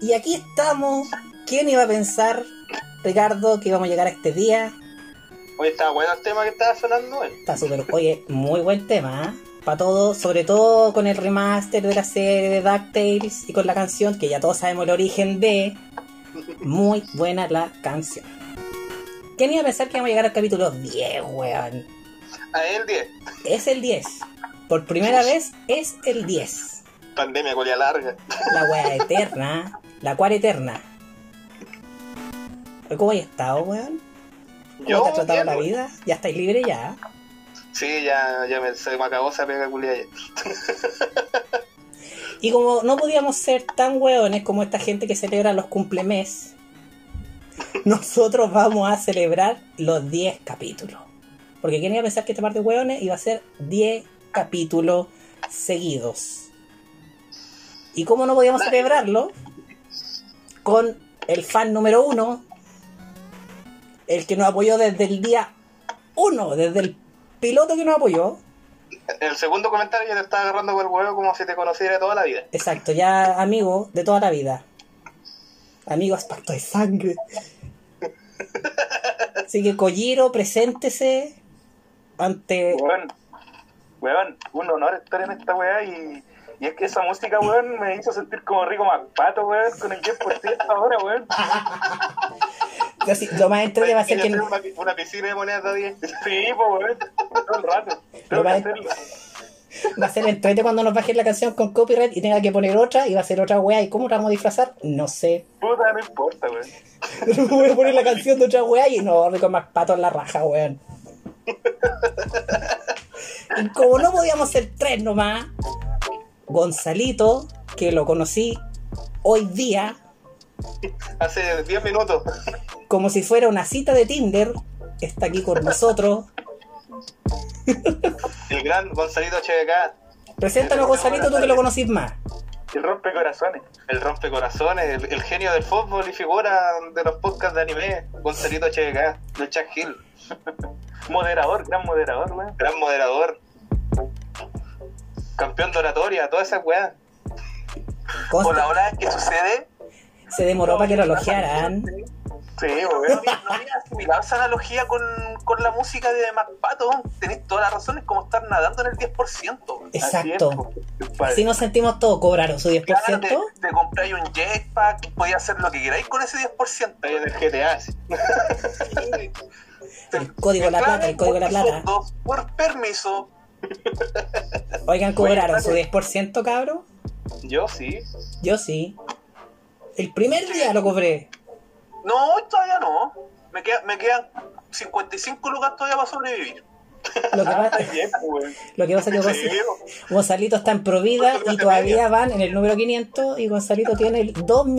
Y aquí estamos. ¿Quién iba a pensar, Ricardo, que íbamos a llegar a este día? Oye, estaba bueno el tema que estaba sonando, Está súper, oye, muy buen tema, ¿eh? Para todos, sobre todo con el remaster de la serie de DuckTales y con la canción, que ya todos sabemos el origen de... Muy buena la canción. ¿Quién iba a pensar que íbamos a llegar al capítulo 10, weón? A el 10. Es el 10. Por primera vez es el 10. Pandemia colia larga. La weá eterna. La cual eterna. ¿Cómo hay estado, weón? ¿Cómo te ha tratado la vida? ¿Ya estáis libre ya? Sí, se me acabó esa pega culia ya. Y como no podíamos ser tan weones como esta gente que celebra los cumplemes, nosotros vamos a celebrar los 10 capítulos. Porque quién iba a pensar que este par de weones iba a ser 10 capítulos seguidos. ¿Y cómo no podíamos celebrarlo? Con el fan número 1, el que nos apoyó desde el día 1, desde el piloto que nos apoyó. El segundo comentario ya te estaba agarrando por el huevo como si te conociera toda la vida. Exacto, ya amigo de toda la vida. Amigos, pacto de sangre. Así que Kojiro, preséntese ante... Weón, un honor estar en esta weá y es que esa música, weón, me hizo sentir como Rico McPato, weón, con el 10% ahora, weón. Lo más entretenido va a ser que... Una piscina de monedas de 10. Sí, pues, weón, todo el rato. Tengo que hacerlo. Va a ser entretenido cuando nos bajen la canción con copyright y tenga que poner otra y va a ser otra weá. ¿Y cómo la vamos a disfrazar? No sé. Puta, no importa, weón. No voy a poner la canción de otra weá y no, Rico McPato en la raja, weón. Y como no podíamos ser 3 nomás, Gonzalito, que lo conocí hoy día, hace 10 minutos, como si fuera una cita de Tinder, está aquí con nosotros. El gran Gonzalito HBK. Preséntanos, Gonzalito, tú que lo conocís más. El rompecorazones. El rompecorazones, el genio del fútbol y figura de los podcasts de anime, Gonzalito HBK, del Chuck Hill. Moderador, gran moderador, weón. Gran moderador. Campeón de oratoria, toda esa weá. Hola, ¿qué sucede? Se demoró para que lo elogiaran. Sí, weón. No había asimilado esa analogía con la música de McPato. Tenéis todas las razones, como estar nadando en el 10%. Exacto. Así nos sentimos todos. ¿Cobraron su 10%? Claro, te compráis un jetpack, podéis hacer lo que queráis con ese 10%. Ahí en el GTA. Sí. El código de la plata, el código de la plata. Por permiso. Oigan, ¿cobraron su 10%, cabrón? Yo sí. Yo sí. El primer día lo cobré. No, todavía no. Me quedan 55 lucas todavía para sobrevivir. Lo que pasa es que Gonzalito está en Provida y todavía van en el número 500 y Gonzalito tiene el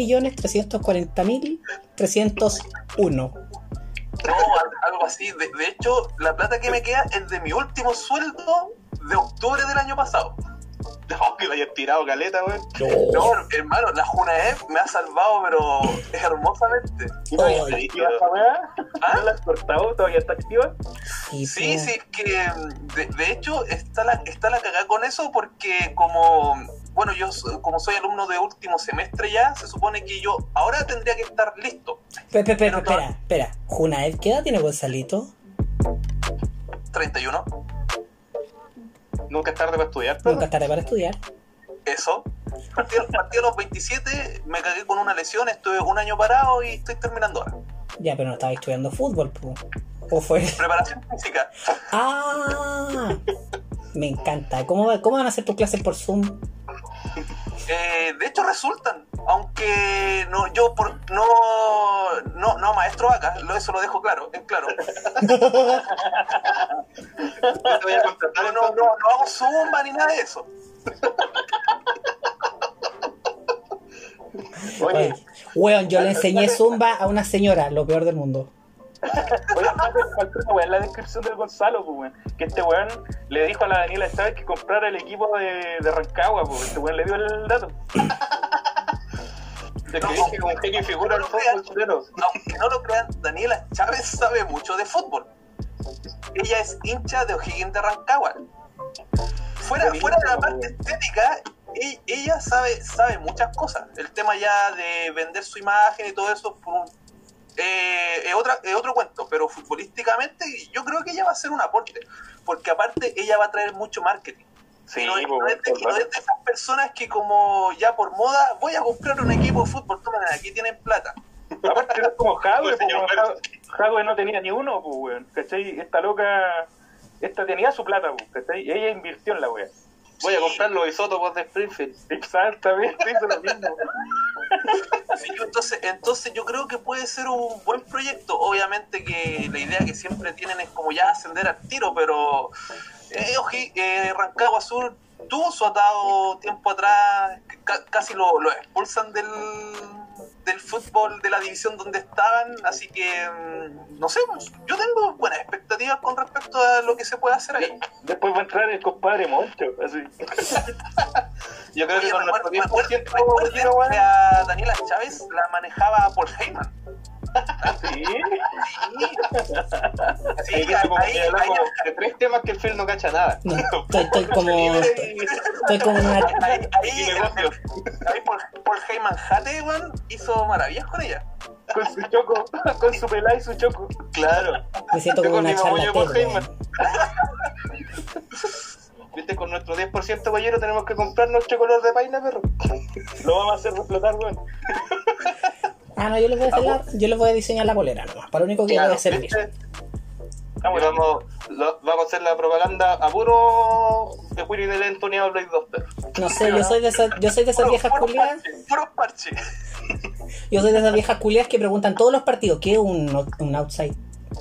2.340.301. No, algo así. De hecho, la plata que me queda es de mi último sueldo de octubre del año pasado. No, que lo hayas tirado, caleta, weón. No, hermano, la Junaed me ha salvado, pero hermosamente. ¿Y todavía está activa esa weá? ¿Ah? ¿No la has cortado? ¿Todavía está activa? Sí, es que de hecho está la cagada con eso porque como... Bueno, yo como soy alumno de último semestre ya, se supone que yo ahora tendría que estar listo. Espera. ¿Junaed qué edad tiene Gonzalito? 31. Nunca es tarde para estudiar, pero... Nunca es tarde para estudiar. Eso. Partí a los 27, me cagué con una lesión, estuve un año parado y estoy terminando ahora. Ya, pero no estaba estudiando fútbol, po. ¿O fue? Preparación física. ¡Ah! Me encanta. ¿Cómo van a hacer tus clases por Zoom? De hecho resultan, aunque no maestro acá, eso lo dejo claro, en claro. No te voy a contratar, no hago zumba ni nada de eso. Oye, weón, yo le enseñé zumba a una señora, lo peor del mundo. Oye, falta una weá en la descripción del Gonzalo, pues, weón. Que este weón le dijo a la Daniela Chávez que comprara el equipo de Rancagua, pues. Este weón le dio el dato. Es que dije como genio y figura del fútbol chileno. Aunque no lo crean, Daniela Chávez sabe mucho de fútbol. Ella es hincha de O'Higgins de Rancagua. Fuera de la parte estética, ella sabe muchas cosas. El tema ya de vender su imagen y todo eso es otro cuento, pero futbolísticamente yo creo que ella va a hacer un aporte, porque aparte ella va a traer mucho marketing. Sí, no es de esas personas que como ya por moda voy a comprar un equipo de fútbol, tomen, aquí tienen plata. Aparte es como Jadwe, Pues, señor, Jadwe no tenía ni uno, pues, weón, ¿cachai? Esta loca, tenía su plata, pues, ¿cachai? Ella invirtió en la wea. Voy a comprar los isótopos de Springfield. Exactamente, hizo lo mismo. Sí, entonces yo creo que puede ser un buen proyecto. Obviamente que la idea que siempre tienen es como ya ascender al tiro, pero Rancagua Sur tuvo su atado tiempo atrás, casi lo expulsan del fútbol de la división donde estaban, así que no sé, yo tengo buenas expectativas con respecto a lo que se puede hacer ahí. Después va a entrar el compadre Moncho, así. Yo creo que con nuestro 10% que a Daniela Chávez la manejaba Paul Heyman. Sí. Sí, Ahí como que hablamos de 3 temas que el Phil no cacha nada. No, estoy como una... ahí Paul Heyman Jate, weón, hizo maravillas con ella. Con su choco, con su pelá y su choco. Claro. Me siento como Yo con una mi mamuño charlatán, por Heyman. weón. Viste, con nuestro 10% guayero tenemos que comprarnos chocolate de paina, perro. Lo vamos a hacer reflotar, weón. Ah, no, yo les voy a diseñar la polera nomás, para lo único que voy a servir. ¿viste? Vamos a hacer la propaganda a puro de Willy del entoneado Blade 2, perro. No sé, yo soy de esas viejas culiadas. Puros parches. Yo soy de esas viejas culiadas que preguntan todos los partidos, ¿qué es un outside?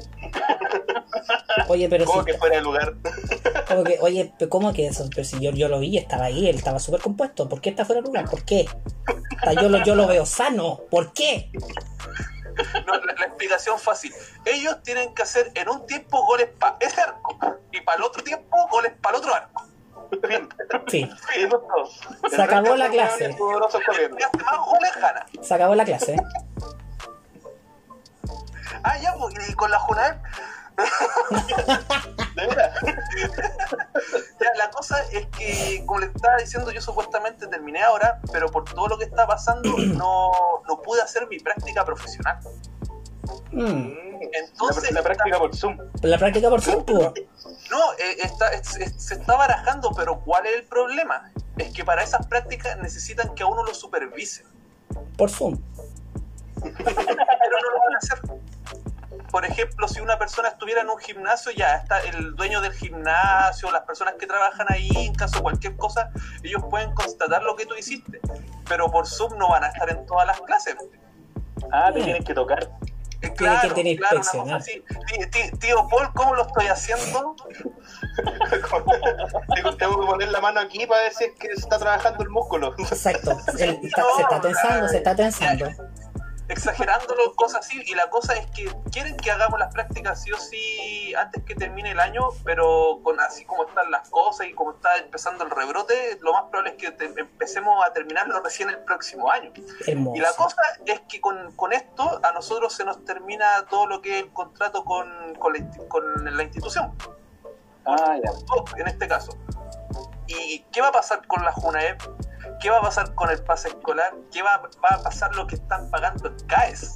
Oye, pero Como si... que fuera de lugar. Como que, oye, ¿cómo que eso? Pero si yo lo vi, estaba ahí, él estaba súper compuesto. ¿Por qué está fuera de lugar? ¿Por qué? O sea, yo lo veo sano. ¿Por qué? No, la explicación fácil. Ellos tienen que hacer en un tiempo goles para ese arco y para el otro tiempo goles para el otro arco. Sí, Esos dos. se acabó la clase. El poderoso corriendo. Y hace más goles gana. Se acabó la clase. Ah, ya, pues, y con la Junaep. De veras. La cosa es que, como les estaba diciendo, yo supuestamente terminé ahora, pero por todo lo que está pasando no pude hacer mi práctica profesional. Entonces, La práctica por Zoom. La práctica por Zoom, pues. no, se está barajando, pero ¿cuál es el problema? Es que para esas prácticas necesitan que a uno lo supervise, Por Zoom. pero no lo van a hacer. Por ejemplo, si una persona estuviera en un gimnasio, ya está el dueño del gimnasio, las personas que trabajan ahí, en caso de cualquier cosa, ellos pueden constatar lo que tú hiciste, pero por Zoom no van a estar en todas las clases. Ah, te tienen que tocar. Claro, que tener claro, una cosa inspeccionar. así. Tío Paul, ¿cómo lo estoy haciendo? Tengo que poner la mano aquí para ver si es que se está trabajando el músculo. Exacto. Se está tensando. Exagerándolo, cosas así, y la cosa es que quieren que hagamos las prácticas sí o sí antes que termine el año, pero con así como están las cosas y como está empezando el rebrote, lo más probable es que empecemos a terminarlo recién el próximo año. Hermoso. Y la cosa es que con esto a nosotros se nos termina todo lo que es el contrato con la institución, Ah, ya. en este caso. ¿Y qué va a pasar con la Junaep? ¿Qué va a pasar con el pase escolar? ¿Qué va a pasar lo que están pagando el CAES?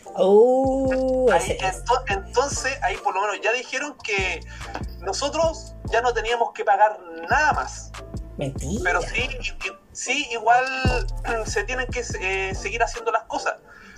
Entonces, ahí por lo menos ya dijeron que nosotros ya no teníamos que pagar nada más. Mentira. Pero sí igual se tienen que seguir haciendo las cosas.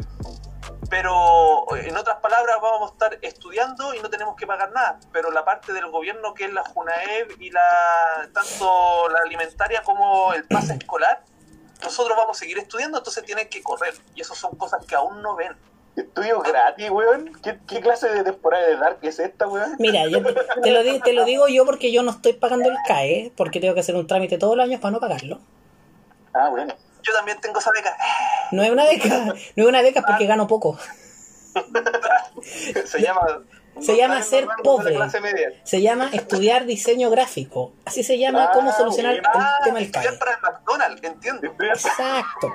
Pero en otras palabras vamos a estar estudiando y no tenemos que pagar nada, pero la parte del gobierno que es la Junaep y tanto la alimentaria como el pase escolar, nosotros vamos a seguir estudiando, entonces tienen que correr, y eso son cosas que aún no ven. Estudio gratis, weón. ¿Qué clase de temporada de Dark es esta, weón? Mira, yo te lo digo yo porque yo no estoy pagando el CAE, porque tengo que hacer un trámite todos los años para no pagarlo. Ah, bueno. Yo también tengo esa beca. No es una beca porque gano poco. Se llama ser pobre. Clase media. Se llama estudiar diseño gráfico. Así se llama cómo solucionar el tema del CAE. Estudiar para el McDonald's, entiendo. Exacto.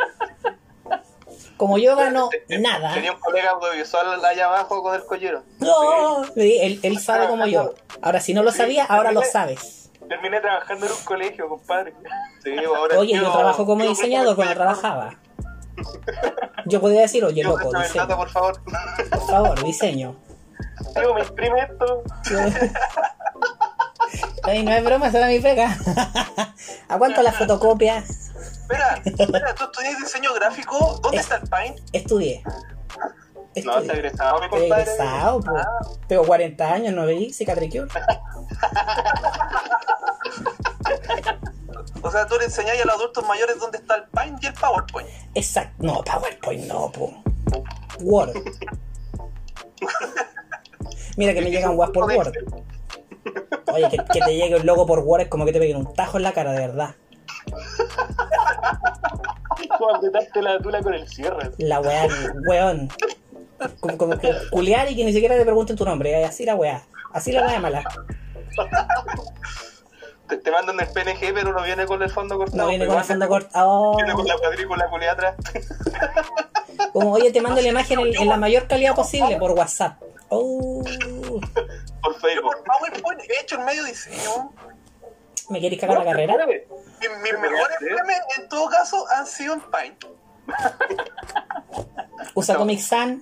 Como yo gano nada. Tenía un colega audiovisual allá abajo con el collero. No, él sabe como yo. Ahora, si no lo sabía, ahora lo sabes. Terminé trabajando en un colegio, compadre. Sí, ahora Oye, yo trabajo como diseñador cuando trabajaba. Yo podía decir, oye, loco, Plata, diseño. por favor. Por favor, diseño. Tío, me imprime esto. Ay, no es broma, esa era mi pega. ¿A cuánto la fotocopia? Espera, ¿tú estudias diseño gráfico? ¿Dónde está el Paint? Estudié. No, está egresado, mi Estoy compadre. egresado, po. Tengo 40 años, ¿no veí? Cicatricure. O sea, tú le enseñás a los adultos mayores dónde está el Paint y el PowerPoint. Exacto. No, PowerPoint no, po. Word. Mira que me llegan WAP por Word. Oye, que te llegue un logo por Word es como que te peguen un tajo en la cara, de verdad. Como apretarte la tula con el cierre. La weá, weón. Como que culiar y que ni siquiera te pregunten tu nombre. Así la weá. Así la weá mala. Te mandan el PNG, pero no viene con el fondo cortado. No viene pero con el igual fondo cortado. Viene con la cuadrícula culia atrás. Como, oye, te mando la imagen en la mayor calidad posible por WhatsApp. Oh. Por Yo Facebook. por PowerPoint he hecho el medio diseño. ¿Me queréis cagar la carrera? Mis mejores memes, en todo caso, han sido en Paint. ¿Usa Comic Sans?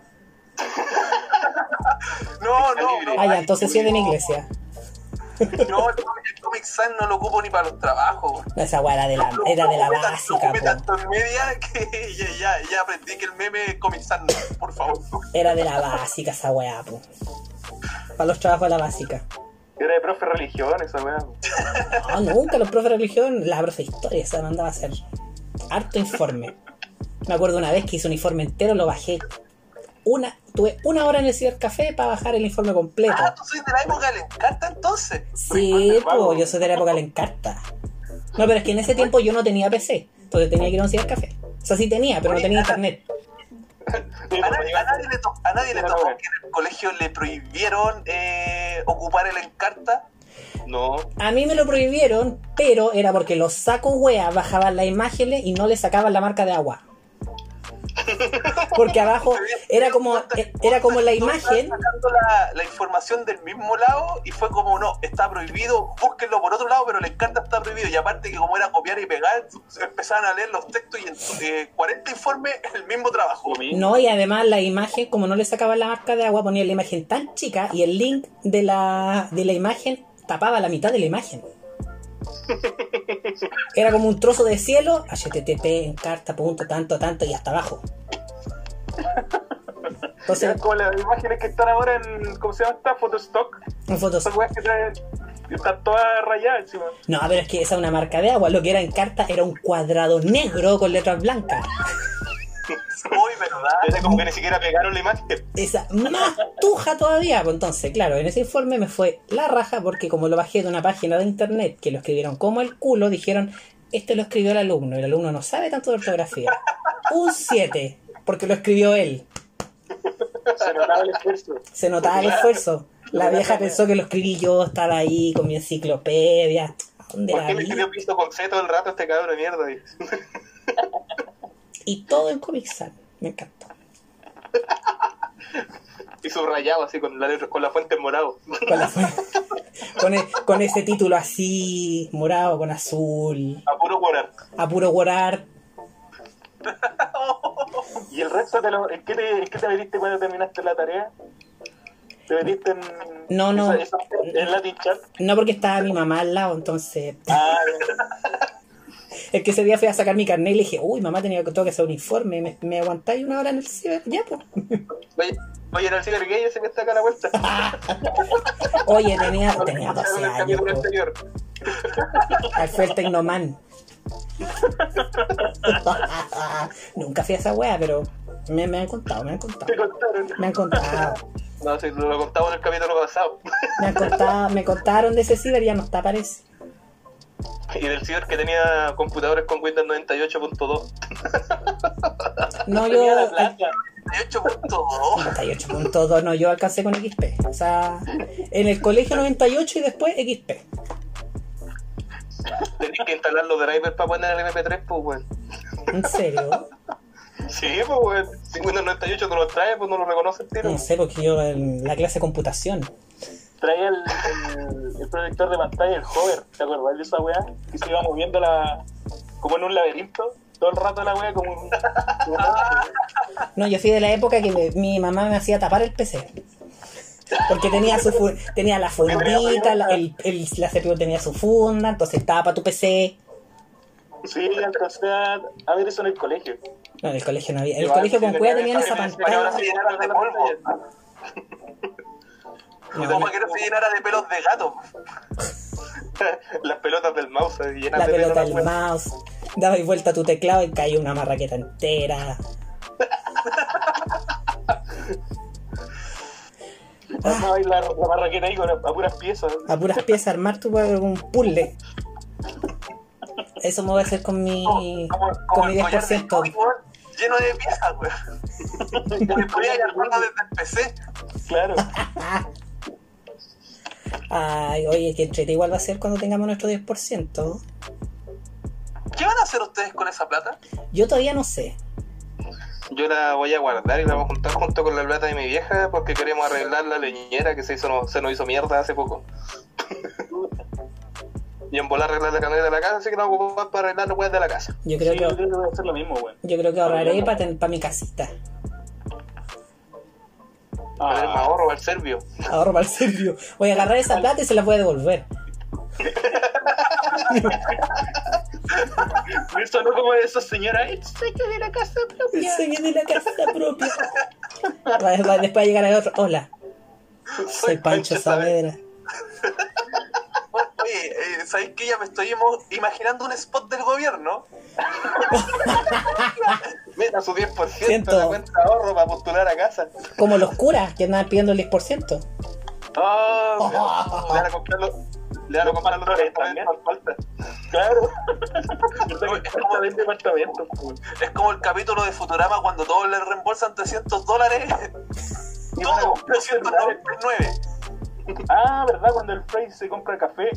No. Ah, ya, entonces sí es de mi iglesia. No, el Comic Sans no lo ocupo ni para los trabajos, güey. No, esa weá era de la básica, Lo po. tanto en media que ya aprendí que el meme es Comic Sans, no, por favor. Era de la básica esa weá, po. Para los trabajos de la básica. Era de profe de religión esa weá. No, nunca los profes de religión, la profe de historia se mandaba a hacer harto informe. Me acuerdo una vez que hice un informe entero, lo bajé. Tuve una hora en el cibercafé para bajar el informe completo. Ah, tú soy de la época del Encarta entonces. Sí, pues yo soy de la época de la Encarta. No, pero es que en ese tiempo yo no tenía PC, entonces tenía que ir a un cibercafé. O sea, sí tenía, pero no tenía internet. A nadie le tocó que en el colegio le prohibieron ocupar el Encarta. No. A mí me lo prohibieron, pero era porque los sacos weas bajaban las imágenes y no le sacaban la marca de agua. Porque abajo era como la imagen. Sacando la información del mismo lado y fue como, no, está prohibido, búsquenlo por otro lado, pero el Encarta está prohibido. Y aparte que como era copiar y pegar, empezaban a leer los textos y en 40 informes el mismo trabajo. No, y además la imagen, como no le sacaban la marca de agua, ponían la imagen tan chica y el link de la imagen tapaba la mitad de la imagen. Era como un trozo de cielo, http, encarta, punto, tanto, y hasta abajo. Entonces, Es como las imágenes que están ahora en, ¿cómo se llama esta? Photostock. en fotos. Esas weas que traen, están todas rayadas encima. No, pero es que esa es una marca de agua. Lo que era encarta era un cuadrado negro con letras blancas. Uy, ¿verdad? Era como que ni siquiera pegaron la imagen. Esa más tuja todavía. Pues entonces, claro, en ese informe me fue la raja porque como lo bajé de una página de internet que lo escribieron como el culo, dijeron, este lo escribió el alumno. Y el alumno no sabe tanto de ortografía. Un 7, porque lo escribió él. Se notaba el esfuerzo. Se notaba el esfuerzo. La vieja pensó que lo escribí yo, estaba ahí con mi enciclopedia. ¿A dónde ¿Por la qué le vi? escribió piso con C todo el rato a este cabrón de mierda? Y todo en Comic Sans. Me encantó. Y subrayado así con la letra, con la fuente en morado. Con ese título así, morado con azul. A puro guardar. A puro guardar. ¿Y el resto en qué te metiste cuando terminaste la tarea? ¿Te metiste en... No. en Latin Chat? No, porque estaba mi mamá al lado, entonces. Ah, Es que ese día fui a sacar mi carnet y le dije, uy, mamá, tengo que hacer un informe. ¿Me aguantáis una hora en el ciber? Ya, pues. Oye, era el ciber gay ese que está acá a la vuelta. Oye, tenía 12 En el años. capítulo Po. anterior. Ahí fue el Tecnoman. Nunca fui a esa wea, pero me han contado. te contaron. Me han contado. No, si lo contamos en el capítulo pasado. Me contaron de ese ciber, ya no está, parece. Y del ciber que tenía computadores con Windows 98.2. No, Tenía la yo. placa. 98.2. 98.2, no, yo alcancé con XP. O sea, en el colegio 98 y después XP. Tenés que instalar los drivers para poner el MP3, pues, weón. ¿En serio? Sí, pues, weón. Si Windows 98 te lo trae, pues no lo reconoce el tiro. No sé, porque yo en la clase de computación. traía el proyector de pantalla, el hover, ¿te acordás de esa weá? Que se iba moviendo como en un laberinto, todo el rato la weá como un... No, yo fui de la época que mi mamá me hacía tapar el PC. Porque tenía tenía la fundita, la CPU tenía su funda, entonces tapa tu PC. Sí, alcancé a ver eso en el colegio. No, en el colegio no había. En el colegio con cueva tenían esa Para que pantalla. ahora se llenara de polvo. Y como para que no se llenara de pelos de gato. Las pelotas del mouse se llenan La de pelota pelotas, del mouse. Dabas vuelta a tu teclado y caía una marraqueta entera. Armaba ahí la barraqueta ahí a puras piezas. A puras piezas armar un puzzle. Eso me voy a hacer con mi Como el 10%. collar de Toy, lleno de piezas, weón. Me podía armarlo desde el PC. Claro. Ay, oye, que entrete igual va a ser cuando tengamos nuestro 10%. ¿Qué van a hacer ustedes con esa plata? Yo todavía no sé. Yo la voy a guardar y la voy a juntar junto con la plata de mi vieja porque queremos arreglar la leñera que se nos hizo mierda hace poco. Y en volar arreglar la camioneta de la casa, así que no ocupamos para arreglar las weas de la casa. Yo creo Sí, que yo creo que voy a hacer lo mismo, weón. yo creo que ahorraré para mi casita. Para tener más ahorro al serbio. Ahorro para el serio. Voy a agarrar esa plata y se la voy a devolver. Me sonó como de esa señora, el sueño de la casa propia. El sueño de la casa propia. Después va a llegar el otro. Hola, soy Pancho Saavedra. Oye, ¿sabéis que ya me estoy imaginando un spot del gobierno? Meta su 10% Siento. de la cuenta de ahorro para postular a casa. Como los curas que andaban pidiendo el 10%. Le van a comprarlo. Le van a comprar los También. departamentos falta. Claro. Es como de departamento, weón. Es como el capítulo de Futurama cuando todos le reembolsan $300. Todo, 399. Ah, ¿verdad? Cuando el Frey se compra café.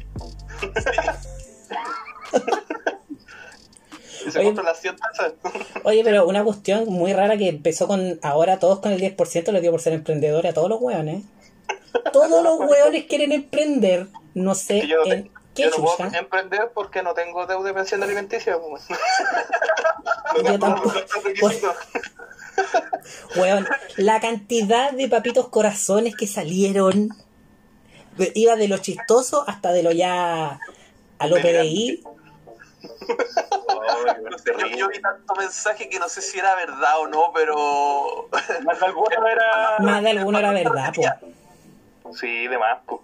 Y se Oye. compran las 100 tazas. Oye, pero una cuestión muy rara que empezó con ahora todos con el 10% les dio por ser emprendedores a todos los hueones. Todos los hueones quieren emprender. No sé Que yo no, en qué yo no puedo chucha. emprender porque no tengo deuda de pensión alimenticia. Pues. Yo tampoco. Hueón, la cantidad de papitos corazones que salieron iba de lo chistoso hasta de lo ya a lo PDI. No sé, yo vi tanto mensaje que no sé si era verdad o no, pero... Más de alguno era. Más de alguno era verdad, po. Sí, de más, pues.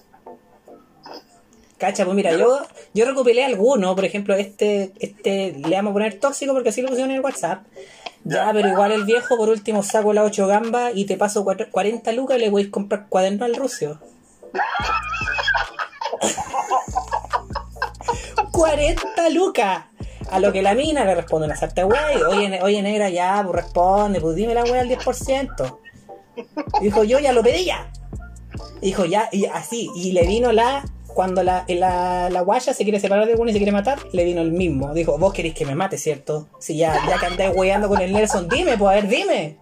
Cacha, pues mira, yo recopilé algunos, por ejemplo, este le vamos a poner tóxico porque así lo pusieron en el WhatsApp. Ya, pero igual el viejo, por último, saco las 8 gambas y te paso 40 lucas y le voy a comprar cuaderno al rucio. 40 lucas. A lo que la mina le responde una sarta wey. Oye, negra, ya, pues responde, pues dime la wea al 10%. Dijo, yo ya lo pedí ya. Dijo, ya, y así, y le vino cuando la guaya se quiere separar de uno y se quiere matar, le vino el mismo. Dijo, vos querés que me mate, ¿cierto? Si ya que andáis weando con el Nelson, dime, pues a ver, dime.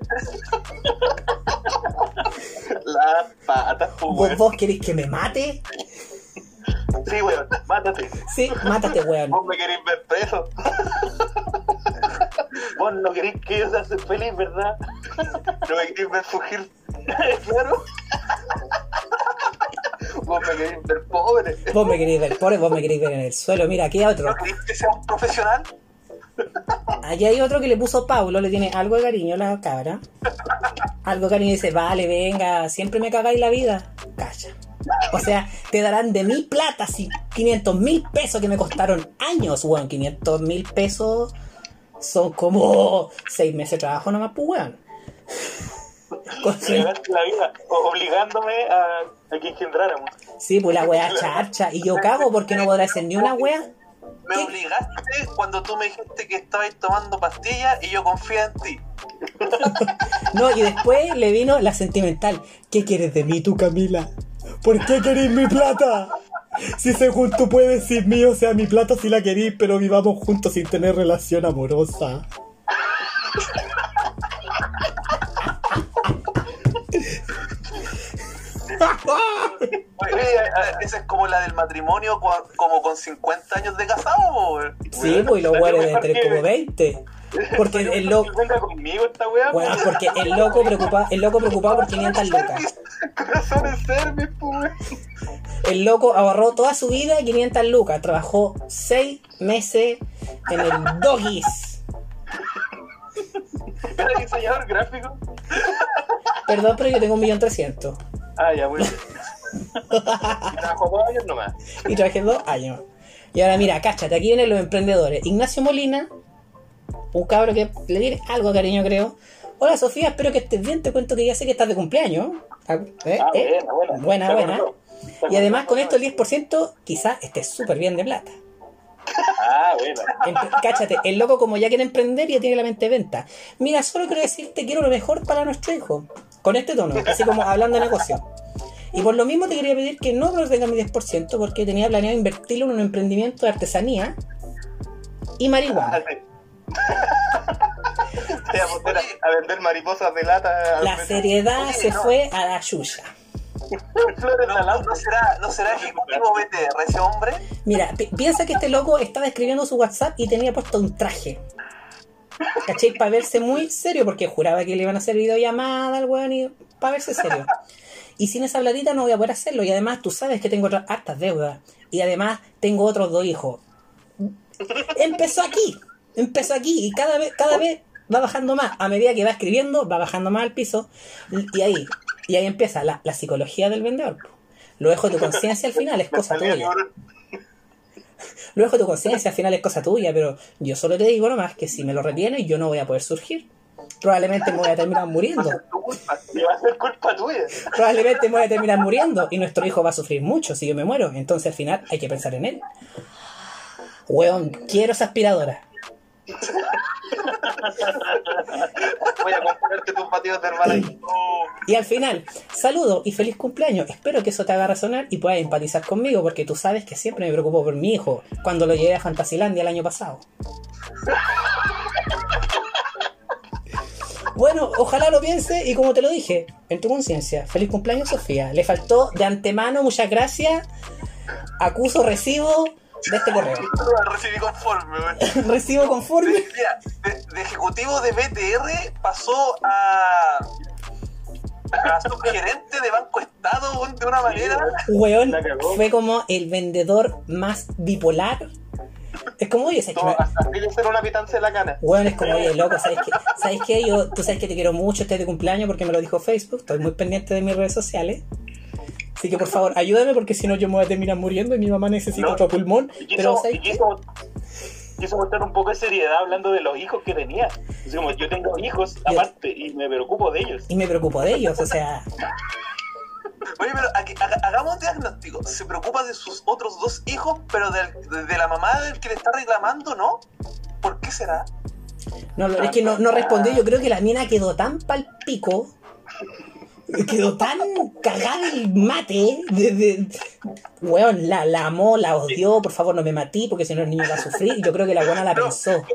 Las patas, pues, ¿Vos querés que me mate? Sí, weón, mátate. Sí, mátate, weón. Vos me querés ver preso. Vos no querés que yo sea feliz, ¿verdad? No me querés ver fugir. Claro. Vos me querés ver pobre. Vos me queréis ver pobre, vos me queréis ver en el suelo. Mira, aquí hay otro. ¿No querés que sea un profesional? Aquí hay otro que le puso Paulo, le tiene algo de cariño a la cabra. Algo de cariño y dice, vale, venga, siempre me cagáis la vida. Calla. O sea, te darán de mi plata, si 500.000 pesos que me costaron años, weón. 500.000 pesos son como 6 meses de trabajo nomás, pues, weón. Me ganaste la vida obligándome a que engendráramos. Sí, pues la weá charcha. Y yo cago porque no podrá ser ni una weá. Me obligaste cuando tú me dijiste que estabais tomando pastillas y yo confía en ti. No, y después le vino la sentimental. ¿Qué quieres de mí tú, Camila? ¿Por qué queréis mi plata? Si según tú puedes decir mío, sea mi plata si la queréis, pero vivamos juntos sin tener relación amorosa. Esa es como la del matrimonio como con 50 años de casado, weón. Sí, pues y los weones deben tener como 20. Porque el loco. Venga conmigo esta weá. Bueno, porque el loco preocupado por 500 lucas. Corazón en Service, pues. El loco ahorró toda su vida 500 lucas. Trabajó 6 meses en el Doggies. ¿Eres diseñador gráfico? Perdón, pero yo tengo 1.300.000. Ah, ya, bueno. Y trabajó 2 años nomás. Y trabajé 2 años. Y ahora mira, cáchate, aquí vienen los emprendedores. Ignacio Molina, un cabro que le tiene algo de cariño, creo. Hola Sofía, espero que estés bien. Te cuento que ya sé que estás de cumpleaños. Buena. Y además con esto el 10% quizás estés súper bien de plata. Ah, bueno. Cáchate, el loco como ya quiere emprender ya tiene la mente de venta. Mira, solo quiero decirte, quiero lo mejor para nuestro hijo. Con este tono, así como hablando de negocio. Y por lo mismo te quería pedir que no me venga mi 10% porque tenía planeado invertirlo en un emprendimiento de artesanía y marihuana. Voy a poner a vender mariposas de lata. La seriedad se fue a la yuya. ¿No será ejecutivo BTR ese hombre? Mira, piensa que este loco estaba escribiendo su WhatsApp y tenía puesto un traje. ¿Cachai? Para verse muy serio, porque juraba que le iban a hacer videollamada al weón y para verse serio. Y sin esa platita no voy a poder hacerlo. Y además tú sabes que tengo otras hartas deudas. Y además tengo otros 2 hijos. Empezó aquí. Y cada vez va bajando más. A medida que va escribiendo, va bajando más al piso. Y ahí empieza la psicología del vendedor. Lo dejo de tu conciencia al final, es cosa tuya. Lo dejo de tu conciencia al final, es cosa tuya. Pero yo solo te digo nomás que si me lo retienes, yo no voy a poder surgir. Probablemente me voy a terminar muriendo. Y va a ser culpa tuya. Probablemente me voy a terminar muriendo. Y nuestro hijo va a sufrir mucho si yo me muero. Entonces al final hay que pensar en él. Weón, quiero esa aspiradora. Voy a comprarte tus batidos de Herbalife. Y al final, saludo y feliz cumpleaños. Espero que eso te haga resonar y puedas empatizar conmigo, porque tú sabes que siempre me preocupo por mi hijo cuando lo llevé a Fantasilandia el año pasado. Bueno, ojalá lo piense y como te lo dije, en tu conciencia, feliz cumpleaños Sofía. Le faltó de antemano, muchas gracias. Acuso recibo de este correo. Recibí conforme, güey. Recibo conforme. Mira, de ejecutivo de BTR pasó a subgerente de Banco Estado, güey, de una manera. Weón, fue como el vendedor más bipolar. Es como, oye, ¿sabes qué? Hasta que ser una pitanza de la cana. Weón, es como, oye, loco, ¿sabes qué? Tú sabes que te quiero mucho, este de cumpleaños porque me lo dijo Facebook. Estoy muy pendiente de mis redes sociales. Así que por favor, ayúdame porque si no yo me voy a terminar muriendo y mi mamá necesita otro pulmón. Pero quiso mostrar un poco de seriedad hablando de los hijos que tenía. Es como, yo tengo hijos aparte y me preocupo de ellos. O sea... Oye, pero hagamos un diagnóstico. Se preocupa de sus otros 2 hijos, pero de la mamá del que le está reclamando, ¿no? ¿Por qué será? No, es que no respondió. Yo creo que la mina quedó tan pal pico. Quedó tan cagada el mate. Weón, la amó, la odió. Por favor, no me matí porque si no el niño va a sufrir. Y yo creo que la buena la pensó.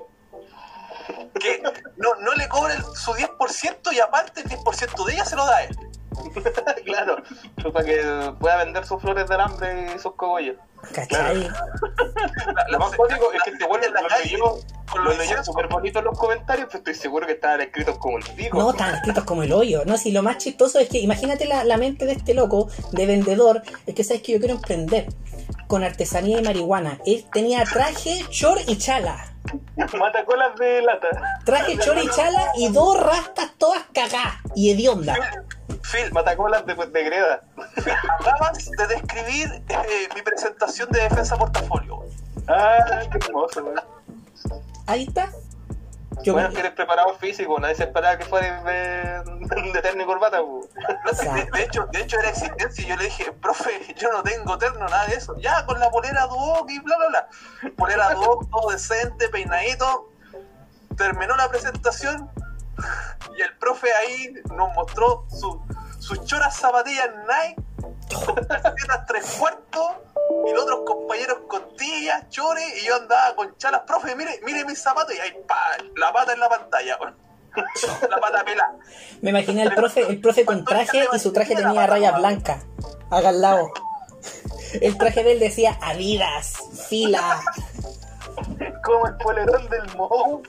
Que no le cobra su 10% y aparte el 10% de ella se lo da a él. Claro, para que pueda vender sus flores de alambre y sus cogollos. ¿Cachai? Claro. Lo más cómico es que este bueno lo leyó súper bonito en los comentarios, pero estoy seguro que estaban escritos como el pico. No, estaban escritos como el hoyo. No, si lo más chistoso es que imagínate la mente de este loco, de vendedor, es que sabes que yo quiero emprender con artesanía y marihuana. Él tenía traje, chor y chala. Matacolas de lata. Traje, chor y chala y 2 rastas todas cagadas y hediondas. Phil, matacolas de greda. Acabas de describir mi presentación de defensa portafolio. Ah, qué hermoso, güey. Ahí está. Bueno, que eres preparado físico, nadie se esperaba que fueras de terno y corbata. De hecho era existencia y yo le dije, profe, yo no tengo terno, nada de eso. Ya, con la polera Duoc y bla, bla, bla. Polera Duoc, todo decente, peinadito. Terminó la presentación y el profe ahí nos mostró sus choras zapatillas Nike, con calcetas 3/4 y los otros compañeros con tillas, chores, y yo andaba con chalas. Profe, mire mis zapatos, y ahí la pata en la pantalla, bueno. La pata pelada. Me imaginé el profe con traje y su traje tenía rayas blancas acá al lado. El traje de él decía Adidas, fila. Como el polerón del Mou.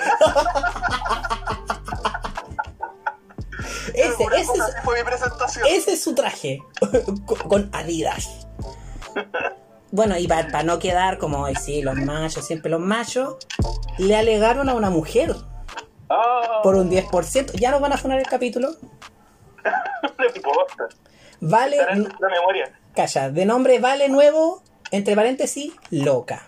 Así fue mi presentación. Ese es su traje, con Adidas. Bueno, y para no quedar como, ay, sí, los machos, siempre los machos, le alegaron a una mujer por un 10%. Ya nos van a sonar el capítulo. No importa. Vale, Estará en la memoria. calla, de nombre Vale Nuevo, entre paréntesis, loca.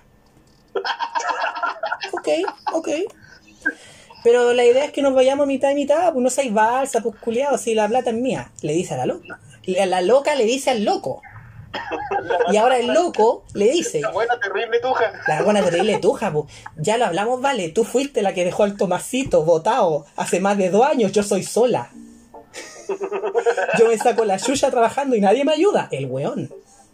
Ok. Pero la idea es que nos vayamos mitad y mitad, pues no seáis balsa, pues culiados, si la plata es mía. Le dice a la loca. La loca le dice al loco. Y ahora el loco le dice... La buena terrible tuja. La buena terrible tuja, pues. Ya lo hablamos, Vale. Tú fuiste la que dejó al Tomasito botado hace más de 2 años. Yo soy sola. Yo me saco la chucha trabajando y nadie me ayuda. El weón.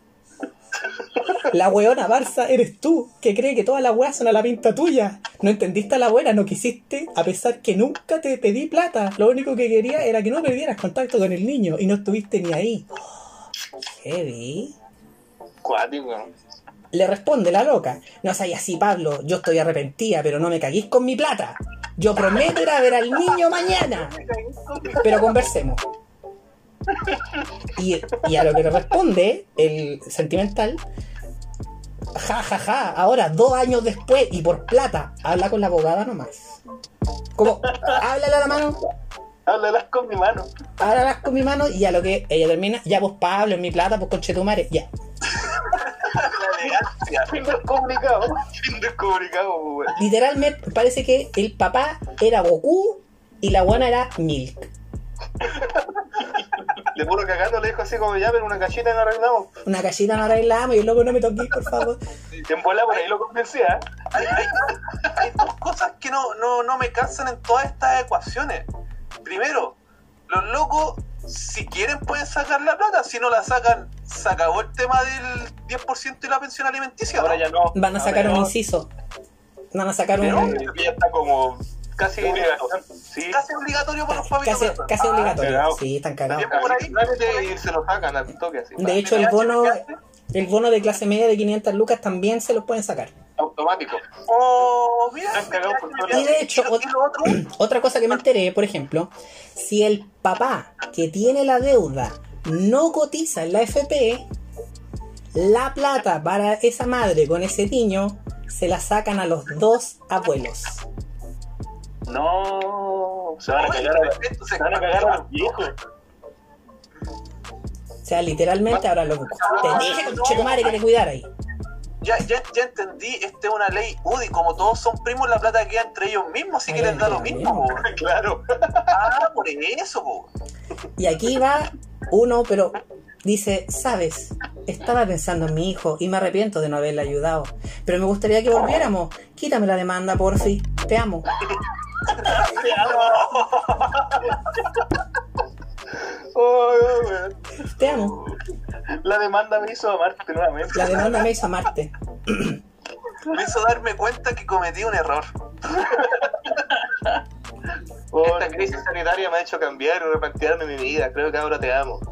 La weona Barça eres tú, que cree que todas las weas son a la pinta tuya. No entendiste a la buena, no quisiste, a pesar que nunca te pedí plata. Lo único que quería era que no perdieras contacto con el niño y no estuviste ni ahí. Heavy. Cuático. Le responde la loca: no seas así, Pablo, yo estoy arrepentida, pero no me caguís con mi plata. Yo prometo ir a ver al niño mañana, pero conversemos. Y a lo que le responde el sentimental: ja, ahora 2 años después y por plata, habla con la abogada nomás. Como, háblale a la mano. Háblalas con mi mano. Háblalas con mi mano. Y a lo que ella termina: ya, pues Pablo, en mi plata, pues conchetumare, ya. La elegancia. Fin del comunicado. Fin del comunicado, güey. Literalmente parece que el papá era Goku y la guana era Milk. De puro cagando le dijo así como ya, pero una cachita y nos arreglamos. Una cachita no arreglamos y el loco: no me toquís, por favor. En bola por ahí lo convencía. Hay 2 cosas que no me calzan en todas estas ecuaciones. Primero, los locos, si quieren pueden sacar la plata. Si no la sacan, se acabó el tema del 10% de la pensión alimenticia. Ahora ¿no? ya no. Van a sacar un inciso. Van a sacar Pero, un... Ya está como casi Obligación. Sí. casi obligatorio para los papitos. Casi obligatorio. cagado. Sí, están cagados. Bien. Por ahí. y se lo sacan al toque así. De hecho, el bono de clase media de 500 lucas también se los pueden sacar. Automático. Oh, mira. Están cagados por todos Y de hecho, y lo otro, otra cosa que me enteré, por ejemplo, si el papá que tiene la deuda no cotiza en la FP, la plata para esa madre con ese niño se la sacan a los 2 abuelos. No. Se van a cagar a los viejos. O sea, literalmente ahora lo... Te dije, conchetumare, que te cuidara ahí. Ya entendí, esta es una ley UDI, como todos son primos, la plata queda entre ellos mismos, así que les da lo mismo, po. Claro. Ah, por eso, po. Y aquí va uno, pero dice: sabes, estaba pensando en mi hijo y me arrepiento de no haberle ayudado, pero me gustaría que volviéramos. Quítame la demanda, porfi. Te amo. Te amo. La demanda me hizo amarte nuevamente. La demanda me hizo amarte. Me hizo darme cuenta que cometí un error. Esta crisis sanitaria me ha hecho cambiar y replantearme mi vida. Creo que ahora te amo.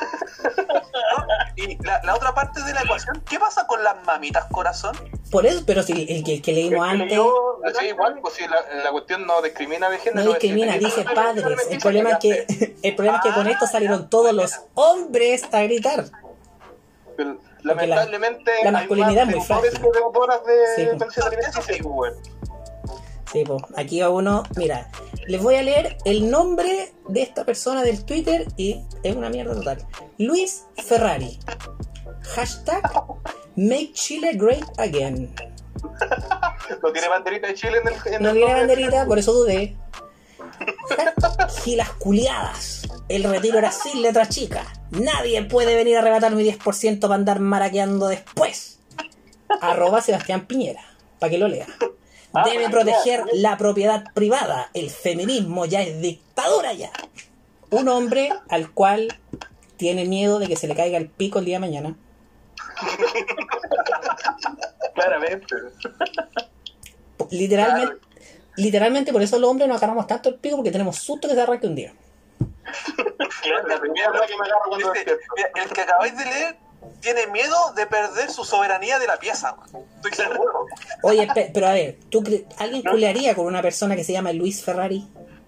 Y la otra parte de la ecuación, ¿qué pasa con las mamitas corazón? Por eso, pero si el que leímos antes Así igual, pues si la cuestión no discrimina de no género. discrimina, dice padres. El problema es que con esto salieron todos los hombres a gritar. Lamentablemente la masculinidad hay es muy más frágil. deudores que deudores de Sí, pues. pensión alimenticia, pues, bueno. Sí, pues, aquí va uno. Mira, les voy a leer el nombre de esta persona del Twitter y es una mierda total. Luis Ferrari. Hashtag Make Chile Great Again. No tiene banderita de Chile en No el tiene nombre. banderita, por eso dudé. Gilas culiadas. El retiro era sin letra chica. Nadie puede venir a arrebatar mi 10% para andar maraqueando después. @ Sebastián Piñera, para que lo lea. Debe proteger la propiedad privada. El feminismo ya es dictadura ya. Un hombre al cual tiene miedo de que se le caiga el pico el día de mañana. Claramente. Literalmente por eso los hombres nos agarramos tanto el pico, porque tenemos susto que se arranque un día. La primera vez que me agarro cuando Este, despierto. mira, el que acabáis de leer tiene miedo de perder su soberanía de la pieza, weón. Estoy seguro. Oye, pero a ver, ¿alguien culearía con una persona que se llama Luis Ferrari?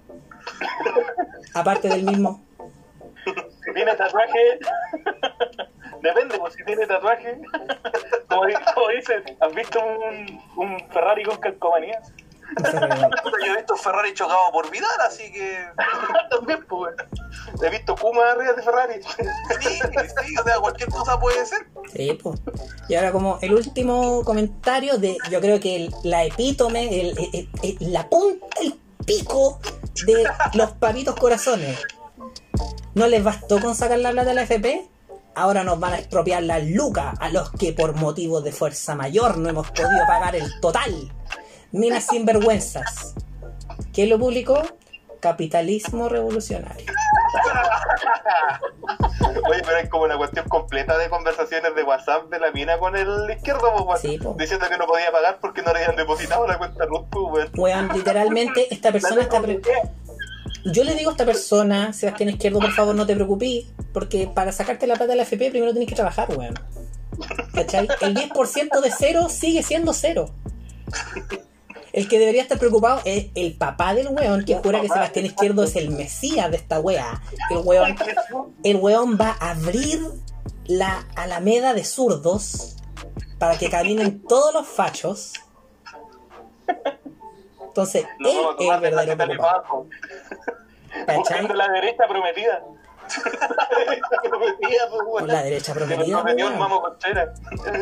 Aparte del mismo. Si tiene tatuaje, depende, pues si tiene tatuaje, como dicen, ¿has visto un Ferrari con calcomanías? Yo he visto Ferrari chocado por Vidal, así que... También, pues. He visto Kuma arriba de Ferrari. Sí, o sea, cualquier cosa puede ser. Sí, pues. Y ahora como el último comentario de, yo creo que la epítome, la punta, el pico de los papitos corazones. ¿No les bastó con sacar la plata de la FP? Ahora nos van a expropiar las lucas a los que por motivos de fuerza mayor no hemos podido pagar el total. Minas sinvergüenzas. ¿Quién lo publicó? Capitalismo revolucionario. Oye, pero es como una cuestión completa de conversaciones de WhatsApp de la mina con el izquierdo, pues, Sí, po. diciendo que no podía pagar porque no le habían depositado la cuenta RUT, pues, weón. Weón, literalmente esta persona está... Yo le digo a esta persona, Sebastián Izquierdo, por favor no te preocupes, porque para sacarte la plata de la FP primero tienes que trabajar, weón. ¿Cachai? El 10% de cero sigue siendo cero. El que debería estar preocupado es el papá del weón, que jura que Sebastián Izquierdo es el mesías de esta wea. El weón va a abrir la alameda de zurdos para que caminen todos los fachos. Entonces, No, él es el verdadero tarjeta de preocupado. banco. ¿Cachai? Buscando la derecha prometida. Prometía, pues, Por weón. la derecha Se me prometida. prometió el weón. mamo Contreras.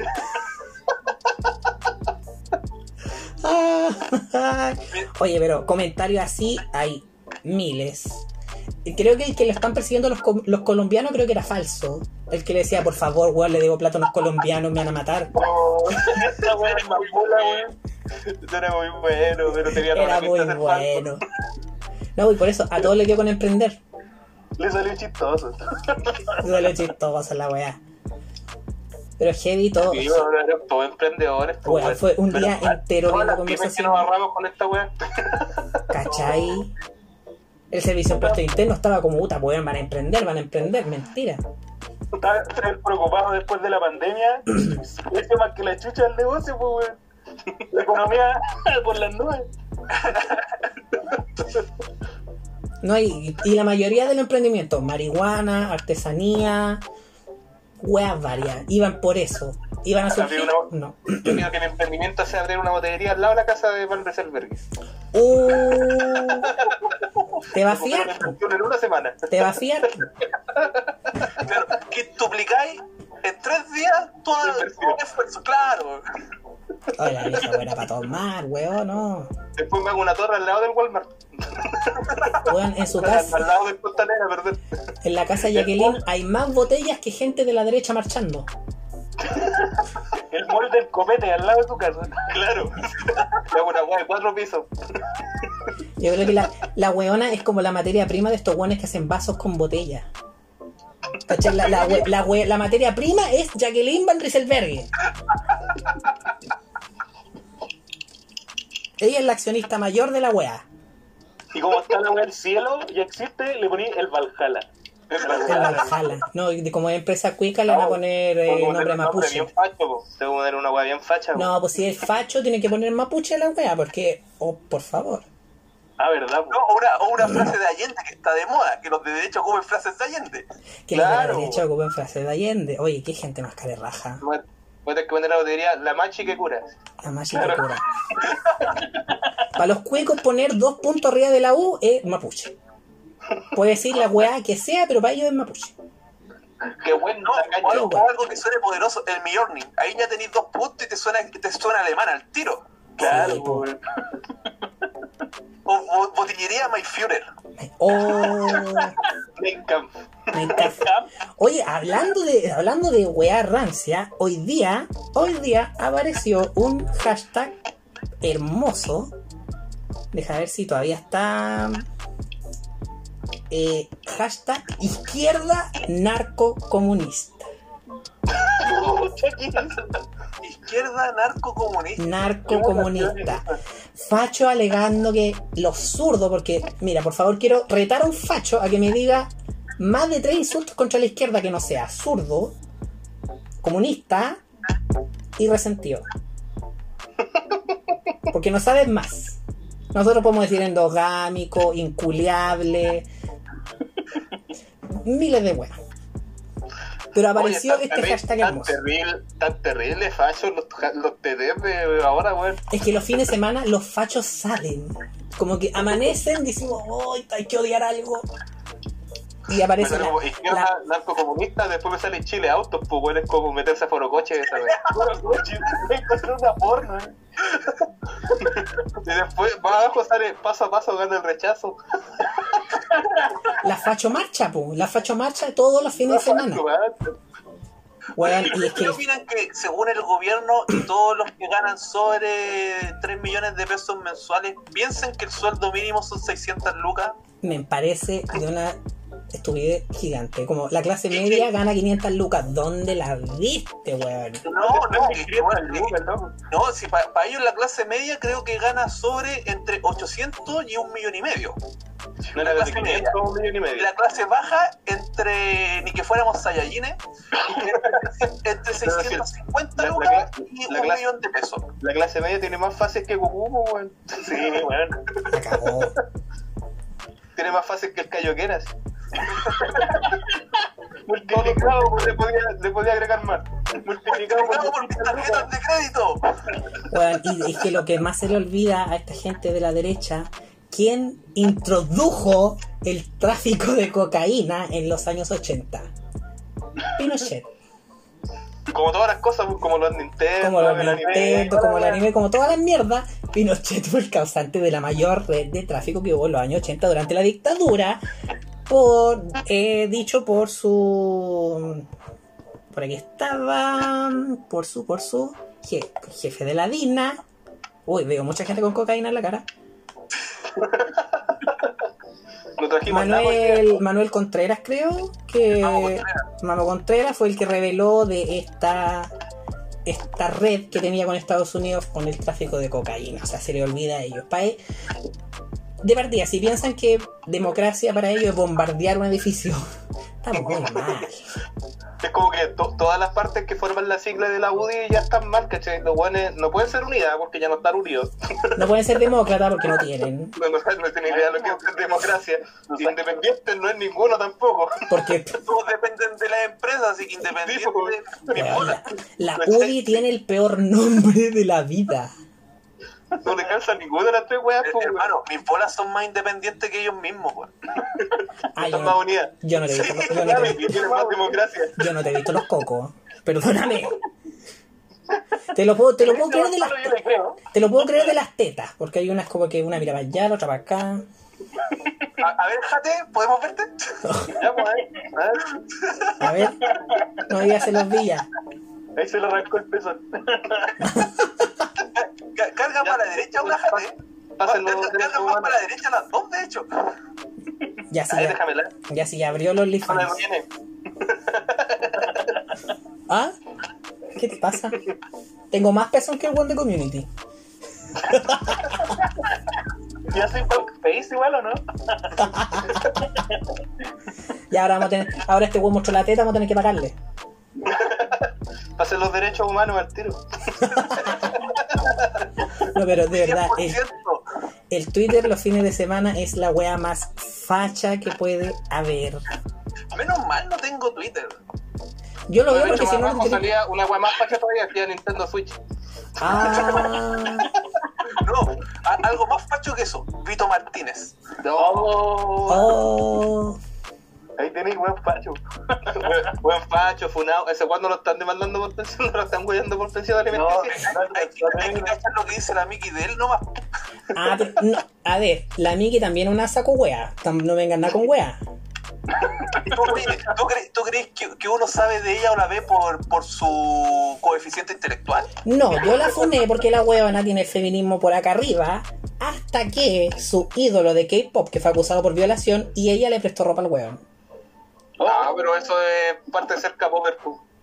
Oye, pero comentarios así hay miles. Creo que el que lo están persiguiendo los colombianos creo que era falso. El que le decía, por favor, weón, le debo plata a unos colombianos, me van a matar. Esta weá es más bola, weón. Eso era muy bueno, pero tenía toda Era la pinta muy de ser bueno. No, y por eso a todos le dio con emprender. falso. Le salió chistoso. Eso lo chistoso la weá. Pero heavy todo. Y yo ahora eran todos emprendedores, pues, Weón, fue un día Pero, entero todas viendo las pymes que conversación. nos agarramos con esta weá. ¿Cachai? El servicio de impuestos internos estaba como, puta, weón, van a emprender, mentira. Estaba preocupado después de la pandemia. Ese más que la chucha del negocio, pues, weón. La economía por las nubes. No hay, y la mayoría de los emprendimientos, marihuana, artesanía, weas varias, iban por eso. Iban a surgir. No. Yo digo que el emprendimiento sea abrir una botellería al lado de la casa de Van Rieselberg. ¿Te va a fiar? En una semana. ¿Te va a fiar? Claro, quintuplicáis en 3 días todo el esfuerzo, claro. Oye, la vieja buena para tomar, weón, no. Después me hago una torre al lado del Walmart. Weón, en su casa, Al lado del Costanera, perdón. en la casa de Jacqueline, hay más botellas que gente de la derecha marchando. El mall del copete al lado de tu casa. Claro. Me hago una weá de 4 pisos. Yo creo que la weona es como la materia prima de estos weones que hacen vasos con botellas. ¿Cachai? La materia prima es Jacqueline Van Rieselberg. Ella es la accionista mayor de la wea. Y como está la weá del cielo, ya existe, le poní el Valhalla. El Valhalla. No, y como es empresa cuica le van a poner nombre mapuche. Bien facho, po. Tengo que poner una weá bien facha. Po. No, pues si es facho tiene que poner mapuche a la wea, porque, por favor. Ah, ¿verdad? No, o una frase de Allende que está de moda, que los de derecha ocupen frases de Allende. Que los de la Claro. derecha ocupen frase de Allende. Oye, qué gente más carerraja. Voy a tener que poner la botellería La Machi que cura. La más locura. Para los cuicos poner 2 puntos arriba de la U es mapuche. Puede decir la weá que sea, pero para ellos es mapuche. Qué bueno, No, tacaño. o algo que suene poderoso, el Mjolnir. Ahí ya tenéis 2 puntos y te suena alemán al tiro. Claro, Sí, po. weón. O botillería My Führer. Oh, Linkamp. me encanta. Oye, hablando de weá rancia, hoy día apareció un hashtag hermoso. Deja ver si todavía está. Hashtag izquierda narcocomunista. Izquierda narcocomunista. Narcocomunista. Facho alegando que los zurdos, porque, mira, por favor, quiero retar a un facho a que me diga más de 3 insultos contra la izquierda que no sea zurdo, comunista y resentido. Porque no sabes más. Nosotros podemos decir endogámico, inculiable, miles de weas. Pero apareció este hashtag hermoso. Tan terrible, fachos, los TDs de ahora, weón. Es que los fines de semana los fachos salen. Como que amanecen, decimos, ¡ay, hay que odiar algo! Y aparece como izquierda narcocomunista, después me sale Chile Autos, pues weón, es como meterse a Forocoche esa vez. Me encontré una porno, Y después, más abajo sale paso a paso, gana el rechazo. la facho marcha, po. La facho marcha todos los fines de semana. Weón, y es ¿Qué que opinan que según el gobierno todos los que ganan sobre 3 millones de pesos mensuales piensen que el sueldo mínimo son 600 lucas? me parece de una estupidez gigante. Como la clase media gana 500 lucas. ¿Dónde la viste, weón? No, si para ellos la clase media creo que gana sobre entre 800 y 1,5 millones. No La era clase de media. 500 o 1,5 millones. La clase baja entre, ni que fuéramos Saiyajines, entre 650 lucas y la 1 clase- millón de pesos. La clase media tiene más fases que Goku, weón. Sí, weón. La cagó. Tiene más fases que el Cayoqueras. Multiplicado, pues, le podía agregar más. Multiplicado por mis tarjetas de crédito. Weón, y es que lo que más se le olvida a esta gente de la derecha, ¿quién introdujo el tráfico de cocaína en los años 80? Pinochet. Como todas las cosas, pues, como los Nintendo, Como los el anime, Nintendo, como el anime, como todas las mierdas, Pinochet fue el causante de la mayor red de tráfico que hubo en los años 80 durante la dictadura, dicho por su... por aquí estaba... por su jefe de la DINA. Uy, veo mucha gente con cocaína en la cara. Lo trajimos en agua, Manuel Contreras, creo que Mamo Contreras fue el que reveló de esta red que tenía con Estados Unidos con el tráfico de cocaína. O sea, se le olvida a ellos. De partida, si piensan que democracia para ellos es bombardear un edificio, estamos muy mal. Es como que todas las partes que forman la sigla de la UDI ya están mal, ¿cachai? Los buenos no pueden ser unidas porque ya no están unidos. No pueden ser demócratas porque no tienen. No tienen idea de lo que es democracia. Independientes no es ninguno tampoco. Porque Todos dependen de las empresas, así que independiente. weón, la UDI tiene el peor nombre de la vida. No le calza ninguna de las tres weas, pues, Hermano, mis bolas son más independientes que ellos mismos, weón. están más unidas. Yo no te he visto, Y tienen más democracia. yo no te he visto los cocos. Perdóname. Te lo puedo creer de las Yo le creo. te lo puedo creer de las tetas, porque hay unas como que una mira para allá, la otra para acá. A ver, Jate, ¿podemos verte? Ya, pues, A ver, no digas se los villas. Ahí se le arrancó el pezón. Carga para la derecha una, Jate. Pásenlo, Carga más para la derecha las dos, de hecho. Ya sí, Ahí ya, déjamela. ya sí, ya abrió los No me OnlyFans. viene. ¿Ah? ¿Qué te pasa? Tengo más pesos que el one de Community. ¿Ya soy face igual o no? Y ahora vamos a tener, ahora este weón mostró la teta, vamos a tener que pagarle. Pasen los derechos humanos al tiro. No, pero de verdad, 100%. el Twitter los fines de semana es la wea más facha que puede haber. Menos mal no tengo Twitter. Yo lo veo De hecho, porque si más no... abajo salía una wea más facha todavía, que era Nintendo Switch. Ah, No, algo más facho que eso. Vito Martínez. No, oh, Ahí tenéis weón facho. buen facho, funado. Ese cuando lo están demandando por pensión, no lo están huellando por pensión No, alimenticia. Hay que cachar lo que dice la Miki de él nomás. no, a ver, la Miki también es una saco wea. No vengan nada con wea. ¿Tú crees que uno sabe de ella o la ve por su coeficiente intelectual? No, yo la funé porque la huevona tiene el feminismo por acá arriba, hasta que su ídolo de K-pop, que fue acusado por violación, y ella le prestó ropa al huevón. No, pero eso es parte de ser capover.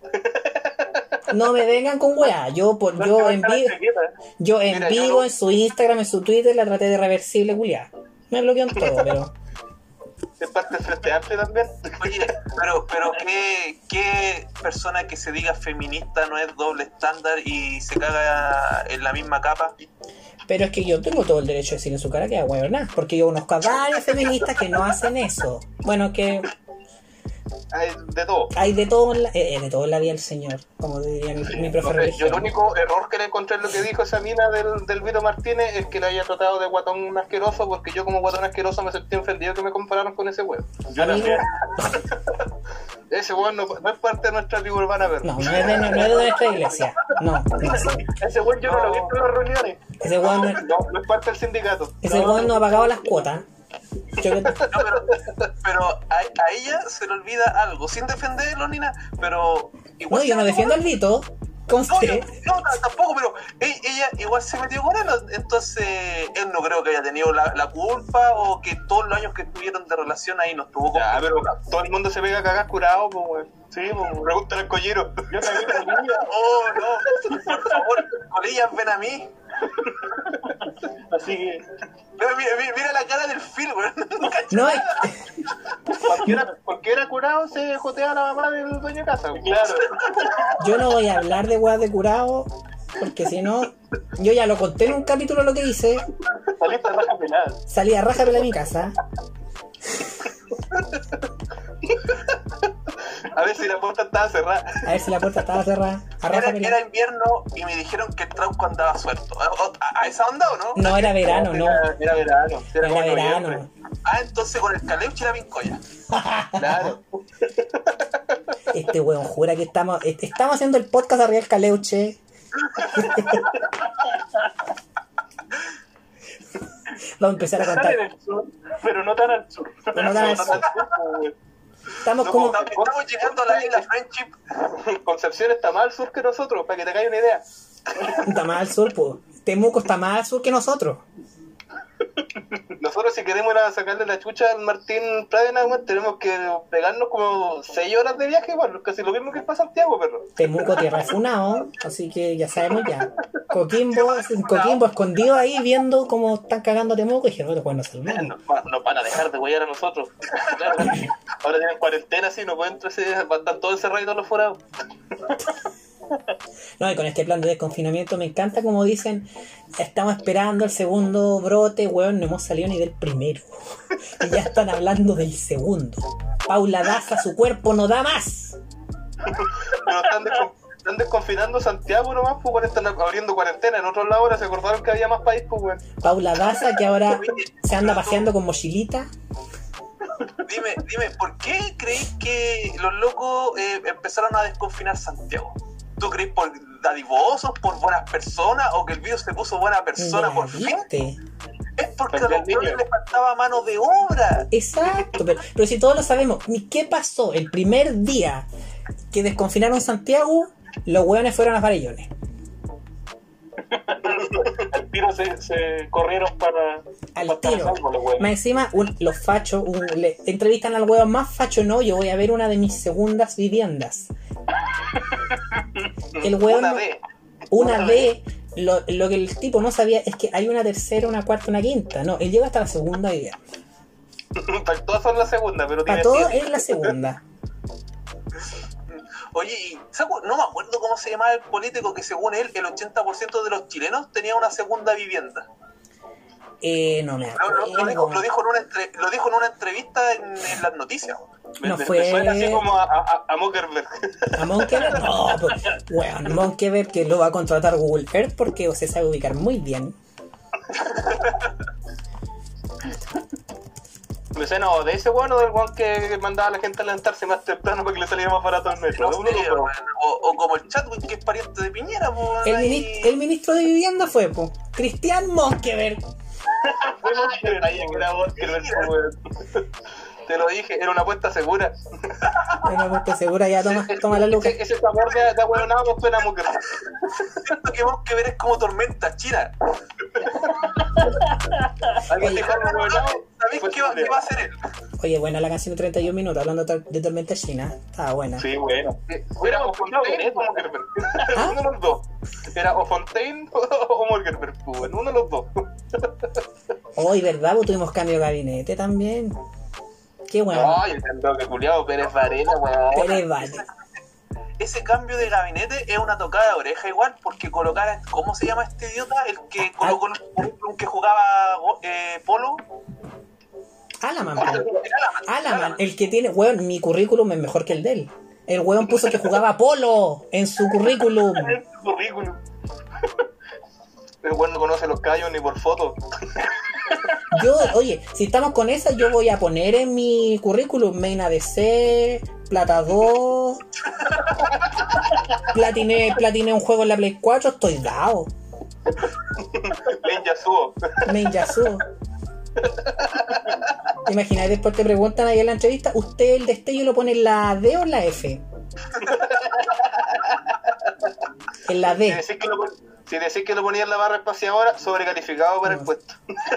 No me vengan con weá. Yo en Mira, yo vivo, no- en su Instagram, en su Twitter, la traté de reversible, culiá. Me bloqueó en todo, pero Es parte del Frente Amplio también. Oye, pero ¿qué persona que se diga feminista no es doble estándar y se caga en la misma capa? Pero es que yo tengo todo el derecho de decir en su cara que hago nada, porque yo conozco a varios feministas que no hacen eso. Bueno, que Hay de todo. hay de todo en la vida del señor, como diría mi profe No sé, yo religión. el único error que le encontré en lo que dijo esa mina del Vito Martínez es que le haya tratado de guatón asqueroso, porque yo como guatón asqueroso me sentí ofendido que me compararon con ese weón. Yo Amigo, también. Ese weón no es parte de nuestra tribu urbana, pero no es de nuestra iglesia. No, sí. Ese güey yo no lo he visto en las reuniones. Ese weón no es parte del sindicato. no ha pagado las cuotas. Yo- No, pero a ella se le olvida algo, sin defenderlo ni nada, pero igual No, yo no defiendo al Vito. No, Conste. no, tampoco, pero ella igual se metió con él, entonces él no creo que haya tenido la culpa o que todos los años que estuvieron de relación ahí no estuvo con... Ya, pero todo el mundo se pega a cagar curado, pues weón. Sí, pues pregúntale al collero. Yo también lo vi. Oh, no, por favor, con ellas ven a mí. Así que Mira la cara del Phil, weón. No, Cualquiera curado se jotea a la mamá del dueño de casa, weón. claro. yo no voy a hablar de weas de curado, porque si no, yo ya lo conté en un capítulo lo que hice. Saliste a raja pelada. Salí a raja de mi casa. A ver si la puerta estaba cerrada. A ver si la puerta estaba cerrada. A raja pelada. Era invierno y me dijeron que el Trauco andaba suelto. ¿A esa onda o no? No, era verano, no. Era verano. Era como verano. noviembre. Entonces con el caleuche y la pincoya. Claro. Este weón jura que estamos haciendo el podcast arriba del caleuche. Vamos a empezar a Sale contar. del sur, pero no tan al sur. Pero no tan al sur. Estamos como. Estamos llegando a la isla Friendship. Concepción está más al sur que nosotros, para que te caiga una idea. Está más al sur, pues. Temuco está más al sur que nosotros. Nosotros si queremos ir a sacarle la chucha al Martín Pradena, weón, tenemos que pegarnos como 6 horas de viaje, bueno, casi lo mismo que para Santiago, perro. Temuco tierra de funao, así que ya sabemos ya. Coquimbo escondido ahí viendo cómo están cagando a Temuco y dijeron, bueno, pues no salvamos. Nos van a dejar de huellar a nosotros. Claro, ahora tienen cuarentena, así, no pueden están todos encerrados los forados. No, y con este plan de desconfinamiento me encanta como dicen, estamos esperando el segundo brote, weón, no hemos salido ni del primero. Y ya están hablando del segundo. Paula Daza, su cuerpo no da más. Pero están desconfinando Santiago nomás, pues, weón, están abriendo cuarentena. En otros lados ahora se acordaron que había más país, pues, weón. Paula Daza, que ahora se anda paseando con mochilita. Dime, ¿por qué creéis que los locos empezaron a desconfinar Santiago? ¿Tú crees por dadivosos, por buenas personas o que el virus se puso buena persona por fin? ¿Viste? Es porque a los cabrones les faltaba mano de obra. Exacto, pero si todos lo sabemos, ¿ni qué pasó el primer día que desconfinaron Santiago? Los hueones fueron a Farellones. Al tiro se corrieron para Al tiro. salvo los huevos. Más encima, los fachos le entrevistan al hueón más facho. No, yo voy a ver una de mis segundas viviendas. El hueón una vez, lo que el tipo no sabía es que hay una tercera, una cuarta, una quinta. No, él llega hasta la segunda vivienda. Para todas son la segunda, pero Para tiene todo 7. es la segunda. Oye, no me acuerdo cómo se llamaba el político que según él el 80% de los chilenos tenía una segunda vivienda. No me acuerdo. Lo dijo en una entrevista en las noticias. No Me fue suena así como a Mockerberg. a Monkeberg. No, pues, weón, Monkeberg que lo va a contratar Google Earth porque se sabe ubicar muy bien. Me suena o de ese weón o del weón que mandaba a la gente a levantarse más temprano para que le saliera más barato el metro. No sé, o como el Chadwick que es pariente de Piñera. El ministro de Vivienda fue, po, Cristian Monkeberg. Te lo dije, era una apuesta segura. Bueno, pues te segura ya toma la luca. Ese sabor de ahueonado no suena a Mockerberg. Siento que vos que ver es como tormenta china. Alguien dijo ahueonado. ¿Sabés qué va a hacer él? Oye, buena la canción de 31 minutos, hablando de Tormenta China. Estaba buena. Sí, bueno. Era o Fontaine o Mockerberg. ¿Ah? Uno de los dos. Era o Fontaine o Mockerberg. Uno de los dos. Hoy, ¿verdad? Pues tuvimos cambio de gabinete también. Qué weón. No, yo tengo que culiado Pérez Varela, weón. Pérez Varela. Ese cambio de gabinete es una tocada de oreja igual, porque colocar, ¿cómo se llama este idiota? El que colocó el currículum que jugaba polo. Alaman, Alaman, el que tiene, weón, mi currículum es mejor que el de él. El weón puso que jugaba polo en su currículum. Currículum. El weón no conoce los callos ni por foto. Oye, si estamos con esa, yo voy a poner en mi currículum Main ADC, Plata 2, platiné un juego en la Play 4, estoy dado. Ven Yasuo. Main Yasuo. Imagina, después te preguntan ahí en la entrevista, ¿usted el destello lo pone en la D o en la F? En la D. Si decís que lo ponía en la barra espaciadora, sobrecalificado para el puesto.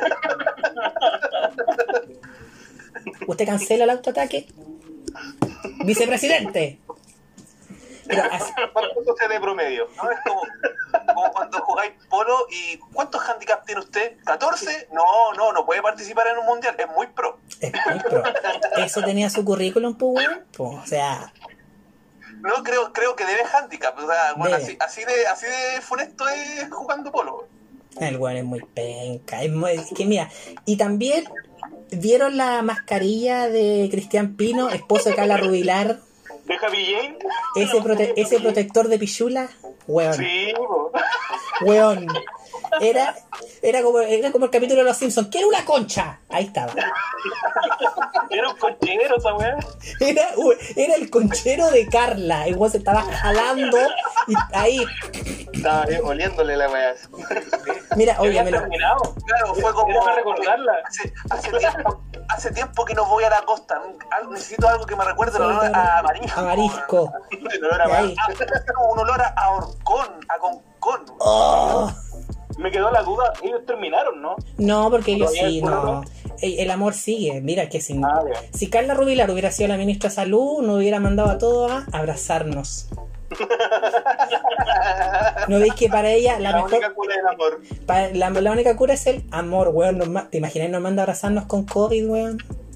¿Usted cancela el autoataque? ¡Vicepresidente! Pero así, ¿Cuánto se de promedio? ¿No? Es como cuando jugáis polo y ¿cuántos handicaps tiene usted? ¿14? No puede participar en un mundial, es muy pro. es muy pro. Eso tenía su currículum, pues, weón. Pues, o sea, No, creo que debe handicap, o sea, bueno, Debe. así de funesto es jugando polo. el weón es muy penca. Es que mira, y también, ¿vieron la mascarilla de Cristian Pino, esposo de Carla Rubilar? ¿De Javi Jane? Ese protector de pichula, weón. Sí, po. Weón. Era como el capítulo de Los Simpsons. ¿Qué era una concha? Ahí estaba. Era un cochero esa weá. Era el conchero de Carla. El weón se estaba jalando y ahí. Estaba oliéndole la weá. Mira, Ya había oye, terminado. Claro, fue como... Era para recordarla. Hace tiempo que no voy a la costa, necesito algo que me recuerde el olor a marisco. A marisco. El olor a Y ahí. Como un olor a horcón, a concón. Oh. Me quedó la duda, ellos terminaron, ¿no? No, porque ellos ¿Todavía sí, hay no. prueba? El amor sigue. Mira que si, Ah, ya. si Carla Rubilar hubiera sido la ministra de Salud, nos hubiera mandado a todos a abrazarnos. ¿No veis que para ella la la mejor... única cura del amor. La única cura es el amor, weón? ¿Te imaginas nos manda a abrazarnos con COVID, weón?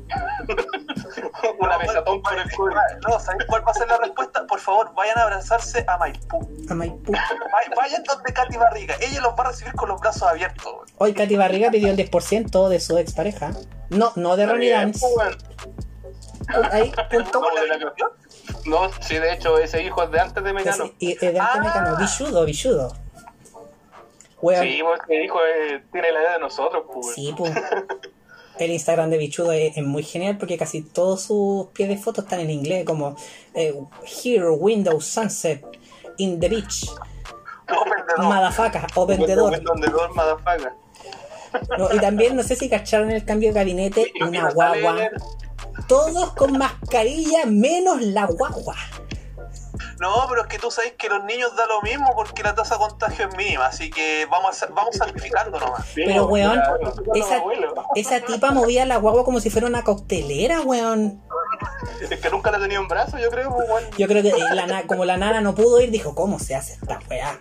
Una besatón por el culo. No, ¿sabes cuál va a ser la respuesta? Por favor, vayan a abrazarse a Maipú. A Maipú. Vayan donde Katy Barriga. Ella los va a recibir con los brazos abiertos. Hoy Katy Barriga pidió el 10% de su expareja. No de Ronnie Dance. Ahí, punto. ¿Cómo de la canción? No, sí, de hecho, ese hijo es de antes de Mecano. Y de antes Mecano, Villudo. Weón. Sí, porque hijo tiene la edad de nosotros, pues. Sí, pues. El Instagram de Bichudo es muy genial porque casi todos sus pies de fotos están en inglés, como Here, Windows, Sunset, In the Beach, Madafaka o Vendedor. Vendedor, motherfucker. No, y también, no sé si cacharon el cambio de gabinete, una guagua. Todos con mascarilla menos la guagua. No, pero es que tú sabes que los niños da lo mismo porque la tasa de contagio es mínima, así que vamos sacrificando nomás. Pero, weón, esa tipa movía la guagua como si fuera una coctelera, weón. Es que nunca la tenía en brazo, yo creo, pues, weón. Yo creo que como la nana no pudo ir, dijo, ¿cómo se hace esta weá?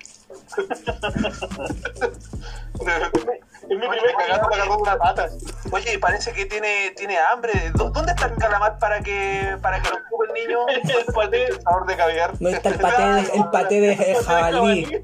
Es mi Oye, primer cagado para agarrar una pata. Oye, parece que tiene hambre. ¿Dónde está el calamar para que lo ocupe el niño? El paté, el sabor de caviar. ¿Dónde está el paté de jabalí?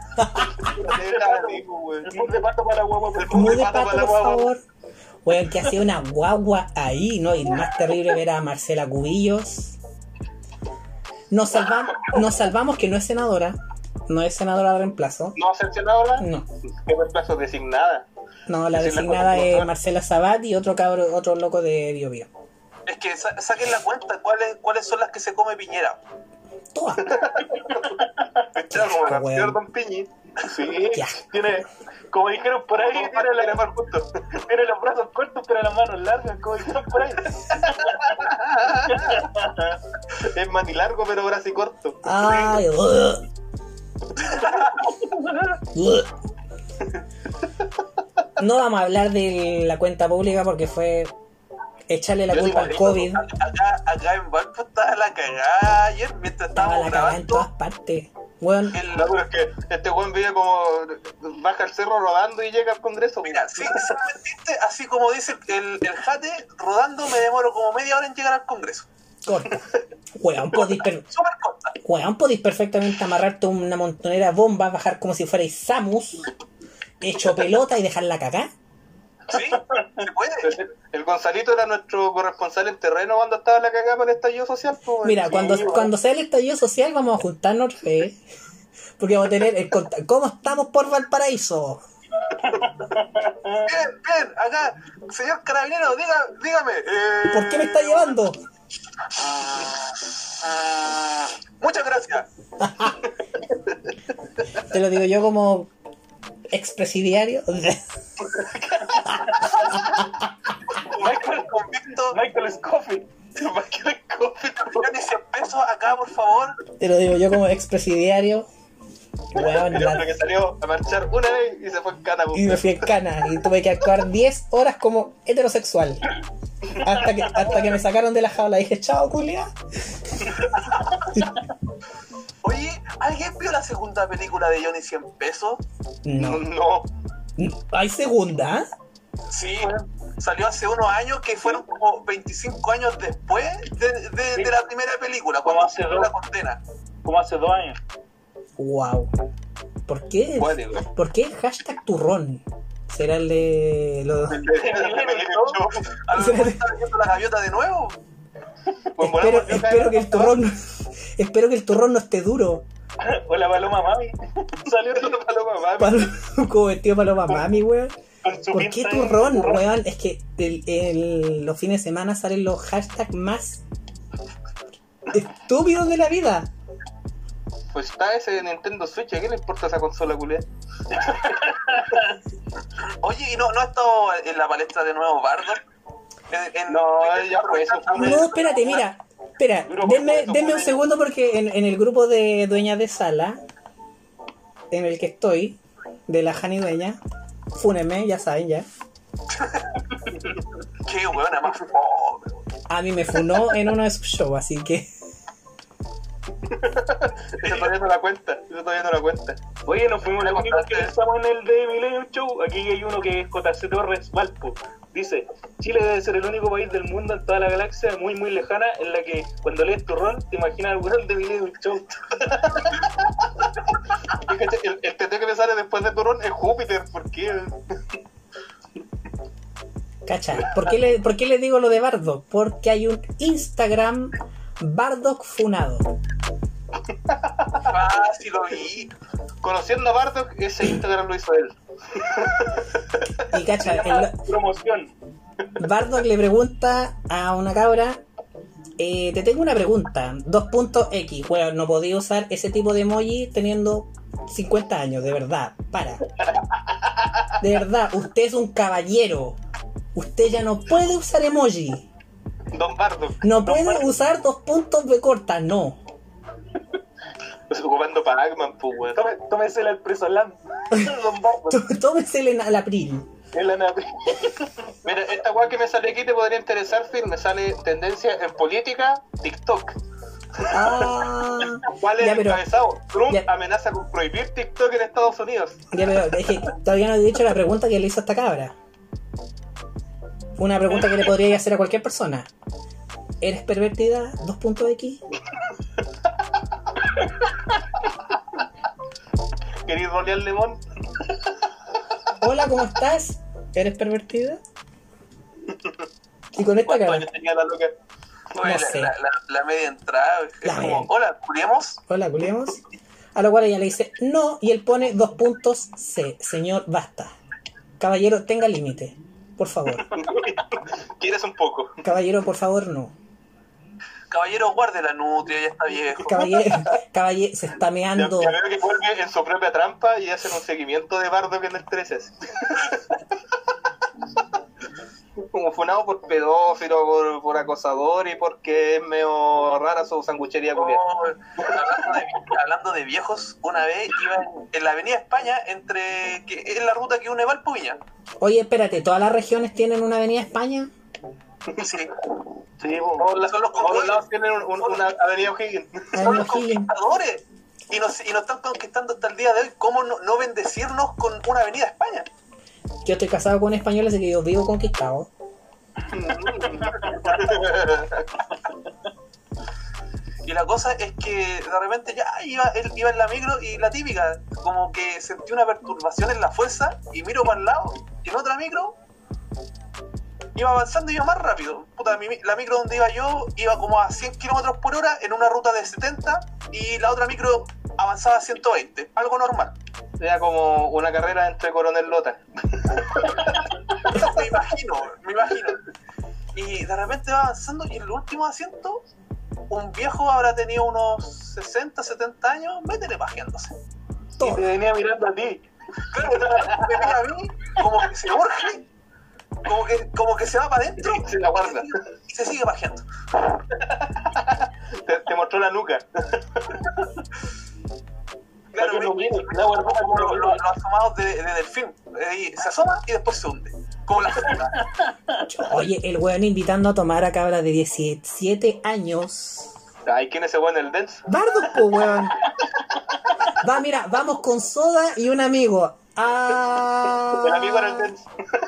El mousse de pato para la guagua. Muy de pato, por favor. Weón, que hacía una guagua ahí, ¿no? Y más terrible ver a Marcela Cubillos. Nos salvamos que no es senadora. No es senadora de reemplazo. ¿No ha sancionado? No. ¿Qué reemplazo designada? No, la Sí, la designada es conductora. Marcela Sabat y otro loco de Bio Bio. Es que saquen la cuenta, ¿cuáles son las que se come Piñera? Todas. Está como la weón. peor Don Piñi. Sí. Ya. Tiene, como dijeron por ahí, tiene los brazos cortos pero las manos largas, como dijeron por ahí. Es manilargo, pero brazo y corto. Ay, no vamos a hablar de la cuenta pública porque fue echarle la Yo culpa al igualito, COVID. Acá en Valpo estaba la cagada ayer mientras Estaba estábamos la cagada en grabando. todas partes. Weón, No, pero es que este weón vive como. Baja el cerro rodando y llega al Congreso. Mira, sinceramente, así como dice el Jate, rodando me demoro como media hora en llegar al Congreso. corta. Weón, podéis Súper corta. perfectamente amarrarte una montonera bomba, bajar como si fuerais Samus, hecho pelota y dejarla cagar. Sí, se puede. El Gonzalito era nuestro corresponsal en terreno cuando estaba la cagada para el estallido social. Pues, Mira, sí, cuando sea el estallido social vamos a juntarnos otra vez. Porque vamos a tener ¿cómo estamos por Valparaíso? Bien, acá, señor carabinero, dígame. ¿Por qué me está llevando? Muchas gracias. Te lo digo yo como expresidiario. Michael convicto. Michael Scofield. Michael Scofield. Johnny 100 pesos acá, por favor. Te lo digo yo como expresidiario. Weón, El hombre que salió a marchar una vez y se fue en cana. y me fui en cana y tuve que actuar 10 horas como heterosexual. Hasta que me sacaron de la jaula. Dije, chao, culia. Oye, ¿alguien vio la segunda película de Johnny 100 pesos? No. No. ¿Hay segunda? Sí, salió hace unos años que fueron como 25 años después de la primera película, cuando Como hace se dio dos. la condena. Como hace 2 años. Wow. ¿Por qué? Cuático. ¿Por qué hashtag turrón? ¿Será el de los... ¿A lo mejor está viendo la gaviota de nuevo? Pues espero que el turrón espero que el turrón no esté duro. O la paloma mami. Salió la paloma, mami. Como vestido paloma mami, weón. con su ¿Por qué pinza turrón, de turrón. weón? Es que los fines de semana salen los hashtags más estúpidos de la vida. Pues está ese Nintendo Switch, ¿a qué le importa esa consola culia? Oye, ¿y no ha estado en la palestra de nuevo Bardo? No, ya fue eso. No, espérate, mira. Espera, denme un segundo porque en el grupo de dueñas de sala en el que estoy, de la Jani Dueña, fúnenme, ya saben ya. Qué weona más fome. A mí me funó en uno de sus shows, así que... Eso todavía no la cuenta. Oye, nos fuimos Le los únicos que contaste. pensamos en el de Millennium Show. Aquí hay uno que es JC Torres Valpo. Dice, Chile debe ser el único país del mundo en toda la galaxia muy muy lejana en la que cuando lees tu rol te imaginas al weón de Millennium Show. Fíjate, el TT que me sale después de Turón es Júpiter, ¿por qué? Cacha, ¿por qué le digo lo de Bardock? Porque hay un Instagram Bardock funado. Ah, sí lo vi. Conociendo a Bardock, ese Instagram lo hizo él. Y cacha, Promoción. Bardock le pregunta a una cabra, te tengo una pregunta, 2.x, bueno, no podía usar ese tipo de emoji teniendo 50 años, de verdad, para. De verdad, usted es un caballero. Usted ya no puede usar emoji. Don Bardock. No puede usar 2 puntos de corta, no. Pues ocupando Pac-Man, pues, weón. Tómesela al preso Lam. Don Barbo. Tómesele al april. El Anapri. Mira, esta weá que me sale aquí te podría interesar, Phil. Me sale tendencia en política, TikTok. Ah, ¿Cuál es ya, el pero, encabezado? Trump ya. amenaza con prohibir TikTok en Estados Unidos. ya, pero es que todavía no he dicho la pregunta que le hizo a esta cabra. Una pregunta que le podría hacer a cualquier persona. ¿Eres pervertida? 2.x. ¿Queréis rolear limón? Hola, ¿cómo estás? ¿Eres pervertida? Y con esta ¿Cuántos cara. años tenía la loca? Oye, No sé. la media entrada es La como, media. hola, ¿juliemos? Hola, ¿culiamos? A lo cual ella le dice no y él pone 2 puntos C. Señor, basta. Caballero, tenga límite. Por favor. ¿Quieres un poco? Caballero, por favor, no. Caballero, guarde la nutria, ya está viejo. Caballero, se está meando. Ya veo que vuelve en su propia trampa y hacen un seguimiento de Bardock en el 13. Como funado por pedófilo, por acosador y porque es medio rara su sanguchería culiada. Hablando de viejos, una vez iba en la avenida España, que es la ruta que une Valpo y Viña. Oye, espérate, ¿todas las regiones tienen una avenida España? Sí. Sí, Todos Son los lados tienen una avenida O'Higgins. Son los conquistadores. y nos están conquistando hasta el día de hoy. ¿Cómo no bendecirnos con una avenida a España? Yo estoy casado con un español, así que yo vivo conquistado. Y la cosa es que de repente él iba en la micro y la típica, como que sentí una perturbación en la fuerza y miro para el lado y en otra micro iba avanzando y iba más rápido. Puta, la micro donde iba yo iba como a 100 kilómetros por hora en una ruta de 70 y la otra micro avanzaba a 120, algo normal. Era como una carrera entre Coronel Lota. Me imagino. Y de repente va avanzando y en el último asiento un viejo habrá tenido unos 60, 70 años, métele pajeándose. Y te venía mirando a ti. Claro, me mira a mí, como que se urge, como que se va para adentro Sí, se la guarda. y se sigue pajeando. Te mostró la nuca. Claro, Para que lo mire, la guardó como lo los asomados de delfín. Se asoma y después se hunde. Como la figura. Oye, el weón invitando a tomar a cabra de 17 años. Ay, ¿quién es ese weón en el dance? Bardos, po, weón. Mira, vamos con soda y un amigo. El amigo en el dance.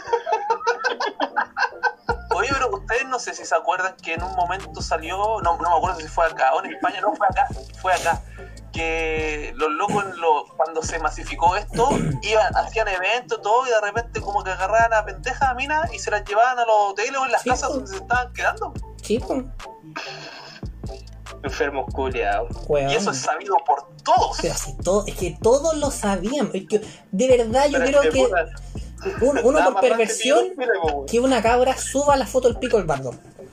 Oye, pero ustedes no sé si se acuerdan que en un momento salió, no me acuerdo si fue acá o en España, no fue acá, que los locos cuando se masificó esto, hacían eventos todo y de repente como que agarraban a pendejas a minas y se las llevaban a los hoteles o en las Sí, casas pues. donde se estaban quedando. Sí, po. Enfermos culiados. Weón. Y eso es sabido por todos. Pero si todo, es que todos lo sabían. Es que, de verdad, yo Pero creo es que puta, uno nada por más perversión, que pide, po, weón. que una cabra suba la foto del pico del bardo.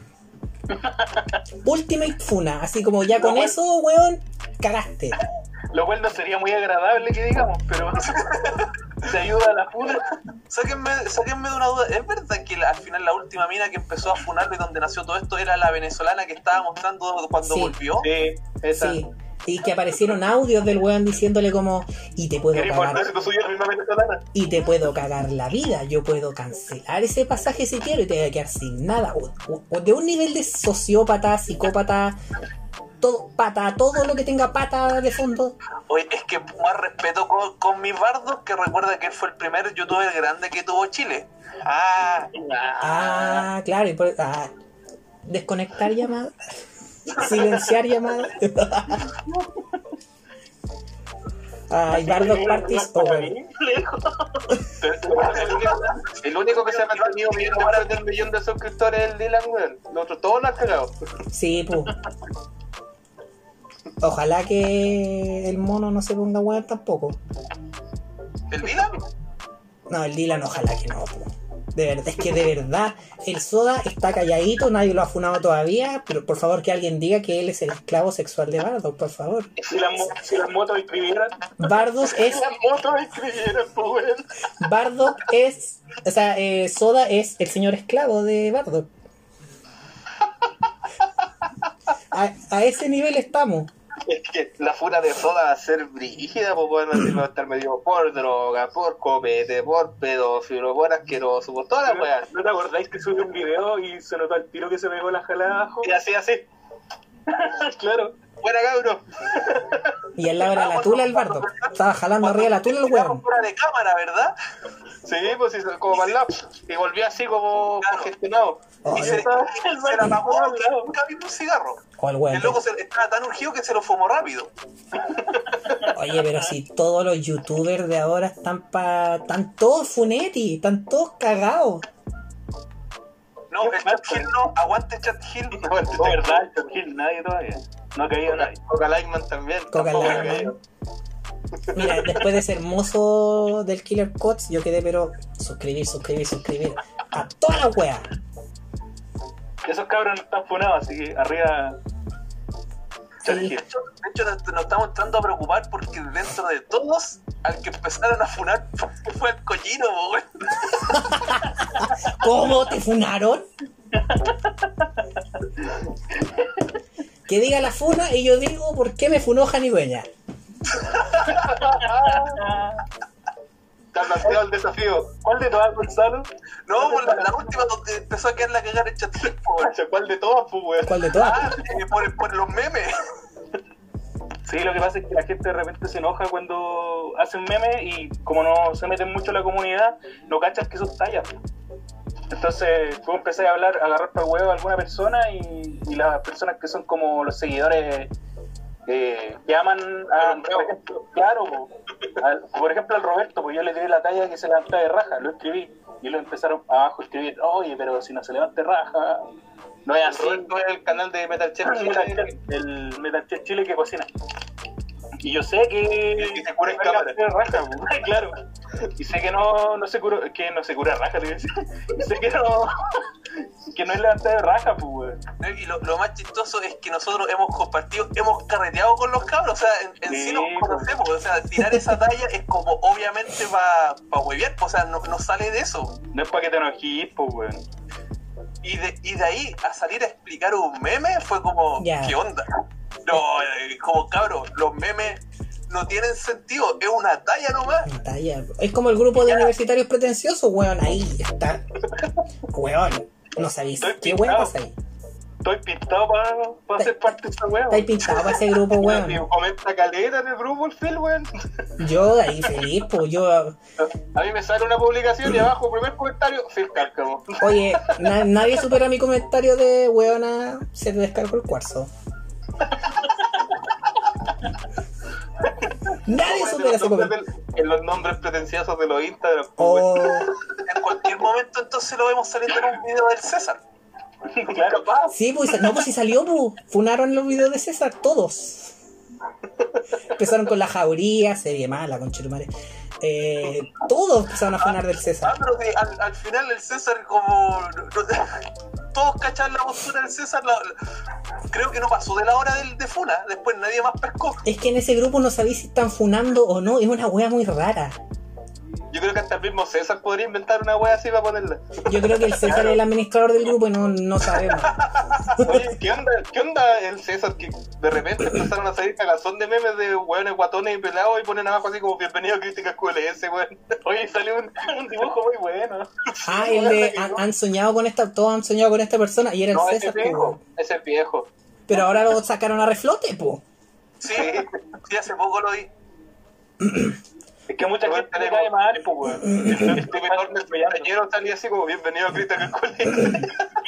Ultimate funa. Así como ya con eso, weón, cagaste. Lo cual no sería muy agradable que digamos, pero se ayuda a la funa. Sáquenme de una duda. ¿Es verdad que al final la última mina que empezó a funar de donde nació todo esto era la venezolana que estaba mostrando cuando Sí. volvió? Sí, esa. Sí. Y que aparecieron audios del weón diciéndole como, y te puedo ¿Qué cagar, importa si tú suyas la misma venezolana? y te puedo cagar la vida, yo puedo cancelar ese pasaje si quiero y te voy a quedar sin nada. O de un nivel de sociópata, psicópata, todo lo que tenga pata de fondo. Oye, es que más respeto con mi bardo, que recuerda que él fue el primer youtuber grande que tuvo Chile. Ah, claro, desconectar llamadas, silenciar llamadas. Ay, Bardock Parties over. El único que se ha mantenido bien después del millón de suscriptores es el Dylan, weón. Los otros todos lo han cagado. Sí, pu. Ojalá que el mono no se ponga weón tampoco. ¿El Dylan? No, el Dylan ojalá que no, pu. De verdad, es que de verdad, el Soda está calladito, nadie lo ha funado todavía, pero por favor que alguien diga que él es el esclavo sexual de Bardock, por favor. Si las motos escribieran, Bardock es, Las motos escribieron, pues, weón. Bardock es, o sea, Soda es el señor esclavo de Bardock. A ese nivel estamos. Es que la funa de Soda va a ser brígida, pues bueno, así va a estar medio por droga, por copete, por pedófilo, por asqueroso, por todas las weas. ¿no te acordáis que subió un video y se notó al tiro que se pegó la jalada abajo? Y así, Claro. buena cabro. Y al lado era la tula el Bardock. Estaba jalando arriba la tula el weón. Fuera de cámara, ¿verdad? Sí, pues sí, como para el lado. Y volvió así como congestionado. Oh, Y se le apagó nunca vimos un cigarro. O el weón. El loco estaba tan urgido que se lo fumó rápido. Oye, pero si todos los youtubers de ahora están todos funetti, están todos cagados. No, el Chat Hill no, aguante Chat Hill. De verdad, Churchill, nadie todavía. No ha caído nadie. Coca Lightman también. Coca tampoco Lightman. ha caído. Mira, después de ese hermoso del Killer Cots, yo quedé pero suscribir a todas las weas. Esos cabros no están funados, así que arriba. Chat Sí. Hill. De hecho, nos estamos entrando a preocupar porque dentro de todos, al que empezaron a funar fue el Collino, güey. ¿Cómo te funaron? Que diga la funa y yo digo por qué me funó Janigüeña. Te ha planteado el desafío. ¿Cuál de todas, Gonzalo? No, pues la última donde empezó a quedar la cagada en Chat Hill, güey. ¿Cuál de todas, pues, weón? ¿Cuál de todas? Por los memes. Sí, lo que pasa es que la gente de repente se enoja cuando hacen memes y como no se meten mucho en la comunidad, no cachan que son tallas. Entonces tú empecé a agarrar para el huevo a alguna persona y las personas que son como los seguidores llaman a, por ejemplo, claro, por ejemplo al Roberto, pues yo le tiré la talla que se levanta de raja, lo escribí y lo empezaron abajo a escribir, oye, pero si no se levanta de raja, no es así. Roberto es el canal de Metal Chef Chile, el Metal Chef Chile que cocina. Y yo sé que se cura en cámara. Raja, claro. Y sé que no se cura, que no se cura raja, te voy a decir. Y sé que no es levantar de raja, pues. Y lo más chistoso es que nosotros hemos compartido, hemos carreteado con los cabros, o sea, en sí nos conocemos, o sea, tirar esa talla es como obviamente para huevear, o sea, no sale de eso. No es para que te enojes, pues, weón. Y de ahí a salir a explicar un meme fue como, ¿qué onda? No, como cabros, los memes no tienen sentido, es una talla nomás. Una talla. Es como el grupo de universitarios pretenciosos, weón, ahí está. Weón, no sabéis qué weón pasa ahí. Estoy pintado para ser parte de esa weón. Estáis pintado para ese grupo, weón. Comenta caleta en el grupo el Phil, weón. Yo de ahí feliz, pues yo. A mí me sale una publicación y abajo, primer comentario, Phil Cárcamo. Oye, nadie supera mi comentario de weona, se te descargó el cuarzo. Nadie supera ese comentario. En los nombres pretenciosos de los Instagram. En cualquier momento entonces lo vemos saliendo en un video del César. Claro, sí, pues no, pues si salió, pues funaron los videos de César, todos. Empezaron con la jauría, serie mala, con Chetumare. Todos empezaron a funar del César. Pero que al final el César como... todos cachaban la postura del César, creo que no pasó de la hora de funa, después nadie más pescó. Es que en ese grupo no sabéis si están funando o no, es una wea muy rara. Yo creo que hasta el mismo César podría inventar una wea así para ponerla. Yo creo que el César es el administrador del grupo y no sabemos. Oye, ¿qué onda el César? Que de repente empezaron a salir cagazón de memes de weones guatones y pelados y ponen abajo así como bienvenido a Críticas QLS, weón. Oye, salió un dibujo muy bueno. Ah, el de han soñado con esta, todos han soñado con esta persona y era el César. Ese es viejo. Pero ahora lo sacaron a reflote, po. Sí, hace poco lo vi. Es que mucha gente le cae mal, pues, weón. El primer compañero salía así como bienvenido a Críticas QLS.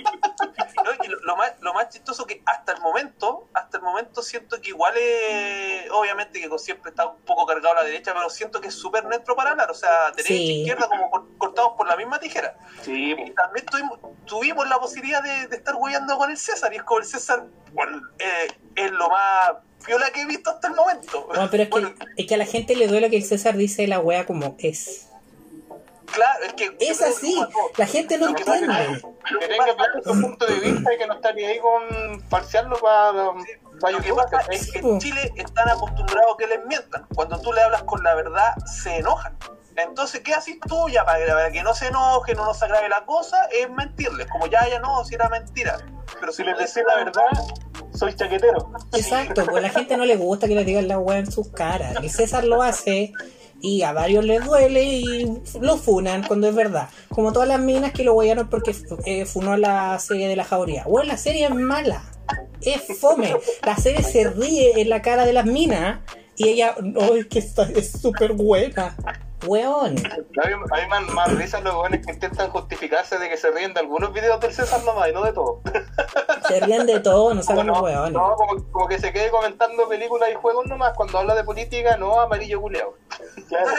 No, y lo más chistoso que hasta el momento siento que igual es, obviamente que siempre está un poco cargado a la derecha, pero siento que es súper neutro para hablar, o sea, derecha e izquierda como cortados por la misma tijera. Sí. Y también tuvimos la posibilidad de estar hueando con el César, y es como el César, bueno, es lo más piola que he visto hasta el momento. No, pero es que a la gente le duele que el César dice la wea como es. Claro, es que... Es así, la gente no entiende. Que tenga claro su punto de vista y que no está ni ahí con parciarlo para lo que pasa es que en Chile están acostumbrados a que les mientan. Cuando tú le hablas con la verdad, se enojan. Entonces, ¿qué haces tú? Ya para que no se enoje, no nos agrave la cosa, es mentirles. Como ya no, si era mentira. Pero si les decís la verdad, soy chaquetero. Exacto, pues a la gente no le gusta que le digan la wea en sus caras. El César lo hace y a varios les duele y lo funan cuando es verdad. Como todas las minas que lo huearon porque funó la serie de la jauría. Bueno, la serie es mala, es fome. La serie se ríe en la cara de las minas y ella, ¡ay, que es súper buena! Weón. A mí más risa los weones que intentan justificarse de que se ríen de algunos videos del César nomás y no de todo. Se ríen de todo, no saben los weones. No, como que se quede comentando películas y juegos nomás. Cuando habla de política, no, amarillo culeado. Claro.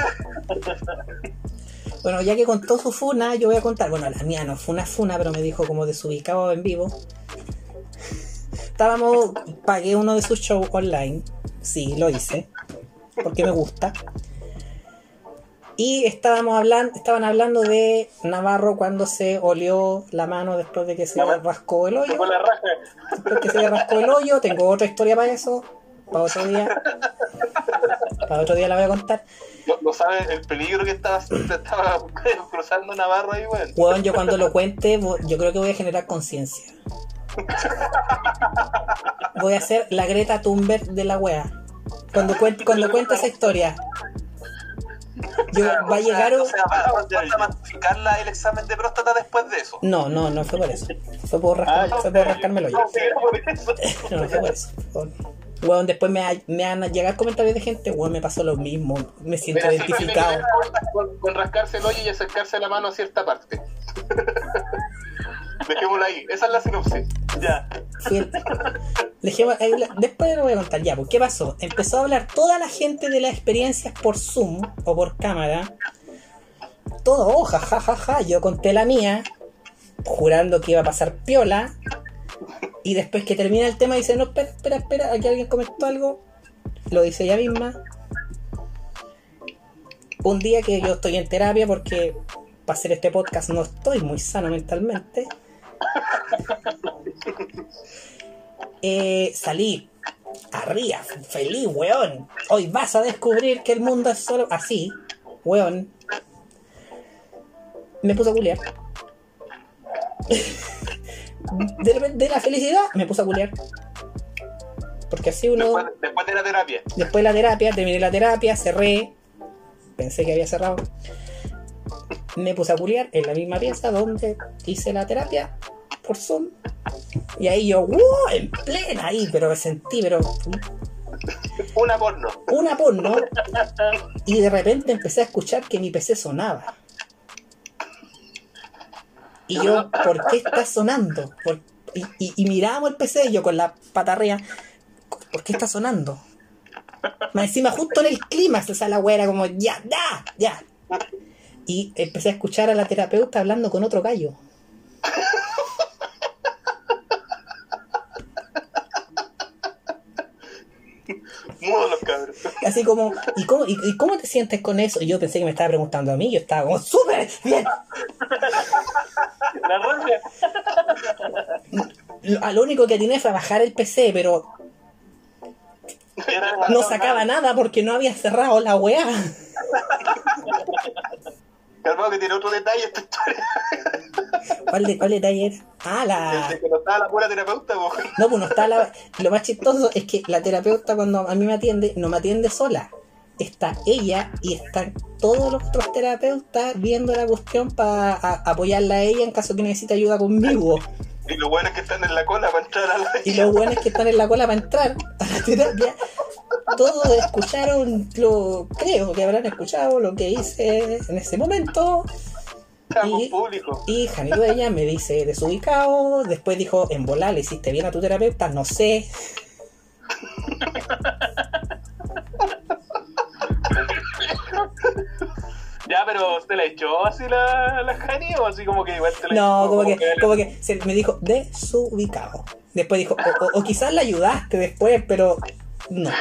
Bueno, ya que contó su funa, yo voy a contar. Bueno, la mía no fue una funa, pero me dijo como desubicado en vivo. Pagué uno de sus shows online. Sí, lo hice. Porque me gusta. Y estaban hablando de Navarro cuando se olió la mano después de que se rascó el hoyo. Después que se rascó el hoyo, tengo otra historia para eso. Para otro día. Para otro día la voy a contar. ¿No sabes el peligro que estaba cruzando Navarro ahí, weón? Bueno, yo cuando lo cuente, yo creo que voy a generar conciencia. Voy a ser la Greta Thunberg de la wea. Cuando cuente esa historia. Va a masificar el examen de próstata después de eso. No fue por eso. Fue por rascarme el hoyo. No fue por eso. Weón, después me van a llegar comentarios de gente, weón, me pasó lo mismo, me siento Mira, siempre tiene que identificado. ver con rascarse el hoyo y acercarse la mano a cierta parte. Dejémosla ahí, esa es la sinopsis. Ya. Fiel. Después lo voy a contar ya, pues, ¿qué pasó? Empezó a hablar toda la gente de las experiencias por Zoom o por cámara. Todo, oh, jajajaja, yo conté la mía, jurando que iba a pasar piola. Y después que termina el tema dice, no, espera, aquí alguien comentó algo. Lo dice ella misma. Un día que yo estoy en terapia porque para hacer este podcast no estoy muy sano mentalmente. Salí arriba, feliz, weón. Hoy vas a descubrir que el mundo es solo así, weón. Me puse a culiar. De la felicidad me puse a culiar. Porque así uno... Después de la terapia. Después de la terapia, terminé la terapia, cerré. Pensé que había cerrado. Me puse a culiar en la misma pieza donde hice la terapia por Zoom. Y ahí yo, ¡wow! En plena ahí, pero me sentí, pero... Una porno. Una porno. Y de repente empecé a escuchar que mi PC sonaba. Y yo, ¿por qué está sonando? Y mirábamos el PC y yo con la pata arriba, ¿por qué está sonando? Más encima justo en el clímax, o sea, la wea era como, ya. Y empecé a escuchar a la terapeuta hablando con otro gallo. Mudos los cabros. Así como, ¿y cómo te sientes con eso? Y yo pensé que me estaba preguntando a mí, yo estaba como, ¡súper bien! La raja. Lo único que atiné fue a bajar el PC, pero no sacaba nada porque no había cerrado la weá. Calmado que tiene otro detalle esta historia. ¿Cuál detalle era? Ah, El de que no estaba la pura terapeuta, mujer. No, pues no está la... Lo más chistoso es que la terapeuta cuando a mí me atiende, no me atiende sola. Está ella y están todos los otros terapeutas viendo la cuestión para apoyarla a ella en caso que necesite ayuda conmigo. Y los buenos que están en la cola para entrar a la... Y los buenos que están en la cola para entrar a la terapia, todos escucharon, creo que habrán escuchado lo que hice en ese momento. Estamos público. Y Jani Dueña me dice desubicado, después dijo, en volar le hiciste bien a tu terapeuta, no sé. Ya, pero ¿te la echó así la Jani o así como que igual te la No, echó? como que me dijo desubicado. Después dijo, o quizás la ayudaste después, pero no.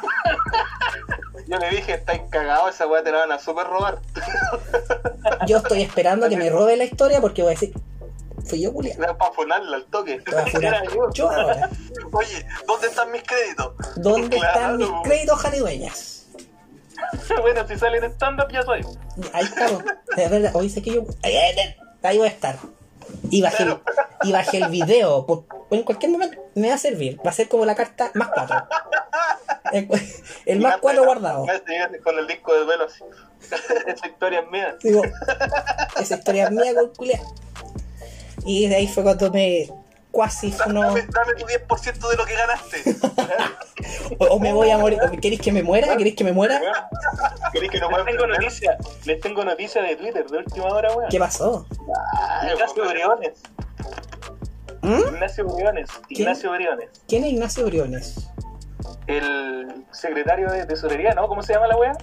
Yo le dije, estáis cagados, esa weá te la van a super robar. Yo estoy esperando a que me robe la historia porque voy a decir, fui yo, Julián. Era para funarla al toque. Te voy a funar yo ahora. Oye, ¿dónde están mis créditos? ¿Dónde están Claro. mis créditos janidueñas? Bueno, si salen en stand-up ya soy. Ahí estamos. De verdad, hoy sé que yo... Ahí voy a estar. Y bajé el video. En cualquier momento me va a servir. Va a ser como la carta más 4. El más 4 guardado. Con el disco de duelo así. Esa historia es mía. Digo, esa historia es mía con culiá. Y de ahí fue cuando me cuasi funó. Dame tu 10% de lo que ganaste. O me voy a morir. ¿Queréis que me muera? ¿Queréis que me muera? ¿Queréis que no Les tengo noticia de Twitter de última hora, weón. ¿Qué pasó? Ignacio Briones. ¿Mm? Ignacio Briones. ¿Quién es Ignacio Briones? El secretario de tesorería, ¿no? ¿Cómo se llama la weá?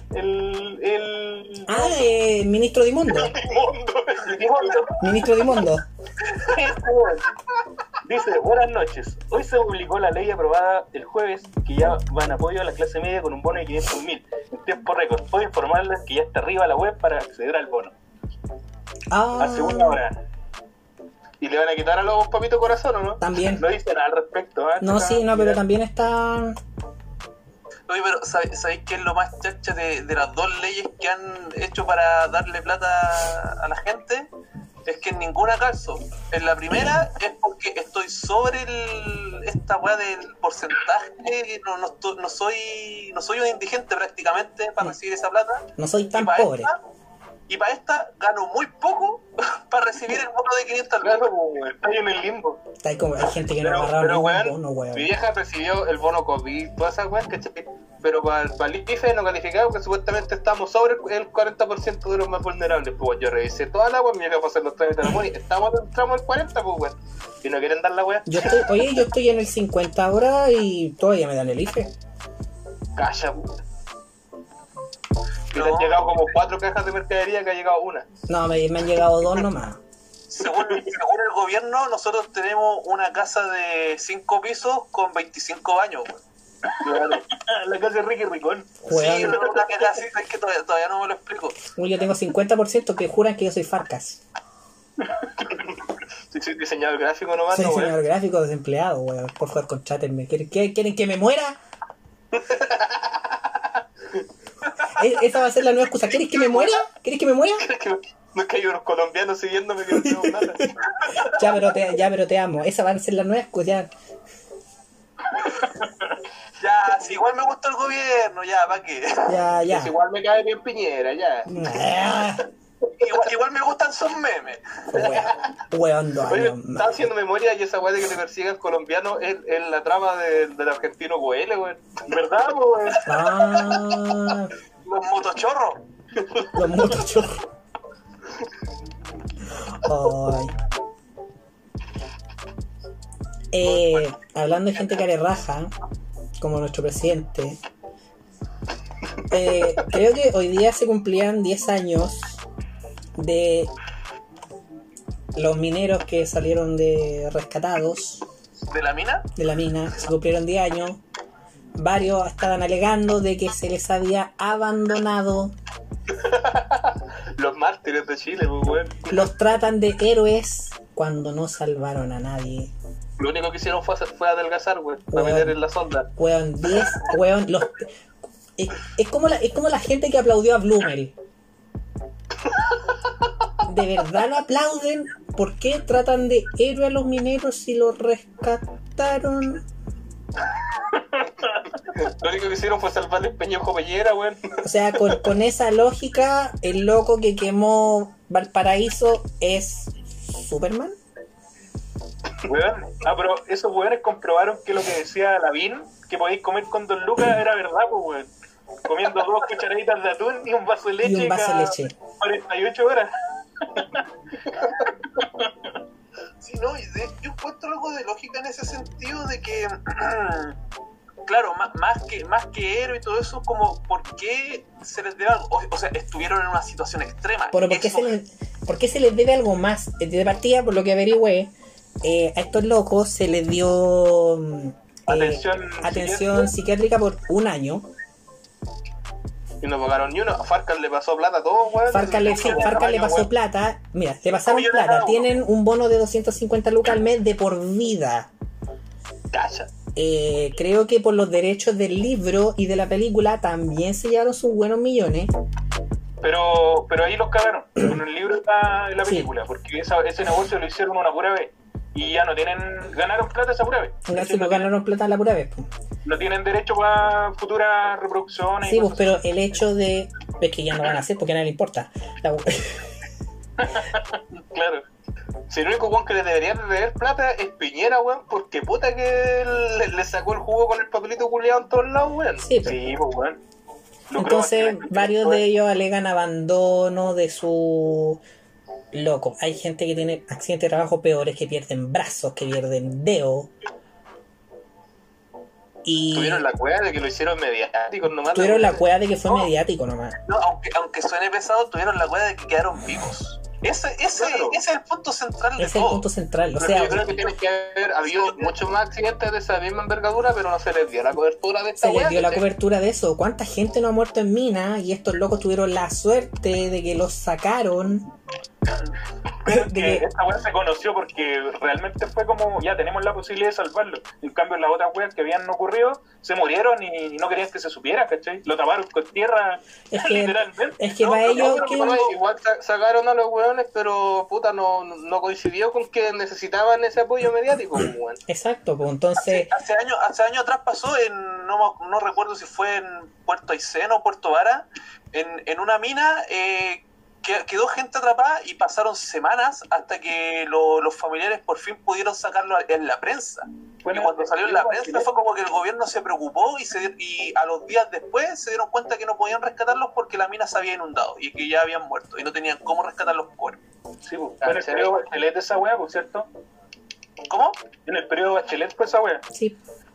Ministro Dimondo. Ministro Dimondo. Dice, buenas noches. Hoy se publicó la ley aprobada el jueves que ya va en apoyo a la clase media con un bono de 500.000 en tiempo récord. Puedo informarles que ya está arriba la web para acceder al bono. A segunda hora. ¿Y le van a quitar a los papitos corazón o no? También. No dice nada al respecto. No, sí, no, pero también está... Oye, pero ¿sabéis qué es lo más chacha de las dos leyes que han hecho para darle plata a la gente? Es que en ninguna caso. En la primera es porque estoy sobre esta weá del porcentaje, no soy un indigente prácticamente para recibir esa plata. No soy tan Y para pobre. y para esta gano muy poco para recibir el bono de 500 lucas. Claro, weón, está ahí en el limbo. Hay gente que no ha Pero, agarrado ningún weón, bono, weón. mi vieja recibió el bono COVID, todas esas weas, ¿cachai? Pero para el IFE no calificado, que supuestamente estamos sobre el 40% de los más vulnerables. Pues yo revisé toda la wea, mi vieja fue a hacer los trámites de la MUNI, entramos al 40%, pues weón. Y no quieren dar la wea. Yo estoy en el 50 ahora y todavía me dan el IFE. Calla, weón. Y le han llegado como 4 cajas de mercadería, que ha llegado una. No, me han llegado 2 nomás. Según el gobierno, nosotros tenemos una casa de 5 pisos con 25 baños, weón. Claro. La casa de Ricky Ricón. Weón. Sí, pero una caja así, es que todavía no me lo explico. Yo tengo 50% que juran que yo soy Farcas. Soy diseñador gráfico nomás, Soy no, diseñador weón. gráfico desempleado, weón. Por favor, contrátenme. ¿Quieren que me muera? Esa va a ser la nueva excusa. ¿Quieres que me muera? ¿Quieres que me muera? No es que hay unos colombianos siguiéndome que no tengo nada. Ya, pero te amo. Esa va a ser la nueva excusa. Ya, si igual me gusta el gobierno, ya, ¿para qué? Ya. Pues igual me cae bien Piñera, ya. Igual me gustan sus memes. Weón, Oye, estaba haciendo memoria y esa weá de que le persigan colombianos es la trama del argentino Goele, weón. ¿Verdad, weón? Ah, Los motochorros. los motochorros. Hablando de gente que le raja, como nuestro presidente, creo que hoy día se cumplían 10 años de los mineros que salieron rescatados ¿De la mina? de la mina. Se cumplieron 10 años. Varios estaban alegando de que se les había abandonado. Los mártires de Chile, pues, weón. Los tratan de héroes cuando no salvaron a nadie. Lo único que hicieron fue adelgazar, weón, para Weón. meter en la sonda. Weón, 10, weón, es como la gente que aplaudió a Blumel. ¿De verdad lo aplauden? ¿Por qué tratan de héroe a los mineros si los rescataron? Lo único que hicieron fue salvarle el peñojo Pellera, weón. O sea, con esa lógica, el loco que quemó Valparaíso es Superman. Weón. Ah, pero esos weones comprobaron que lo que decía Lavín, que podéis comer con 2 lucas, era verdad, pues, weón. Comiendo 2 cucharaditas de atún y un vaso de leche. Y un vaso de cada leche. 48 horas. Sí, no, yo encuentro algo de lógica en ese sentido de que, claro, más que héroe y todo eso, como, ¿por qué se les debe algo? O sea, estuvieron en una situación extrema. Pero ¿por qué se les debe algo más? De partida, por lo que averigüé, a estos locos se les dio atención psiquiátrica por 1 año. Y no pagaron ni uno. A Farcas le pasó plata a todos, weón. Farcas le pasó plata. Mira, le pasaron plata. Tienen un bono de 250 lucas al mes de por vida. Cacha. Creo que por los derechos del libro y de la película también se llevaron sus buenos millones. Pero ahí los cagaron. Con el libro está en la Sí. película. Porque ese negocio lo hicieron una pura vez. Y ya no ganaron plata esa pura vez. Así pues ganaron plata la pura vez. Pues. No tienen derecho para futuras reproducciones. Sí, y pues, cosas pero el hecho de... Es que ya no van a hacer porque a nadie le importa. así. Claro. Si el único weón que le debería deber plata es Piñera, weón, porque puta que le sacó el jugo con el papelito culiado en todos lados, weón. Sí, pues. Sí, pues, weón. Entonces, varios de ellos alegan abandono de su... Loco, hay gente que tiene accidentes de trabajo peores, que pierden brazos, que pierden dedos. Y Tuvieron la cueva de que lo hicieron mediáticos nomás. tuvieron la cueva de que fue No. mediático nomás. No, aunque suene pesado, tuvieron la cueva de que quedaron vivos. Ese Claro. es el punto central de Ese es el todo. punto central. O Pero sea, yo creo que tiene que haber habido muchos más accidentes de esa misma envergadura, pero no se les dio la cobertura de esta se les weá, dio la ¿cachai? cobertura de eso. ¿Cuánta gente no ha muerto en mina? Y estos locos tuvieron la suerte de que los sacaron. Pero De que que- esta weá se conoció porque realmente fue como, ya tenemos la posibilidad de salvarlo. En cambio, las otras weas que habían ocurrido se murieron y no querían que se supiera, ¿cachai? Lo taparon con tierra, Es que, literalmente. es que No, para no, ellos... pero que- Bueno, igual sacaron a los weones, pero puta, no coincidió con que necesitaban ese apoyo mediático, weón. Exacto, pues entonces... Hace años atrás pasó no recuerdo si fue en Puerto Aysén o Puerto Vara, en una mina que quedó gente atrapada y pasaron semanas hasta que los familiares por fin pudieron sacarlo en la prensa. Bueno, y cuando salió en la prensa Bachelet. fue como que el gobierno se preocupó y a los días después se dieron cuenta que no podían rescatarlos porque la mina se había inundado y que ya habían muerto y no tenían cómo rescatar los cuerpos. Sí, pues. Fue en el periodo Bachelet esa wea, por cierto. ¿Cómo? En el periodo Bachelet fue esa wea. Sí.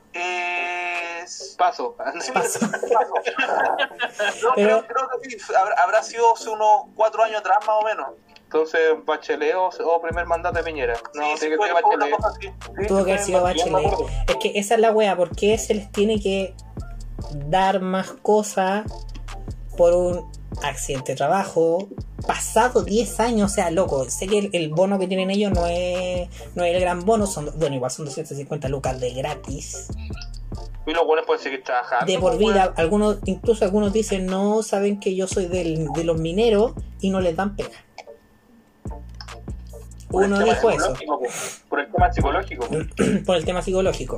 Paso. Sí, Paso. No, Pero- creo que sí, habrá sido hace unos 4 años atrás más o menos. Entonces, Bachelet o primer mandato de Piñera. No, sí, tiene que fue ser una Bachelet. cosa así. Sí, Tuvo que haber fue sido Bachelet, me Bachelet. acuerdo. Es que esa es la wea, ¿por qué se les tiene que dar más cosas por un accidente de trabajo pasado 10 años? O sea, loco, sé que el bono que tienen ellos no es el gran bono, bueno, igual son 250 lucas de gratis, Y los buenos pueden seguir trabajando. de por pues, vida. Incluso algunos dicen, no, saben que yo soy de los mineros y no les dan pega. Uno Por el dijo tema eso, psicológico, po. Por el tema psicológico. por el tema psicológico.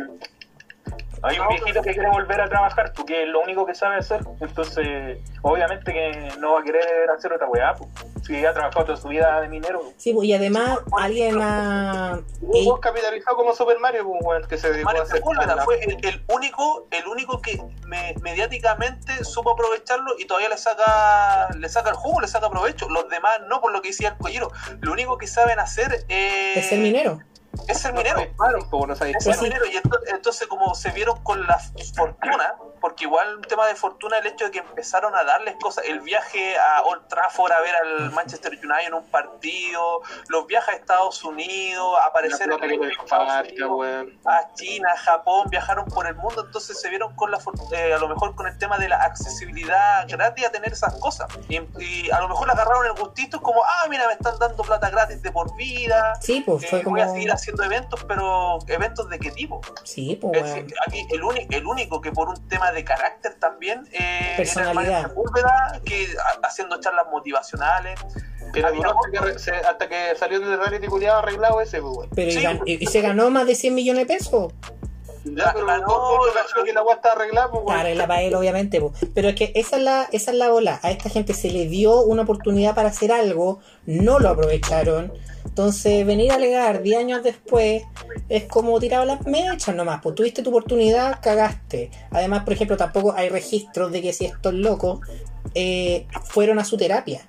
Hay un viejito que quiere volver a trabajar porque es lo único que sabe hacer. Entonces, obviamente que no va a querer hacer otra weá, pues. Si ha trabajado toda su vida de minero. Sí, pues, y además alguien ha... Un juego capitalizado como Super Mario, pues, weón, que se dedicó Mario a hacer. Sepúlveda fue el único que mediáticamente supo aprovecharlo y todavía le saca el jugo, le saca provecho. Los demás no, por lo que decía el Collero. Lo único que saben hacer es ser minero. es ser minero. No se Es disparan. ser minero. Y entonces como se vieron con la fortuna, porque igual un tema de fortuna el hecho de que empezaron a darles cosas, el viaje a Old Trafford a ver al Manchester United en un partido, los viajes a Estados Unidos, a aparecer La plata que le falta, weón. a China, a Japón, viajaron por el mundo, entonces se vieron con a lo mejor con el tema de la accesibilidad gratis a tener esas cosas. Y a lo mejor le agarraron el gustito como, mira, me están dando plata gratis de por vida. Sí, pues fue como... Voy a seguir haciendo eventos, pero ¿eventos de qué tipo? Sí, pues Es bueno. decir, aquí el único que por un tema de carácter también era el Personalidad. Mario Sepúlveda, que haciendo charlas motivacionales. Pero Había duró hasta que salió del reality culiado arreglado ese, pues, weón. Pero Sí, y se ganó más de 100 millones de pesos. Ya, pero ganó- todo el mundo cachó que la weá está arreglada, pues, weón. Claro, es la para él, obviamente. Po. Pero es que esa es la bola. A esta gente se le dio una oportunidad para hacer algo, no lo aprovecharon. Entonces, venir a alegar 10 años después es como tirar las mechas nomás. Pues tuviste tu oportunidad, cagaste. Además, por ejemplo, tampoco hay registros de que si estos locos fueron a su terapia.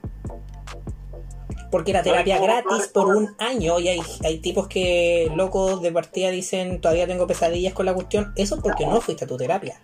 Porque era terapia gratis por un año y hay tipos que, locos de partida, dicen todavía tengo pesadillas con la cuestión. Eso es porque no fuiste a tu terapia.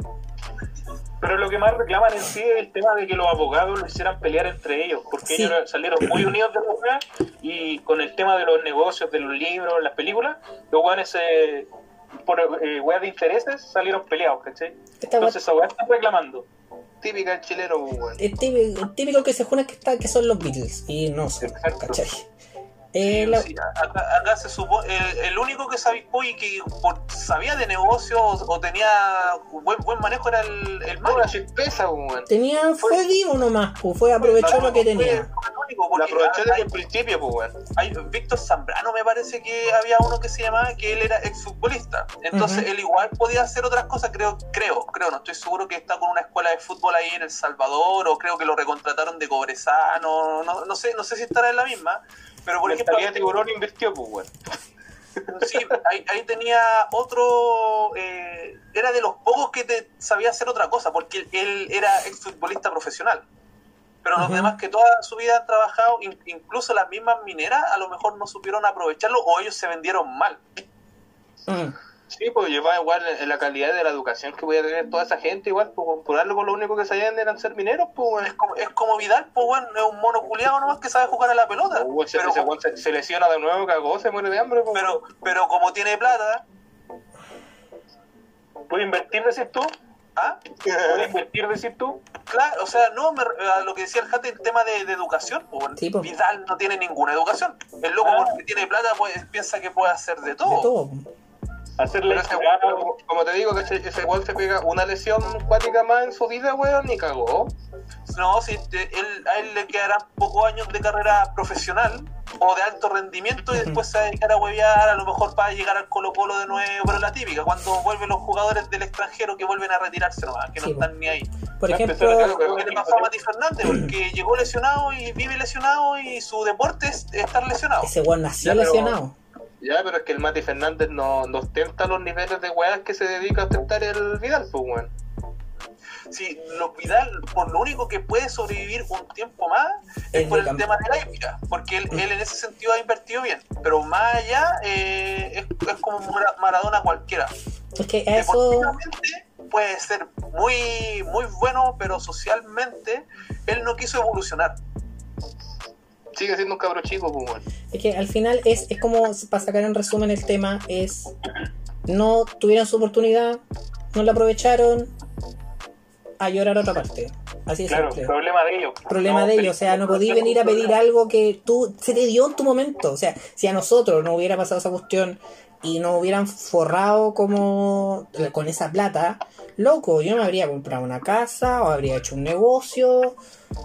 Pero lo que más reclaman en sí es el tema de que los abogados lo hicieran pelear entre ellos, porque Sí. ellos salieron muy unidos de la weá y con el tema de los negocios, de los libros, las películas, los weones por weas de intereses salieron peleados, ¿cachai? Esta Entonces esa weá están reclamando. Típica el chileno, pues, weón. El típico que se jura que son los Beatles y no son, Exacto. ¿cachai? Sí, La- sí, acá se supone el único que sabía y que sabía de negocios o tenía buen manejo era el Mario. Una chispeza, pues, weón. fue vivo nomás, pues, fue aprovechó lo que tenía. Fue el único, La porque aproveché desde el principio, pues, weón. hay Víctor Zambrano, me parece que había uno que se llamaba que él era exfutbolista. Entonces Ujú. él igual podía hacer otras cosas, creo, no estoy seguro que está con una escuela de fútbol ahí en El Salvador, o creo que lo recontrataron de Cobresano, no sé si estará en la misma, pero por ejemplo, Mentalidad tiburón invirtió, pues, weón. sí, ahí tenía otro, era de los pocos que sabía hacer otra cosa, porque él era exfutbolista profesional. Pero los Ujú. demás que toda su vida han trabajado, incluso las mismas mineras, a lo mejor no supieron aprovecharlo o ellos se vendieron mal. Mm. Sí, pues llevaba igual en la calidad de la educación que podía tener toda esa gente, igual, pues, por algo lo único que sabían eran ser mineros, pues, weón. Es como Vidal, pues bueno, es un mono culiado nomás que sabe jugar a la pelota. Ese Pero, weón se lesiona de nuevo, cagó, se muere de hambre, pues. pero como tiene plata, ¿Puedes invertir, decís tú? ¿ah? ¿Puedes invertir, decís tú? Claro, o sea, no, a lo que decía el Jate, el tema de educación, pues, bueno, Sí, pues. Vidal no tiene ninguna educación. El loco porque tiene plata pues, piensa que puede hacer de De todo. todo. Hacerle Pero ese weón, como te digo, que ese weón se pega una lesión cuática más en su vida, weón, ni cagó. No, si a él le quedarán pocos años de carrera profesional o de alto rendimiento y después se va a dedicar a huevear, a lo mejor para llegar al Colo-Colo de nuevo, pero la típica, cuando vuelven los jugadores del extranjero que vuelven a retirarse nomás, que no Sí, están ni ahí. Por Va a ejemplo, empezar a- Lo que le pasó a Mati Fernández, porque llegó lesionado y vive lesionado y su deporte es estar lesionado. ese weón nació Ya, pero- lesionado. Ya, pero es que el Mati Fernández no ostenta los niveles de weas que se dedica a ostentar el Vidal, pues, weón. Sí, Vidal, por lo único que puede sobrevivir un tiempo más es Es por de el campo. tema de la épica, porque él en ese sentido ha invertido bien, pero más allá es como Maradona cualquiera. Es que a eso... Deportivamente puede ser muy, muy bueno, pero socialmente él no quiso evolucionar. Sigue siendo un cabro chico, pues, weón. Es que al final es como, para sacar en resumen el tema, es no tuvieron su oportunidad, no la aprovecharon, a llorar a otra parte. Así de Claro, simple. problema de ellos. Problema No, de ellos, o sea, no podí venir a pedir algo que tú se te dio en tu momento. O sea, si a nosotros no hubiera pasado esa cuestión y nos hubieran forrado como con esa plata, loco, yo me habría comprado una casa o habría hecho un negocio.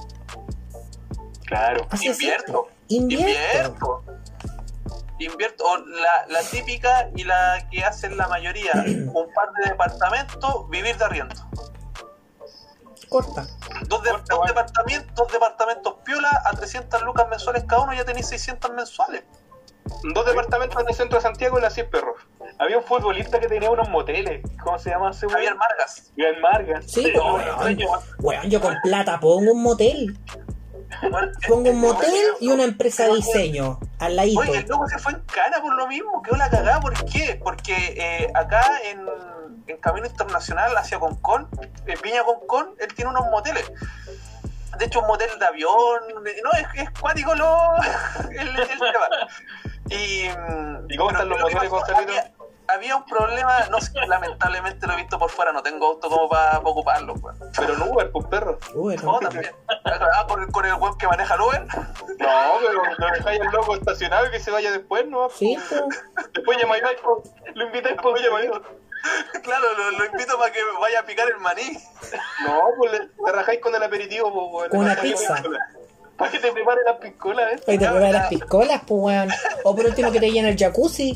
Claro. Así es Invierto. simple. Invierto. Invierto, o la típica y la que hacen la mayoría, un par de departamentos, vivir de arriendo. Corta. Dos departamentos piola a 300 lucas mensuales cada uno, ya tenéis 600 mensuales. Dos departamentos en el centro de Santiago y las 100 perros. Había un futbolista que tenía unos moteles. ¿Cómo se llama ese Javier weón? Margas. Javier Margas. Sí, No, weón, yo con plata pongo un motel. Pongo un motel y una empresa de diseño al ladito. Oye, el loco se fue en cana por lo mismo, quedó la cagada. ¿Por qué? Porque acá en Camino Internacional hacia Concón, en Viña Concón, él tiene unos moteles. De hecho, un motel de avión, no, es cuático el tema. ¿Y cómo están los pero lo que moteles, pasó, Gonzalito? había un problema, no sé, lamentablemente lo he visto por fuera, no tengo auto como para ocuparlo, pues. Pero en Uber, pues, perro. No, también. Con el web que maneja el Uber. No, pero lo dejáis al loco estacionado y que se vaya después, ¿no? Sí, pues. Después llamáis, Lo invitáis por después llamáis. Claro, lo invito para que vaya a picar el maní. No, pues te rajáis con el aperitivo, pues, weón. Con una Le rajáis pizza. para que te prepare las piscolas, Ahí te pruebas las piscolas, pues, weón. O por último que te llene el jacuzzi.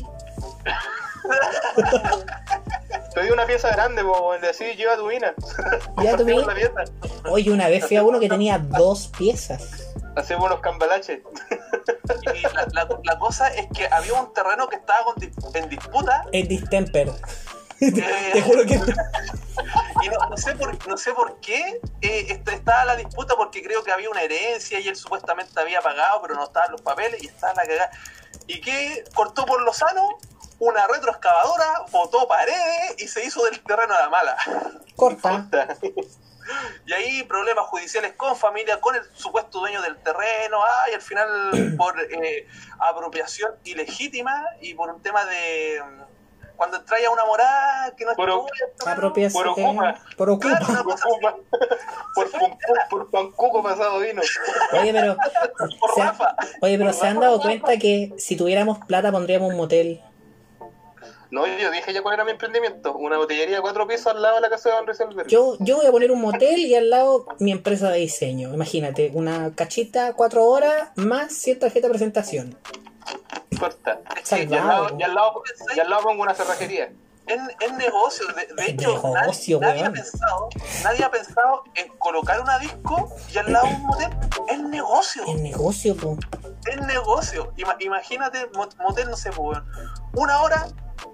Te doy una pieza grande, pues, weón. Así lleva tu mina. Ya tú Compartimos la la pieza. Oye, una vez fui a uno que tenía 2 piezas. Hacemos unos cambalaches. Y la cosa es que había un terreno que estaba en disputa. El distemper. Te juro que. Y no sé por qué estaba la disputa, porque creo que había una herencia y él supuestamente había pagado, pero no estaban los papeles y estaba la cagada. ¿Y qué? Cortó por lo sano una retroexcavadora, botó paredes y se hizo del terreno a la mala. Corta. Y ahí problemas judiciales con familia, con el supuesto dueño del terreno, y al final por apropiación ilegítima y por un tema de... Cuando trae a una morada que no es Por tuya, Apropiación. Por ocupa. Por ocupa. Claro, una cosa así. Por pancuco pasado vino. Oye, pero. Por Rafa. ¿Se han dado cuenta que si tuviéramos plata pondríamos un motel? No, yo dije ya cuál era mi emprendimiento. Una botillería de 4 pisos al lado de la casa de Don Resolver. Yo voy a poner un motel y al lado mi empresa de diseño. Imagínate, una cachita, 4 horas más 100 tarjetas de presentación. Corta. Salvado. Y al lado pongo una cerrajería. Es negocio, de hecho, negocio, nadie weón. nadie ha pensado en colocar una disco y al lado un motel. Es negocio, El negocio, po. es negocio. Imagínate, motel, no sé, pues, weón, una hora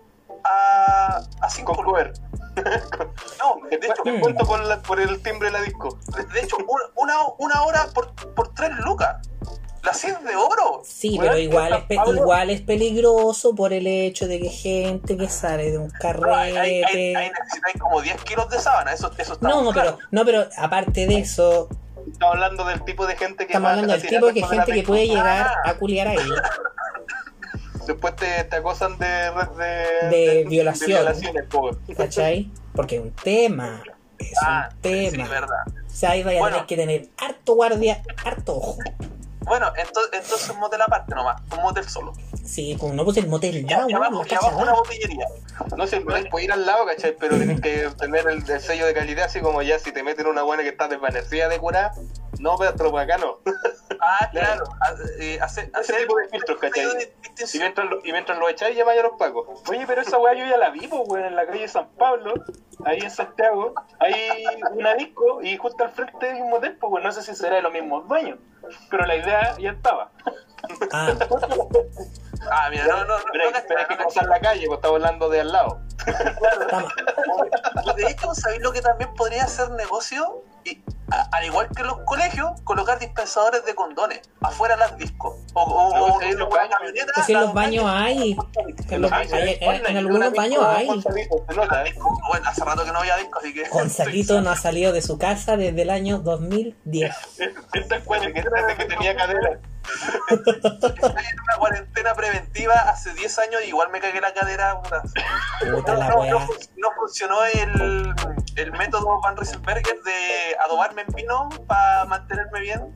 a 5 Con lucas. cover. No, de hecho, Descuento por el timbre de la disco. de hecho una hora por 3 lucas. La 100 de oro. Sí, Weón, pero igual está Pablo. igual es peligroso por el hecho de que gente que sale de un Ahí carrete. necesitáis como 10 kilos de sábana. Eso está No, claro. pero aparte de eso, Estamos hablando del tipo de gente que estamos va hablando a del tirar tipo de después de la gente que disco. puede llegar a culiar ahí. Después te acosan de violación. de violaciones, po. ¿Cachai? Porque es un tema. Es un Sí, tema. verdad. O sea, ahí vaya a Bueno. tener que tener harto guardia, harto ojo. Bueno, entonces un motel aparte nomás, un motel solo. Sí, pues no puse el motel Y ya, weón, la abajo cachada. una botillería. No sé, puedes ir al lado, ¿cachai? Pero tienes que tener el sello de calidad, así como ya si te meten una buena que está desvanecida de curar, no, pero para acá no. Ah, claro. Hacer Ese tipo de filtros, ¿cachai? Y distinción. mientras lo echáis, llamáis a los pacos. Oye, pero esa weá yo ya la vi, pues, weón, en la calle San Pablo, ahí en Santiago, hay una disco y justo al frente hay un motel, pues, weón, no sé si será de los mismos dueños, pero la idea ya estaba. Ah, Mira, no, Pero hay que cruzar la calle, pues estamos hablando de al lado. estamos- Y de hecho, ¿sabéis lo que también podría ser negocio? Y, al igual que en los colegios, colocar dispensadores de condones afuera de las discos. O en los una baños. camioneta. pues si en los baños hay. En algunos baños hay. Se nota, ¿eh? Bueno, hace rato que no había discos, así que. Gonzalito no ha salido de su casa desde el año 2010. Esta es cuarentena Desde que tenía cadera. Estoy en una cuarentena preventiva hace 10 años y igual me cagué la cadera. Puta. Puta la weá. No funcionó el método Van Rieselberger de adobarme en vino para mantenerme bien.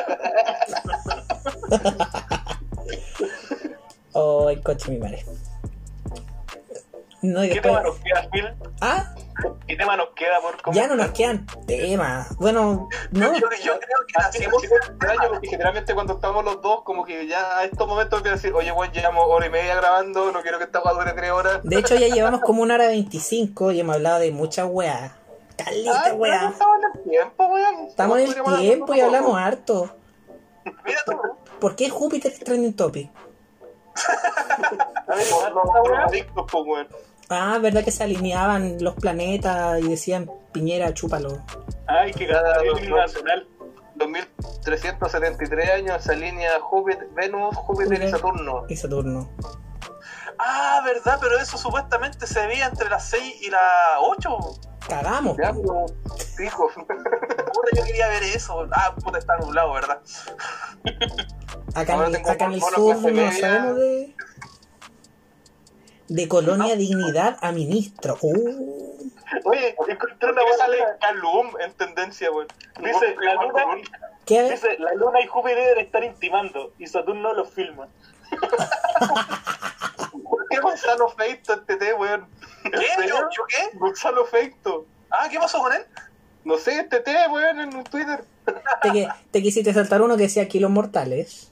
Oh, el coche mi madre. No, y ¿Qué después. tema nos queda, Phil? Ah, ¿Qué tema nos queda por ya no nos quedan temas. Bueno, no. Yo creo que Hacemos nacimos extraño porque generalmente cuando estamos los dos, como que ya a estos momentos empieza a decir, oye, bueno, llevamos hora y media grabando, no quiero que esta weá dure 3 horas. De hecho, ya llevamos como 1 hora 25 y hemos hablado de muchas weas. Calita, pero wea. no estamos en el tiempo, weón. Estamos en el tiempo y hablamos harto. Mira tú. ¿Por qué Júpiter es trending topic? A ver, los adictos, pues, weón. Ah, verdad que se alineaban los planetas y decían Piñera, chúpalo. Ay, que cada el himno nacional. 2373 años se alinea Júpiter, Venus, Júpiter y Saturno. Y Saturno. Ah, verdad, pero eso supuestamente se veía entre las 6 y las 8. Cagamos. Ya, pero, fijo. Puta, yo quería ver eso. Ah, puta, está nublado, ¿verdad? Acá Ahora en el, tengo acá en el bono sur clase no media. sabemos de Colonia Dignidad a ministro. Oye, encontré una voz sale Calum en tendencia, weón. Dice, la luna, ¿Qué? dice, la luna y Júpiter deben estar intimando y Saturno los filma. ¿Por qué Gonzalo Feito en TT, weón? ¿Qué? ¿Yo qué? Gonzalo Feito. Ah, ¿qué pasó con él? No sé, TT, weón, en Twitter. Te quisiste saltar uno que decía Kilos Mortales.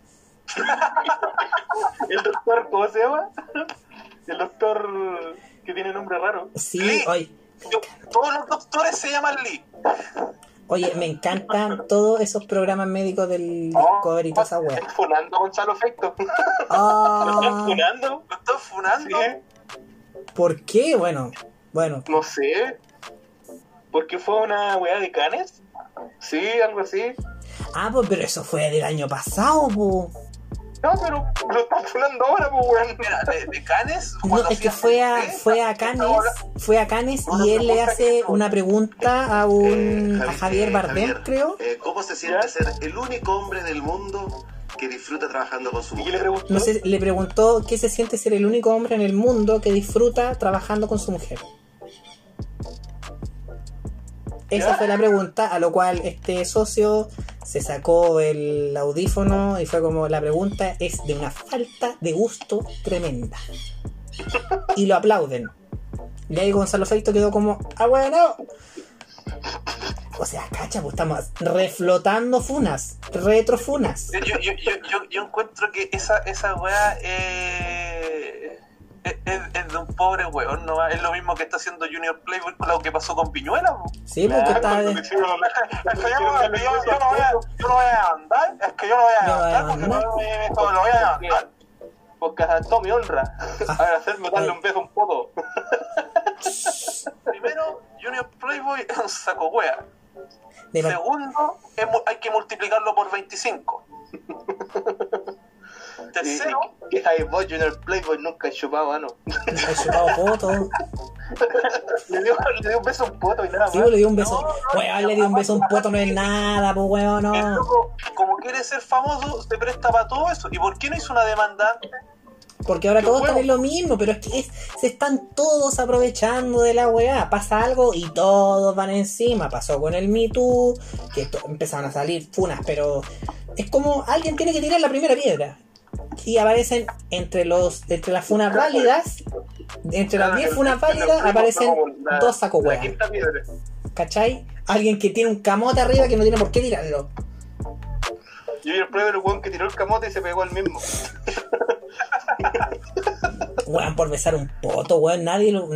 El doctor, ¿cómo se llama? El doctor que tiene nombre raro. Sí, Lee. oye, Todos los doctores se llaman Lee. oye, me encantan todos esos programas médicos del Discovery y toda esa wea. Estoy funando a Gonzalo Feito. ¿Lo están Ah, funando? ¿Lo están funando? Sí, ¿por qué? Bueno, no sé. ¿Porque fue una weá de canes? Sí, algo así. ah, pues pero eso fue del año pasado, po. No, pero lo están funando ahora, pues, weón. Mira, de canes. No, cuando es que hacían fue a Canes y él le hace una pregunta a Javier Bardem, creo. ¿Cómo se siente ¿Ya? ser el único hombre del mundo que disfruta trabajando con su ¿Y qué le mujer? preguntó? No sé, le preguntó qué se siente ser el único hombre en el mundo que disfruta trabajando con su mujer. Esa fue la pregunta, a lo cual este socio se sacó el audífono y fue como, la pregunta es de una falta de gusto tremenda. Y lo aplauden. Y ahí Gonzalo Feito quedó como, ¡ah, bueno! O sea, cacha, pues estamos reflotando funas, retrofunas. Yo encuentro que esa weá es de un pobre weón, ¿no? Es lo mismo que está haciendo Junior Playboy con lo que pasó con Piñuela, po. Sí, porque está... Es que yo no voy a andar, es que yo no voy a andar porque no lo voy a andar. Porque a mi honra. A ver, hacerme darle un beso a un poto. Primero, Junior Playboy es un saco wea. de pa- Segundo, hay que multiplicarlo por 25. Tercero, Que hay vos, Junior Playboy, nunca he chupado, ¿no? he chupado fotos. Le dio un beso a un poto y nada más. Sí, pues le dio un beso. No, Weón, le dio un beso a un poto, no es nada, pues weón, el no. loco, como quiere ser famoso, se presta para todo eso. ¿Y por qué no hizo una demanda? Porque ahora todos huevo. están en lo mismo, pero es que se están todos aprovechando de la weá. Pasa algo y todos van encima. Pasó con el Me Too, que empezaron a salir funas, pero es como alguien tiene que tirar la primera piedra. Y aparecen entre las funas válidas, entre las 10 funas válidas, aparecen dos sacos La weá. quinta piedra. ¿Cachai? Alguien que tiene un camote arriba que no tiene por qué tirarlo. Junior Playboy, el weón que tiró el camote y se pegó al mismo. Weón, por besar un poto, weón, nadie lo...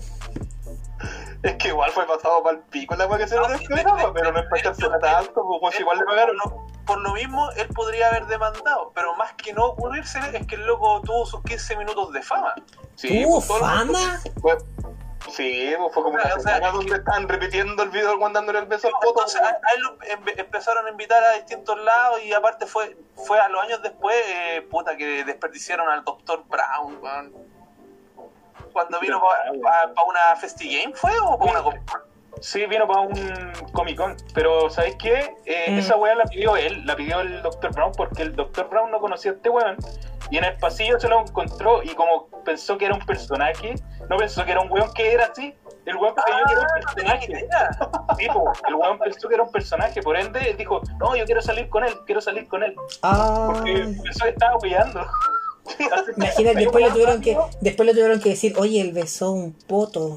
Es que igual fue pasado para el pico la weá que se lo desesperaba, pero no es para echarse tanto, pues igual le pagaron. Por lo mismo, él podría haber demandado, pero más que no ocurrirse es que el loco tuvo sus 15 minutos de fama. Sí, ¿Tuvo pues, todo fama? Sí, pues fue como una O sea, semana donde estaban repitiendo el video del weón dándole el beso al poto. Entonces, a él lo empezaron a invitar a distintos lados y aparte fue a los años después, puta, que desperdiciaron al Dr. Brown, weón. Cuando vino para una Festigame, ¿fue? ¿O para una Comic Con? Sí, vino para un Comic Con, pero ¿sabéis qué? Esa weá la pidió él, la pidió el Dr. Brown, porque el Dr. Brown no conocía a este weón, y en el pasillo se lo encontró, y como pensó que era un personaje, no pensó que era un weón que era así, el weón creyó que era un personaje. Sí, el weón pensó que era un personaje, por ende, él dijo, no, yo quiero salir con él, porque pensó que estaba hueando. Imagina, después le tuvieron que decir, oye, él besó un poto.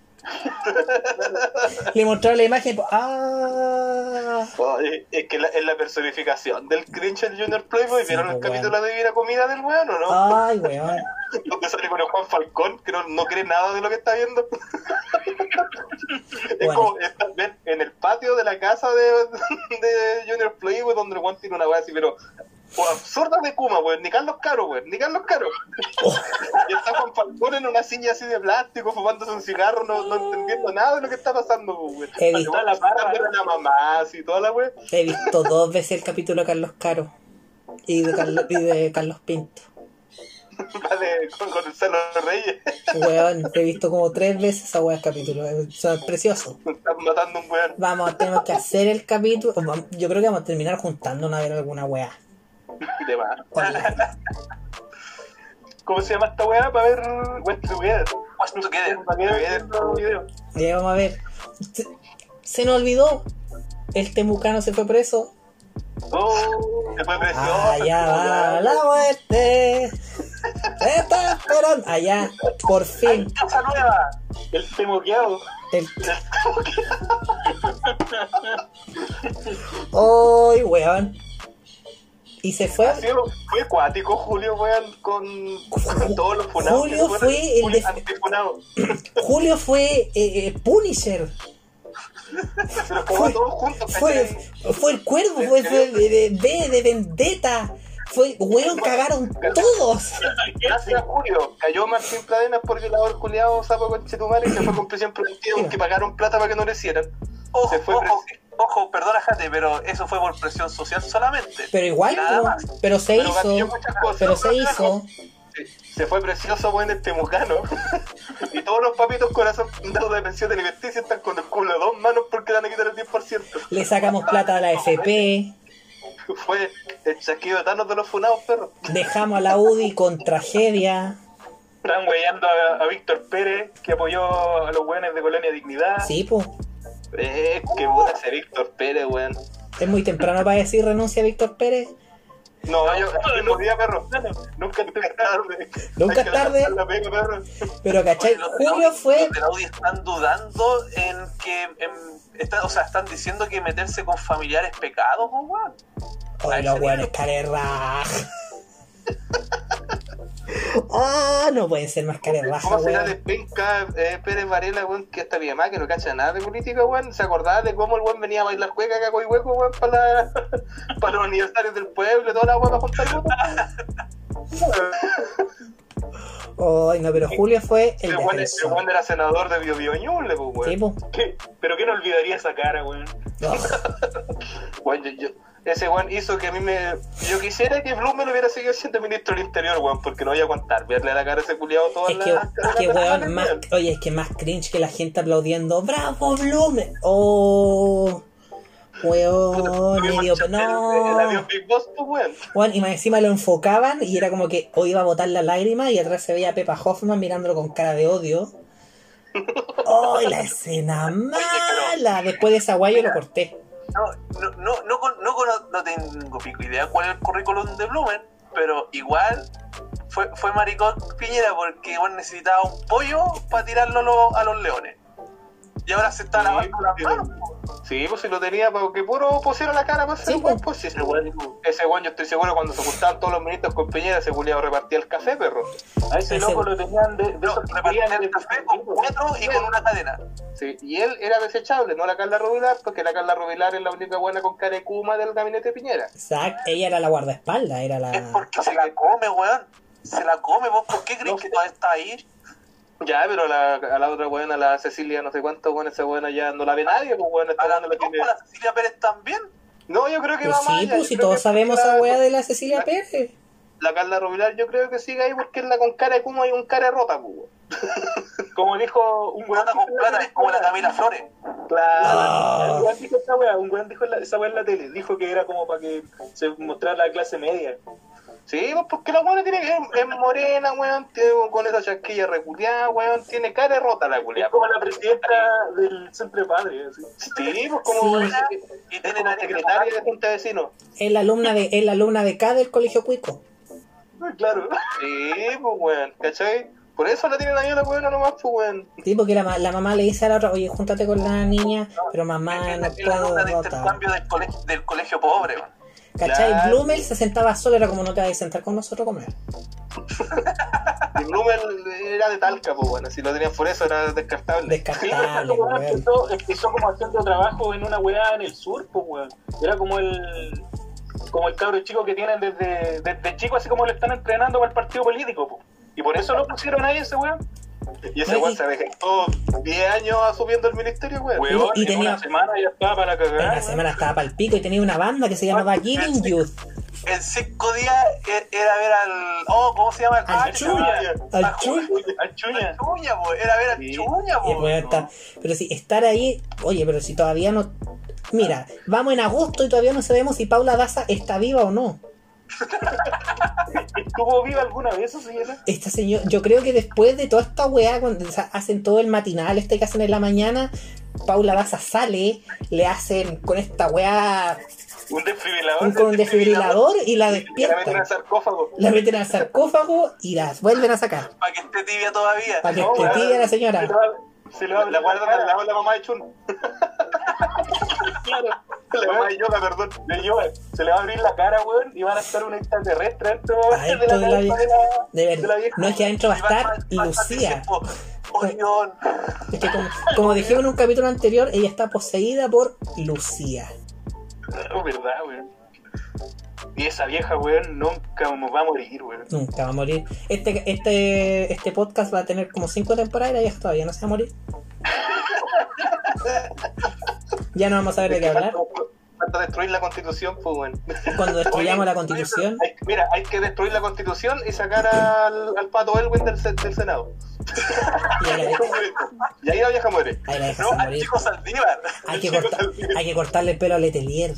Le mostraron la imagen. Es que es la personificación del cringe del Junior Playboy. Sí, ¿Vieron el pues, capítulo de Divina Comida del weón o no? Ay, weón. Donde sale con el Juan Falcón, que no cree nada de lo que está viendo. Es Bueno. como ven en el patio de la casa de Junior Playboy, donde el weón tiene una weá así, pero absurda de Kuma, weón. Ni Carlos Caro, weón. Ni Carlos Caro. Y está Juan Falcón en una silla así de plástico, fumándose un cigarro, no entendiendo nada de lo que está pasando, weón. He visto, La mamá, así, toda la weá. he visto 2 veces el capítulo de Carlos Caro y de Carlos Pinto. Vale, con el Celo Reyes. Weón, he visto como 3 veces esa weá capítulo. Es precioso. Están matando un weón. Tenemos que hacer el capítulo. Yo creo que vamos a terminar juntándonos a ver alguna weá. De más. Online. ¿Cómo se llama esta weá? Para ver West Together. Para que vean los videos. Ya vamos a ver. Se nos olvidó. El temucano se fue preso. Se fue presión. Allá va la muerte. Te está esperando. Allá, por fin. ¡Casa nueva! El temoqueado. ¡Ay, weón! Y se fue. Fue acuático Julio, weón, con todos los funados. Julio fue el antifunado. Julio fue Punisher. Se los cagó a todos juntos, ¿cachai? Fue el cuervo, fue de Vendetta. Weón, cagaron todos. Gracias a Julio. Cayó Martín Pradenas por violador culiado, sapo con Chetumare, y se fue con prisión preventiva, aunque pagaron plata para que no lo hicieran. Ojo, perdona, Jate, pero eso fue por presión social solamente. Pero igual, Nada más. pero se Pero hizo. cambió muchas cosas. Pero se hizo. Se fue precioso, weón, el temucano. Y todos los papitos corazón dados de pensión alimenticia están con el culo a 2 manos porque le van a quitar el 10%. Le sacamos plata a la FP. Fue el chasquido de Thanos de los funados, perro. Dejamos a la UDI con tragedia. Están weyando a Víctor Pérez, que apoyó a los weones de Colonia Dignidad. Sí, pues. Qué puta ese Víctor Pérez, weón. Es muy temprano para decir renuncia a Víctor Pérez. No, yo podía, perro. Nunca es tarde. Nunca es tarde. La pega, perro. Pero, ¿cachai? Julio fue. Los de la UDI están dudando en que... están diciendo que meterse con familiares pecados, ¿no, weón? Oye, los weones carerraja. No pueden ser más carerraja, ¿Cómo será weón. de penca Pérez Varela, weón, que hasta mi mamá, que no cacha nada de política, weón? ¿Se acordaba de cómo el weón venía a bailar juega, caco y hueco, weón, para los aniversarios del pueblo y toda la weón para juntar votos? Ay, no, pero Julio fue el El defensor. weón era senador de Bio Ñuble, pues, weón. Sí, po. ¿Pero qué no olvidaría esa cara, weón? No. Weón, ese weón hizo que a mí yo quisiera que Blumen hubiera seguido siendo ministro del Interior, weón, porque no voy a aguantar verle la cara a ese culiado toda Es que weón, es que más cringe que la gente aplaudiendo ¡Bravo, Blumen! ¡Oh! Weón, medio... El No. adiós Big Boss, pues, weón. Weón, y más encima lo enfocaban y era como que o iba a botar la lágrima y atrás se veía a Pepa Hoffman mirándolo con cara de odio. ¡Ay, la escena mala! Después de esa guay yo lo corté. No tengo pico idea cuál es el currículum de Blumen, pero igual fue maricón Piñera porque igual necesitaba un pollo para tirarlo a los leones. Y ahora se está lavando las manos. Sí, pues si lo tenía para que puro pusiera la cara para ser Sí, weón, pues si ese weón yo estoy seguro cuando se juntaban todos los ministros con Piñera, ese culiado repartía el café, perro. A ese Ese- loco lo tenían de No, esos que repartían querían el café con 4 y con una cadena. Sí, y él era desechable, no la Carla Rubilar, porque la Carla Rubilar es la única buena con cara de Kuma del gabinete de Piñera. Exacto, ella era la guardaespaldas, era Es la... porque se la come, weón. Se la come, vos. ¿Por qué crees que todavía está ahí? Ya, pero a la otra buena, la Cecilia, no sé cuánto, bueno, esa buena ya no la ve nadie, pues bueno, esta A la, buena la tiene... ¿a la Cecilia Pérez también? No, yo creo que Pues va más sí, allá, pues yo si creo todos que sabemos la- esa weá de la Cecilia Pérez. La Carla Rubilar yo creo que sigue ahí porque es la con cara de Kuma y un cara de rota, pues. weón. Como dijo un weón. Plata con plata, es como la Camila Flores. Claro. Un weón dijo esa weá, un weón dijo esa weá en la tele. Dijo que era como para que se mostrara la clase media. Sí, pues porque la buena tiene es morena, weón, tiene con esa chasquilla reculeada, weón, tiene cara de rota la Es culiada. como la presidenta del Centro de Padres. Así. Sí, pues como, Sí. Y es tiene como nariz secretaria de junta de vecinos. Es la alumna de K del Colegio Cuico. Claro. Sí, pues weón, ¿cachai? Por eso la tienen ahí a la weona nomás, pues weón. Sí, porque la mamá le dice a la otra, oye, júntate con la niña, pero mamá Es no la puedo alumna de rota. intercambio del colegio pobre, weón. ¿Cachai? Claro. Blumel se sentaba solo, era como no te vas a sentar con nosotros a comer. Y Blumen era de Talca, pues bueno, si lo tenían por eso era descartable. Descartable, Sí, weón, weón. empezó como haciendo trabajo en una weá en el sur, pues weón. Era como el cabro chico que tienen desde chico, así como lo están entrenando para el partido político, pues. Y por eso lo pusieron ahí ese weón. Y ese No, weón y- se vegetó 10 años asumiendo el ministerio, weón. Weón, y en tenía- una semana ya estaba para En cagar. la weón. semana estaba para el pico y tenía una banda que se llamaba Giving Youth. En 5 días era ver al. Oh, ¿cómo se llama? Al Chuña. Al Chuña. Al Chuña. Chuña, po. Era ver al Sí. Chuña, Y po. weón, pero si estar ahí, oye, pero si todavía no. Mira, vamos en agosto y todavía no sabemos si Paula Daza está viva o no. ¿Estuvo viva alguna vez esa señora? Esta señora, yo creo que después de toda esta weá, cuando hacen todo el matinal este que hacen en la mañana, Paula Daza sale, le hacen con esta weá Un desfibrilador. con un desfibrilador y la Y la meten al despiertan. sarcófago. La meten al sarcófago y la vuelven a sacar. Para que esté tibia todavía. Para que No, esté weón. tibia la señora. Se le va a La guardan al lado de la mamá de Chun. Claro. La mamá de Yoga, perdón. Se le va a abrir la cara, weón, y van a estar un extraterrestre dentro Adentro de la vieja. De de la verdad. vieja. No es que adentro va a Y estar va a estar Lucía. diciendo, Orión. Es que como dijimos en un capítulo anterior, ella está poseída por Lucía. Es verdad, weón. Y esa vieja, weón, nunca va a morir, weón. Nunca va a morir. Este podcast va a tener como 5 temporadas y la vieja todavía no se va a morir. Ya no vamos a saber de qué hablar. Falta destruir la constitución, pues bueno. Cuando destruyamos la constitución. Mira, hay que destruir la constitución y sacar al pato Elwin del Senado. Y ahí Y ahí la vieja muere. la dejas No, a al morir. chico Saldívar. Hay que cortarle el pelo a Letelier.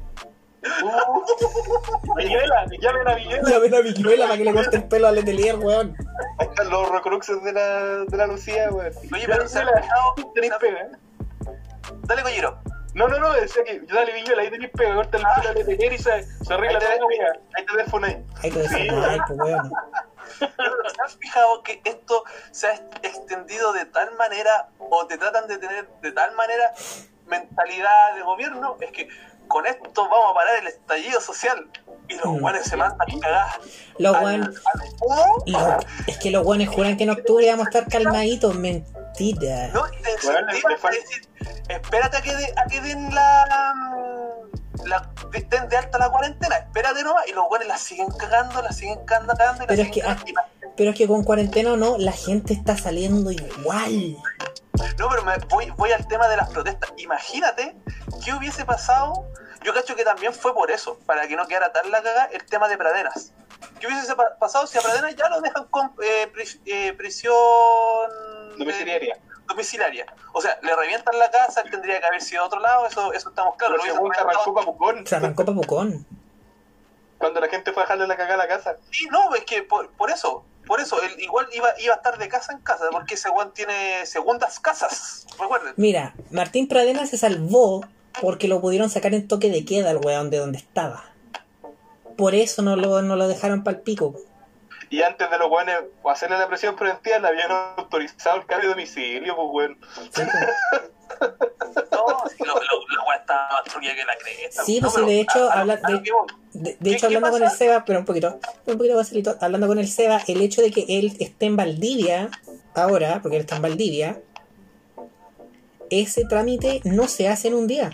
Villuela, llamen a Villuela. Ya ven a Villuela para que le corte el pelo a Letelier, weón. Ahí están los recruxes de la Lucía, weón. Oye, pero se ha fijado. Tenéis pega. Dale, Collero. No, decía que yo dale Villuela, ahí tenéis pega, corta el pelo a Letelier y se arregla toda la weá. Ahí te defuné. Ahí te dejas, ay, pues weón. Pero ¿se han fijado que esto se ha extendido de tal manera o te tratan de tener de tal manera mentalidad de gobierno? Es que con esto vamos a parar el estallido social y los guanes se mandan cagadas. Los al- weones. al escudo. Es que los weones juran que en octubre vamos a estar calmaditos. Mentira. No, y te Bueno, incentivan le a decir, espérate a que den la den de alta la cuarentena, espérate nomás, y los güeyes la siguen cagando y la siguen cagando y Pero la es que, siguen cagando. pero es que con cuarentena o no, la gente está saliendo igual. No, pero voy al tema de las protestas. Imagínate qué hubiese pasado. Yo cacho que también fue por eso, para que no quedara tan la cagada el tema de Pradenas. ¿Qué hubiese pasado si a Pradenas ya lo dejan con prisión domiciliaria? O sea, le revientan la casa, él tendría que haber sido a otro lado, eso estamos claros. Pero Lo se hubiesen arrancó para Pucón. Se arrancó para Pucón. Cuando la gente fue a dejarle la cagada a la casa. Sí, no, es que por eso, él igual iba a estar de casa en casa, porque ese weón tiene segundas casas, recuerden. Mira, Martín Pradena se salvó porque lo pudieron sacar en toque de queda al weón de donde estaba. Por eso no lo dejaron para el pico. Y antes de los weones hacerle la presión preventiva, le habían autorizado el cambio de domicilio, pues weón. Sí, pues. No, La weá estaba más truquilla que la cresta. Sí, pues sí, pero de hecho, a lo que voy. de hecho ¿Qué hablando con el pasa? Seba, pero un poquito Marcelito, hablando con el Seba, el hecho de que él esté en Valdivia ahora, porque él está en Valdivia, ese trámite no se hace en un día.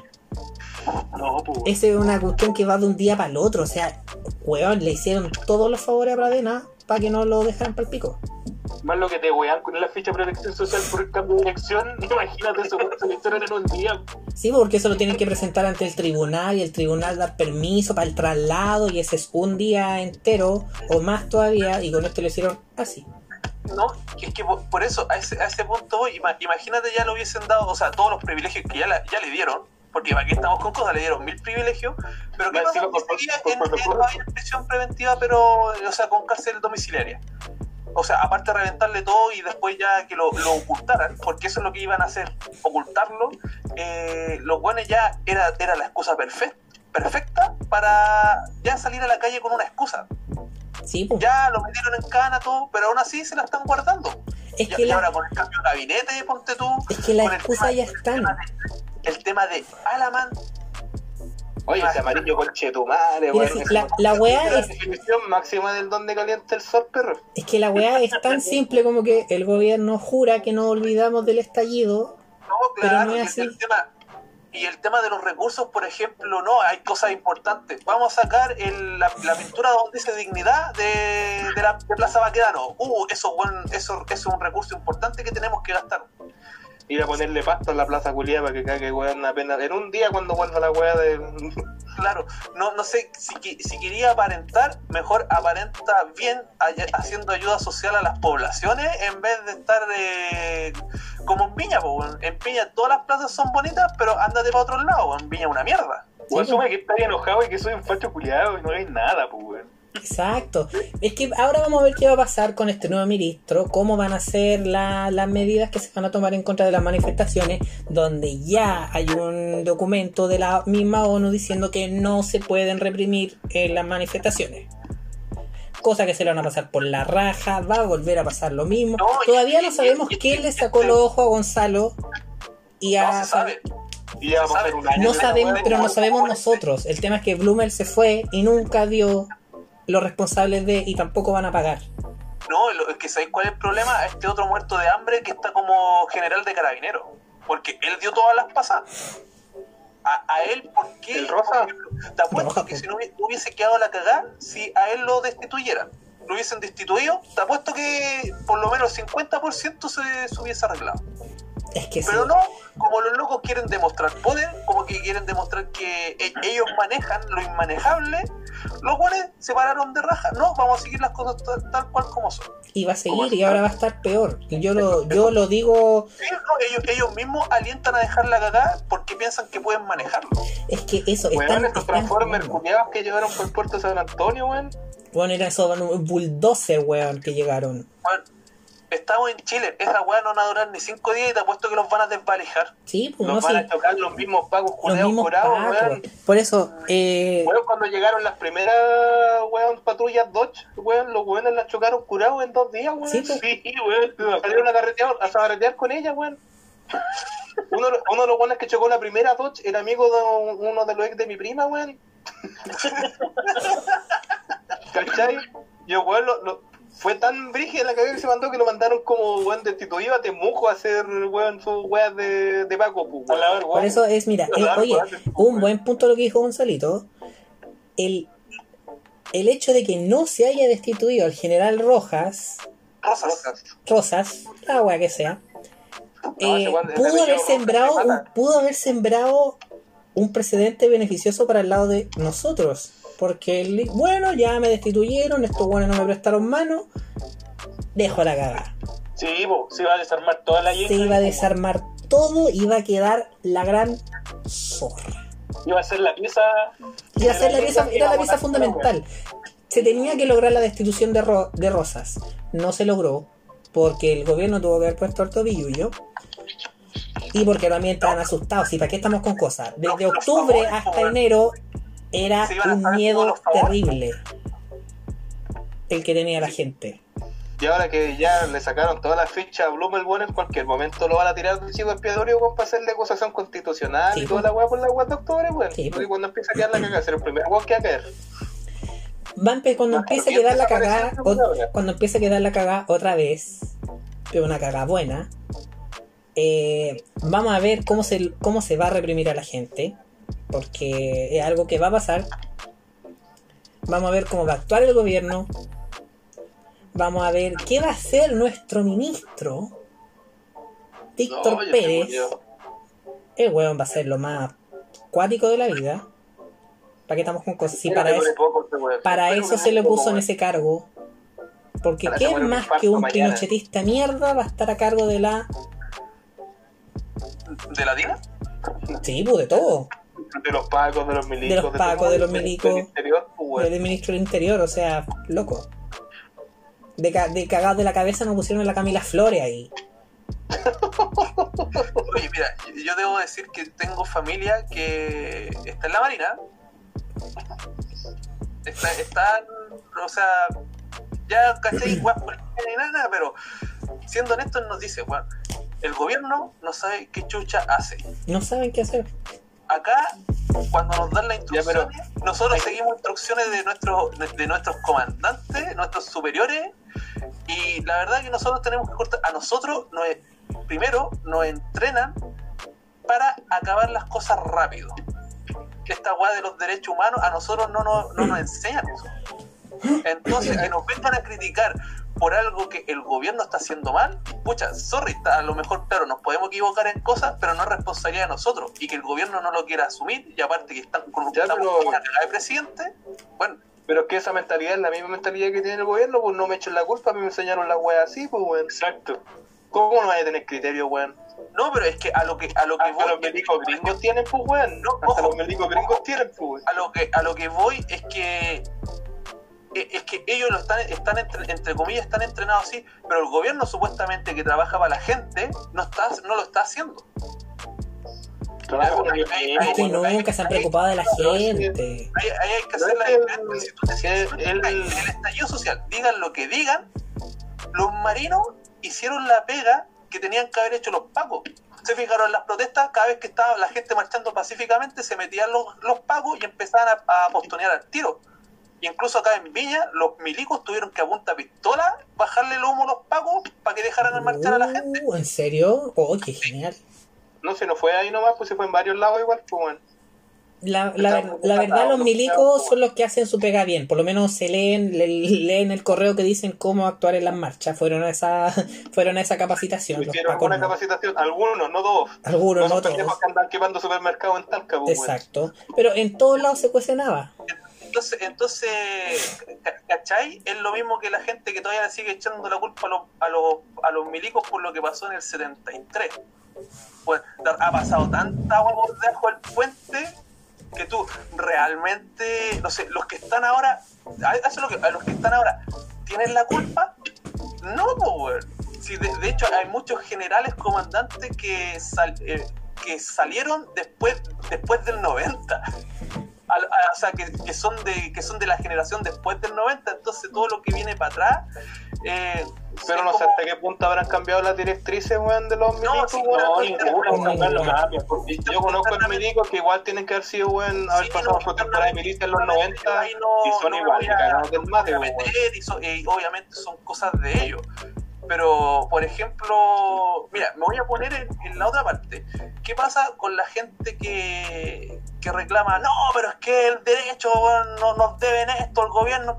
No, pues. Esa es una cuestión que va de un día para el otro. O sea, weón, le hicieron todos los favores a Pradena para que no lo dejaran para el pico. Más lo que te wean con la ficha de protección social por el cambio de dirección, imagínate eso, se lo hicieron en un día. Sí, porque eso lo tienen que presentar ante el tribunal y el tribunal dar permiso para el traslado y ese es un día entero o más todavía y con esto lo hicieron así. No, es que por eso, a ese punto voy, imagínate ya le hubiesen dado, o sea, todos los privilegios que ya le dieron, porque aquí estamos con cosas, le dieron 1000 privilegios, pero ¿qué Más pasa? encima Que seguía por protocolo. en prisión preventiva, pero, o sea, con cárcel domiciliaria. O sea, aparte de reventarle todo y después ya que lo ocultaran, porque eso es lo que iban a hacer, ocultarlo, los buenos ya era la excusa perfecta para ya salir a la calle con una excusa. Sí, pues. Ya lo metieron en cana todo, pero aún así se la están guardando. Es Y, que y ahora con el cambio de gabinete, ponte tú. Es que las con el excusas tema- ya están. El tema de Alaman, Oye, ese amarillo conchetumare, Mira, weón. sí, la weá Es la es, definición máxima del donde calienta el sol, perro. es que la weá es tan simple como que el gobierno jura que nos olvidamos del estallido. no, Pero claro, no es y así. el tema de los recursos, por ejemplo, no, hay cosas importantes. Vamos a sacar la pintura donde dice dignidad de Plaza Baquedano. Eso es un recurso importante que tenemos que gastar. Ir a ponerle pasto en la plaza culiada para que cague, weón, apenas. En un día cuando vuelva la weá de. Claro, no sé, si quería aparentar, mejor aparenta bien haciendo ayuda social a las poblaciones en vez de estar como en Viña, po, weón. En Viña todas las plazas son bonitas, pero ándate para otro lado, en Viña una mierda. O asume que estás enojado y que soy un facho culiado y no hay nada, pues, weón. Exacto. Es que ahora vamos a ver qué va a pasar con este nuevo ministro, cómo van a ser las medidas que se van a tomar en contra de las manifestaciones, donde ya hay un documento de la misma ONU diciendo que no se pueden reprimir las manifestaciones. Cosa que se le van a pasar por la raja, va a volver a pasar lo mismo. No, Todavía no sabemos quién le sacó los ojos a Gonzalo y No a... se sabe. Y ya vamos a hacer un año. No de la sabemos, weá. pero no sabemos nosotros. El tema es que Blumel se fue y nunca dio los responsables de y tampoco van a pagar. No, es que ¿sabéis cuál es el problema? A este otro muerto de hambre que está como general de carabineros. Porque él dio todas las pasadas. A él, ¿por qué? ¿El Rosa? Por ejemplo, te apuesto Rosa, que po. si no hubiese quedado la cagada, si a él lo destituyeran, lo hubiesen destituido, te apuesto que por lo menos el 50% se hubiese arreglado. Es que sí. Pero no, como los locos quieren demostrar poder, como que quieren demostrar que ellos manejan lo inmanejable, los buenos se pararon de raja. No, vamos a seguir las cosas tal cual como son. Y va a seguir y ahora va a estar peor. Y yo lo digo, Sí, no, ellos mismos alientan a dejar la cagada porque piensan que pueden manejarlo. es que eso, Weón, estos están Transformers jugando. culiados que llegaron por el puerto de San Antonio, weón. Bueno, eran esos bulldozer, weón, que llegaron. Bueno, estamos en Chile, esa weá no van a durar ni 5 días y te apuesto que los van a desvalijar. Sí, pues Nos no van sé. a chocar los mismos pagos Los culiados mismos curados, pacos. weón. Por eso, Weón, cuando llegaron las primeras, weón, patrullas Dodge, weón, los weones las chocaron curados en 2 días, weón. Sí, pues. Sí, weón. Salieron a carretear con ella, weón. Uno de los weones que chocó la primera Dodge era amigo de uno de los ex de mi prima, weón. ¿Cachai? Y el weón fue tan brígida la cagada que se mandó que lo mandaron como weón destituido a Temuco a hacer weón sus weas de Paco, pues, A la weón. verga, por eso es, mira, oye, un buen punto lo que dijo Gonzalito. El hecho de que no se haya destituido al general Rosas. Rosas, la wea que sea, No, ese weón- ese pudo apellido haber Rojas sembrado me mata. pudo haber sembrado un precedente beneficioso para el lado de nosotros, porque bueno, ya me destituyeron, estos buenos no me prestaron mano, dejo la cagada, Sí, se iba a desarmar toda la se iba a desarmar todo, iba a quedar la gran zorra, Iba a ser la pieza. iba a ser la pieza, era la pieza Iba a fundamental. Se tenía que lograr la destitución de Rosas, no se logró porque el gobierno tuvo que haber puesto harto billullo. Y porque también estaban asustados. ¿Y para qué estamos con cosas? Desde Los octubre favores, hasta weón. enero era Se iban a un saber miedo todos los favores. terrible el que tenía la gente. Y ahora que ya le sacaron todas las fichas a Blumel, bueno, en cualquier momento lo van a tirar de chivo expiatorio, weón, para hacerle acusación constitucional Sí, y toda la weá por la weá de octubre, weón. Sí, Porque cuando empieza a quedar la cagada, será el primer weón que va a caer. Cuando No, empiece a pero quedar la bien cagada, desapareció esa palabra. cuando empiece a quedar la cagada otra vez, pero una cagada buena, vamos a ver cómo se va a reprimir a la gente, porque es algo que va a pasar. Vamos a ver cómo va a actuar el gobierno. Vamos a ver qué va a hacer nuestro ministro Víctor No, ya se Pérez. murió. El weón va a ser lo más cuático de la vida. ¿Para qué estamos con cosas? Sí, Espero para que dure eso, poco este weón. para Espero eso que se le dure poco, puso en weón. ese cargo. Porque Para que ¿quién muera un más infarto que un mañana. pinochetista mierda va a estar a cargo de la... ¿De la DINA? Sí, pues de todo. De los pacos, de los milicos. De los pacos, todo, de los del milicos. interior, pues, weón. El ministro del Interior, o sea, loco. De cagados de la cabeza nos pusieron a la Camila Flores ahí. Oye, mira, yo debo decir que tengo familia que está en la Marina. Están, o sea, ya caché igual ni nada, pero siendo honestos nos dice, bueno, el gobierno no sabe qué chucha hace. No saben qué hacer. Acá, cuando nos dan las instrucciones, pero- nosotros seguimos instrucciones de nuestros comandantes, nuestros superiores, y la verdad que nosotros tenemos que cortar. A nosotros, primero, nos entrenan para acabar las cosas rápido. Esta weá de los derechos humanos, a nosotros no nos enseñan eso. Entonces, que nos vengan a criticar por algo que el gobierno está haciendo mal, pucha, sorry, a lo mejor, claro, nos podemos equivocar en cosas, pero no es responsabilidad de nosotros, y que el gobierno no lo quiera asumir, y aparte que están con Ya, estamos pero- con una cagada de presidente, bueno, Pero es que esa mentalidad es la misma mentalidad que tiene el gobierno, pues no me echen la culpa, a mí me enseñaron la wea así, pues weón. Exacto. ¿Cómo no vaya a tener criterio, weón? no, pero es que a lo que Hasta voy, los milicos gringos tienen, pues weón. No, Hasta ojo. los milicos gringos tienen, pues weón. a lo que voy es que ellos están entre comillas están entrenados así, pero el gobierno supuestamente que trabaja para la gente no lo está haciendo. Claro, Es que nunca se han preocupado de la gente. Ahí hay que No hacer la es que diferencia. Si tú te sientes el- el estallido social, digan lo que digan, los marinos hicieron la pega que tenían que haber hecho los pacos. Se fijaron en las protestas, cada vez que estaba la gente marchando pacíficamente, se metían los pacos y empezaban a postonear al tiro. Y incluso acá en Viña, los milicos tuvieron que a punta pistola bajarle el humo a los pacos para que dejaran de marchar a la gente. ¿En serio? Oh, qué genial. No, si no fue ahí nomás, pues se fue en varios lados igual, pues weón. La verdad, los milicos son los que hacen su pega bien. Por lo menos se leen el correo que dicen cómo actuar en las marchas. Fueron a esa capacitación. Los Hicieron pacos una no. capacitación, algunos, no todos. Algunos, no son todos. pendejos que andan quemando supermercados en Talca, pues weón. Exacto. Pero en todos lados se cuestionaba. Entonces, ¿cachai? Es lo mismo que la gente que todavía le sigue echando la culpa a los milicos por lo que pasó en el 73. Pues ha pasado tanta agua por debajo del puente que tú realmente, no sé, los que están ahora, a los que están ahora, ¿tienen la culpa? No, pues, weón. Sí, de hecho, hay muchos generales comandantes que salieron después del 90. O sea, que son de la generación después del 90, entonces todo lo que viene para atrás. Pero no sé hasta qué punto habrán cambiado las directrices, weón, de los milicos, sí, weón. No, sí, ninguno, sí, jamás lo sí. cambia. Porque Yo conozco a los milicos que igual tienen que haber sido, weón, haber Sí, pasado no, por temporada de milicia en los obviamente, 90 ahí no- y son no me igual, voy de cagados del mate, a weón. meter y obviamente son cosas de ellos. Pero, por ejemplo, mira, me voy a poner en la otra parte. ¿Qué pasa con la gente que reclama, no, pero es que el derecho, bueno, no nos deben esto, el gobierno?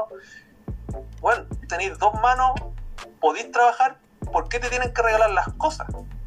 Bueno, tenéis dos manos, podéis trabajar, ¿por qué te tienen que regalar las cosas?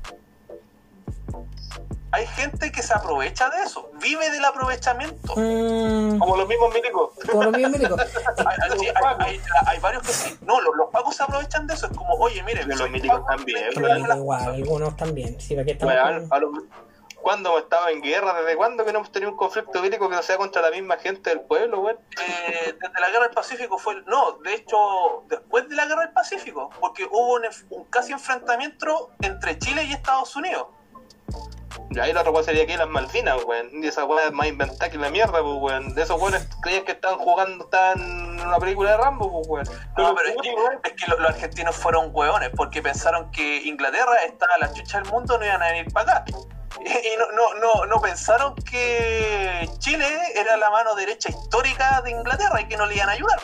Hay gente que se aprovecha de eso, vive del aprovechamiento. Como los mismos milicos. Como los mismos milicos. Hay varios que sí. No, los pagos se aprovechan de eso. Es como, oye, miren, Los soy milicos pago, también, me- pero me- Igual, algunos también. Sí, ¿para qué estamos Weón, con- ¿cuándo hemos estado en guerra? ¿Desde cuándo que no hemos tenido un conflicto bélico que no sea contra la misma gente del pueblo, weón? desde la guerra del Pacífico no, de hecho, después de la guerra del Pacífico, porque hubo un casi enfrentamiento entre Chile y Estados Unidos. Y ahí la otra weón sería aquí las Malvinas, weón. Y esa weón es más inventada que la mierda, pues, weón. De esos weones creían que estaban jugando, estaban una película de Rambo, pues, weón. No, pero es que los argentinos fueron hueones porque pensaron que Inglaterra estaba a la chucha del mundo, no iban a venir para acá. Y no pensaron que Chile era la mano derecha histórica de Inglaterra y que no le iban a ayudar.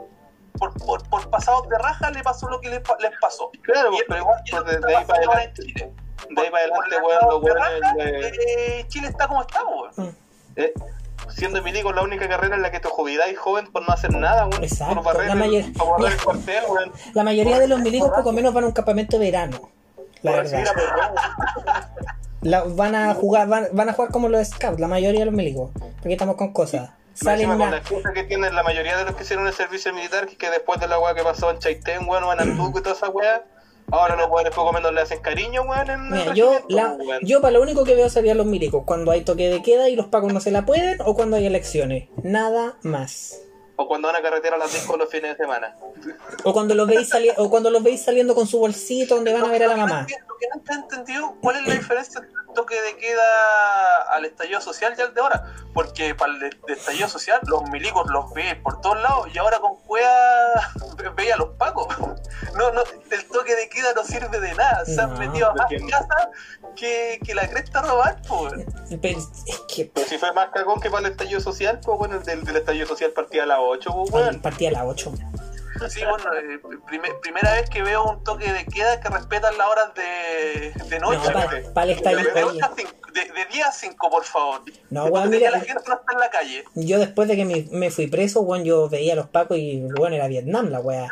Por pasados de raja le pasó lo que les pasó. Claro, Y pero igual, pues, de ahí para adelante, Chile. de ahí para adelante, Por weón, los de weones, raja, Chile está como está, weón. siendo milico la única carrera en la que te jubiláis joven por no hacer nada, weón. Exacto, Por barrer, la mayor- por barrer el cuartel, weón. La mayoría de los milicos poco menos van a un campamento de verano. La Por así verdad. era, pues, weón. Van a jugar como los scouts, la mayoría de los milicos. Porque estamos con cosas. Salen Encima, con una... la excusa que tienen la mayoría de los que hicieron el servicio militar, que después de la weá que pasó en Chaitén, weón, o en Antuco y toda esa weá, ahora los weones poco menos le hacen cariño, weón, en Mira, el yo regimiento, weón. para lo único que veo sería los milicos, cuando hay toque de queda y los pacos no se la pueden, o cuando hay elecciones. Nada más. O cuando van a carretera a las 10 los fines de semana. O cuando los veis saliendo con su bolsito donde van a ver a la mamá. Lo que no te he entendido, ¿cuál es la diferencia entre el toque de queda al estallido social y al de ahora? Porque para el de estallido social los milicos los veis por todos lados y ahora con cueva veis a los pacos. No, el toque de queda no sirve de nada. Se han No, metido a más porque- casas que la cresta a robar, pues. Pero es que Pero si fue más cagón que para el estallido social, pues bueno, el del estallido social partía a las 8, pues weón. partía a las 8. Sí, bueno, primera vez que veo un toque de queda que respetan las horas de No, noche. para el estallido. De, Oye, 8 a 5, de 10 a 5, por favor. No, Donde weón, ya mira, la gente no está en la calle. yo después de que me fui preso, weón, yo veía a los pacos y weón, era Vietnam la weá.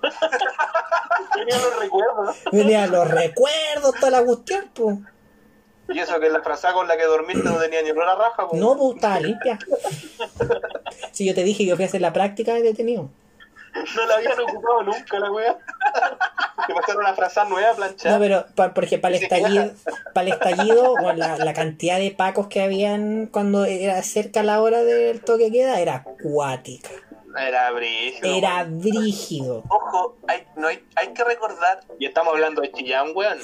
Tenía los recuerdos. Venía los recuerdos, toda la cuestión, pues. Y eso que la frazada con la que dormiste no tenía ni olor a raja, pues. No, pues estaba limpia. Si yo te dije que yo fui a hacer la práctica de detenido. No la habían ocupado nunca la wea. Te pasaron una frazada nueva planchada. No, pero porque para el estallido, bueno, la cantidad de pacos que habían cuando era cerca la hora del toque de queda era acuática. Era brígido. Era brígido. Ojo, hay que recordar, Y estamos hablando de Chillán, weón.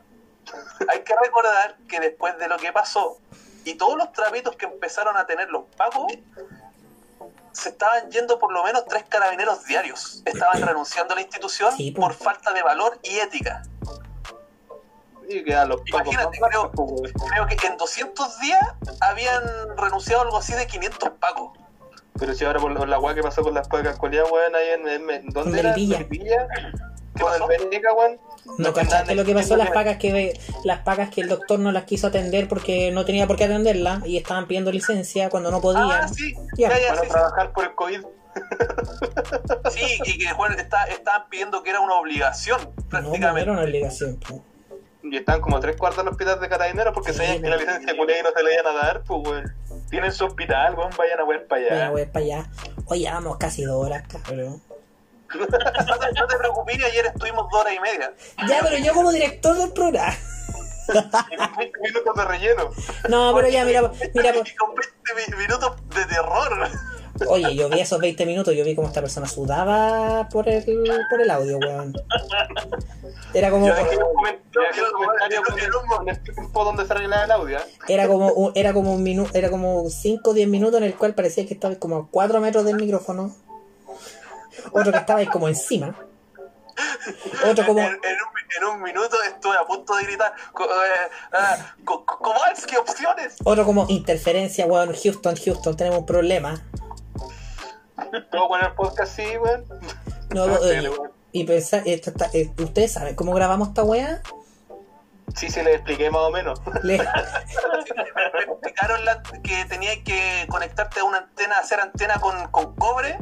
que después de lo que pasó y todos los trapitos que empezaron a tener los pacos, se estaban yendo por lo menos 3 carabineros diarios. Estaban renunciando a la institución Sí, po. por falta de valor y ética. Y quedan los pacos Imagínate, más creo, bajos, pues, weón. creo que en 200 días habían renunciado algo así de 500 pacos. Pero si ahora por la weá que pasó con las pacas culiadas, weón, ahí ¿dónde era? Melipilla. Melipilla. ¿Qué Con el pasó? Veneca, weón. ¿No cachaste lo que pasó? Las pacas que el doctor no las quiso atender porque no tenía por qué atenderlas y estaban pidiendo licencia cuando no podían. Ah, sí, Ya. Para sí, trabajar por el COVID. sí, y que después estaban pidiendo que era una obligación, No, pues, prácticamente. era una obligación. Pues. Y estaban como 3/4 del hospital de carabineros porque Sí, sabían que no. la licencia culiada no se le iban a dar, pues weón. Tienen su hospital, weón, vayan a ver para allá. Voy para allá. Oye, vamos casi 2 horas, cabrón. No te preocupes, ayer estuvimos 2 horas y media. Ya, pero yo como director del programa. 20 minutos de relleno. No, pero ya, mira, Y con 20 minutos de terror. oye, yo vi esos 20 minutos, yo vi cómo esta persona sudaba por el audio, weón. Era como, Yo dejé un comentario con el tiempo donde se arreglaba el audio. era como un minuto, era como 5 o 10 minutos en el cual parecía que estaba como a 4 metros del micrófono. Otro que estaba ahí como encima. Otro como, En un minuto estuve a punto de gritar Kowalski, opciones. otro como interferencia, weón. Houston, tenemos un problema. ¿Puedo poner el podcast así, weón? No, y pensar, ¿ustedes saben cómo grabamos esta weá? Sí, les expliqué más o menos. Me explicaron que tenías que conectarte a una antena, hacer antena con cobre.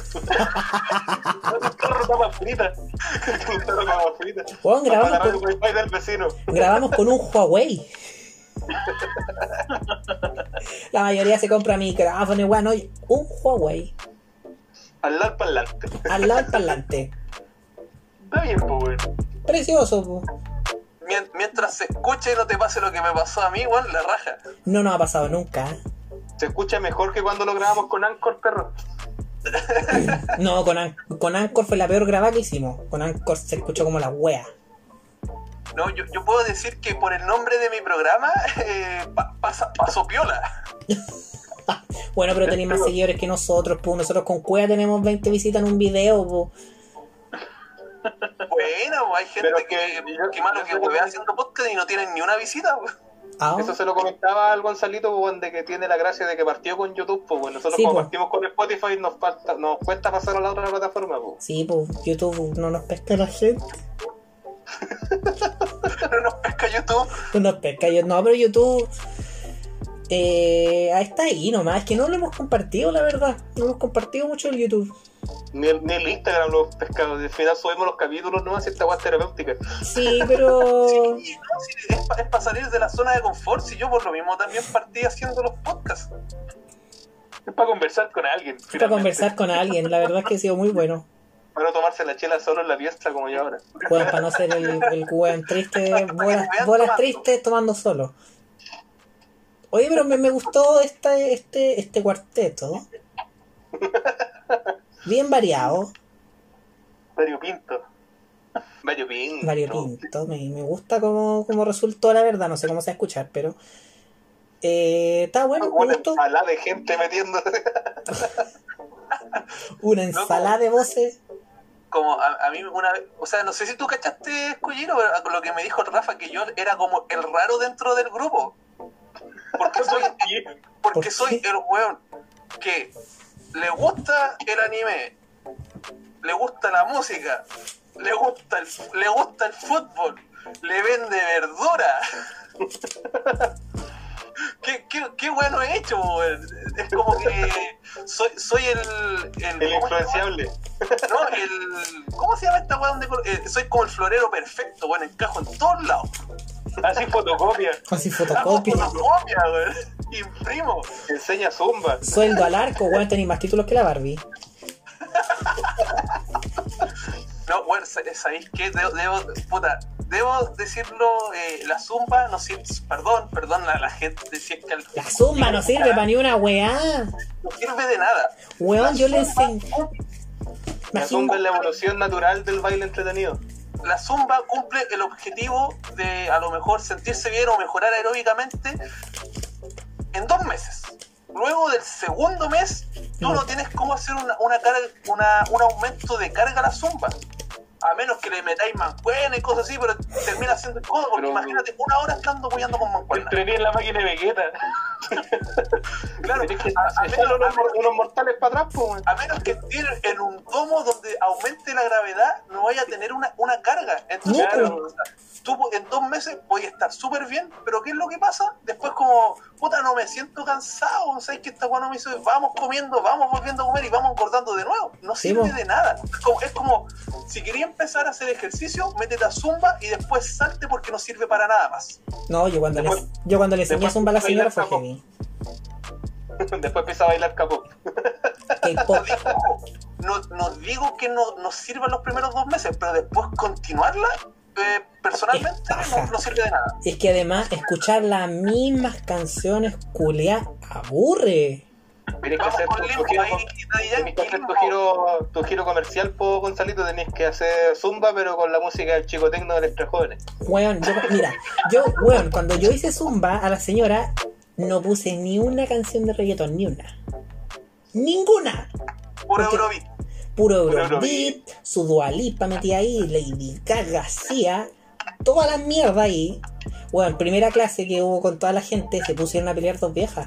Un perro papas fritas. Un perro papas fritas. Weón, Para grabamos el wifi del vecino. con un Huawei. La mayoría se compra micrófono y weón, oye, un Huawei. Al lado parlante. Al lado del parlante. Está bien, pues, weón. Precioso, po. Mientras se escuche y no te pase lo que me pasó a mí, weón, la raja. No nos ha pasado nunca. Se escucha mejor que cuando lo grabamos con Anchor, perro. No, con Anchor fue la peor grabada que hicimos. Con Anchor se escuchó como la wea. No, yo puedo decir que por el nombre de mi programa pasó piola. Bueno, pero tenéis más seguidores que nosotros, pues nosotros con Cueva tenemos 20 visitas en un video, pues. Bueno, pues hay gente Pero que malo que huevea haciendo podcast y no tienen ni una visita, pues. Ah, Eso se lo comentaba al Gonzalito, pues, weón, de que tiene la gracia de que partió con YouTube, pues bueno, nosotros Sí, como pues. partimos con Spotify nos cuesta pasar a la otra plataforma, pues. sí, pues YouTube no nos pesca la gente. No nos pesca YouTube. No nos pesca, no, pero YouTube está ahí nomás, es que no lo hemos compartido, la verdad. No hemos compartido mucho el YouTube. Ni el Instagram lo hemos pescado, al final subimos los capítulos nomás y esta weá es terapéutica. Sí, pero... Sí, no, sí, es para salir de la zona de confort. Si yo por lo mismo también partí haciendo los podcasts. Es para conversar con alguien. Para finalmente. conversar con alguien, la verdad es que ha sido muy bueno. Para no tomarse la chela solo en la fiesta como yo ahora. Bueno, para no ser el weón triste, bolas tristes tomando solo. Oye, pero me gustó este cuarteto. Bien variado, Variopinto. Variopinto. variopinto. Me gusta cómo resultó, la verdad. No sé cómo se va a escuchar, pero... está bueno, me Una gustó. ensalada de gente metiéndose. Una ensalada de voces. Como a mí una vez, o sea, no sé si tú cachaste, Escollero, lo que me dijo el Rafa, que yo era como el raro dentro del grupo. Porque soy el weón que le gusta el anime, le gusta la música, le gusta el fútbol, le vende verdura. ¿Qué bueno he hecho, weón? Es como que soy El influenciable. no, ¿cómo se llama esta weón? Soy como el florero perfecto, bueno, encajo en todos lados. Así fotocopia. Así Hago fotocopia. fotocopia, weón. Imprimo. Enseña zumba. Sueldo al arco, weón, tenéis más títulos que la Barbie. No, bueno, ¿sabéis qué? Debo decirlo, la zumba, no sé, perdón a la gente, si es que La zumba no sirve para ni una weá. no sirve de nada. Weón, yo le enseño. La zumba es la evolución natural del baile entretenido. La zumba cumple el objetivo de a lo mejor sentirse bien o mejorar aeróbicamente en 2 meses. Luego del segundo mes, tú no tienes cómo hacer un aumento de carga a la zumba. A menos que le metáis mancuerna y cosas así, pero termina siendo incómodo, porque Pero- imagínate 1 hora estando apoyando con mancuerna. Entrené en la máquina de Vegeta. Claro, Tenés que a echarle menos- unos mortales para atrás, pues, weón. a menos que estés en un domo donde aumente la gravedad, no vaya a tener una carga. Entonces, Claro. o sea, tú en 2 meses voy a estar súper bien, pero ¿qué es lo que pasa? Después como, puta, no me siento cansado, ¿sabes que esta weá no me hizo? Vamos comiendo, vamos volviendo a comer y vamos engordando de nuevo. No Sí, sirve po. de nada. Es como, si quería empezar a hacer ejercicio, métete a zumba y después salte porque no sirve para nada más. No, yo cuando le enseñé zumba a la señora fue heavy. Después empieza a bailar capó. K-pop. No digo que no sirva los primeros 2 meses, pero después continuarla, personalmente Es paja. no sirve de nada. Es que además escuchar las mismas canciones culiadas aburre. Tienes que Vamos hacer con tu Limbo, giro, ahí Daddy tenés que hacer Yankee, tu giro comercial, po, Gonzalito. Tenés que hacer zumba, pero con la música del chico tecno de Extra Jóvenes. Weón, weón, cuando yo hice zumba a la señora, no puse ni una canción de reggaetón, ni una. Ninguna. Puro Porque- Eurobeat. Puro Puro Eurobeat, su Dua Lipa metí ahí, Lady Gaga hacía, toda la mierda ahí. Bueno, primera clase que hubo con toda la gente, se pusieron a pelear 2 viejas.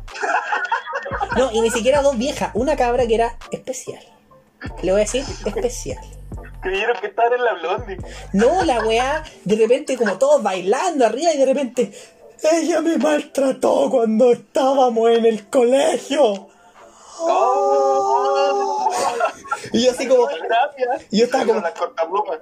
No, y ni siquiera 2 viejas, una cabra que era especial. Le voy a decir especial. Creyeron que estaban en la Blondie. No, la weá, de repente como todos bailando arriba y de repente, ella me maltrató cuando estábamos en el colegio. Y yo así como, Gracias. y yo estaba como, Las cortaplumas.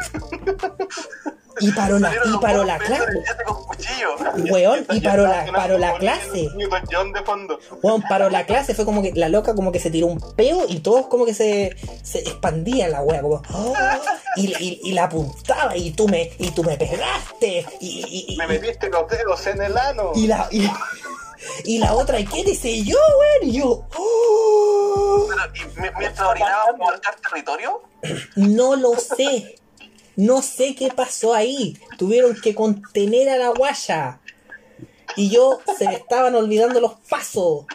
y paró la Salieron los clase. buenos metiendo con cuchillo. Weón, y paró la clase. Newton John de fondo. Weón, paró la clase. Fue como que la loca como que se tiró un peo y todos como que se expandía la wea, como "Oh", y la apuntaba y tú me pegaste y Me metiste los dedos en el ano. y la otra, ¿y qué dice yo, weón? Y yo, "Oh". Pero, y mientras orinaban por marcar territorio, No lo sé. No sé qué pasó ahí. Tuvieron que contener a la guaya. Y yo se me estaban olvidando los pasos.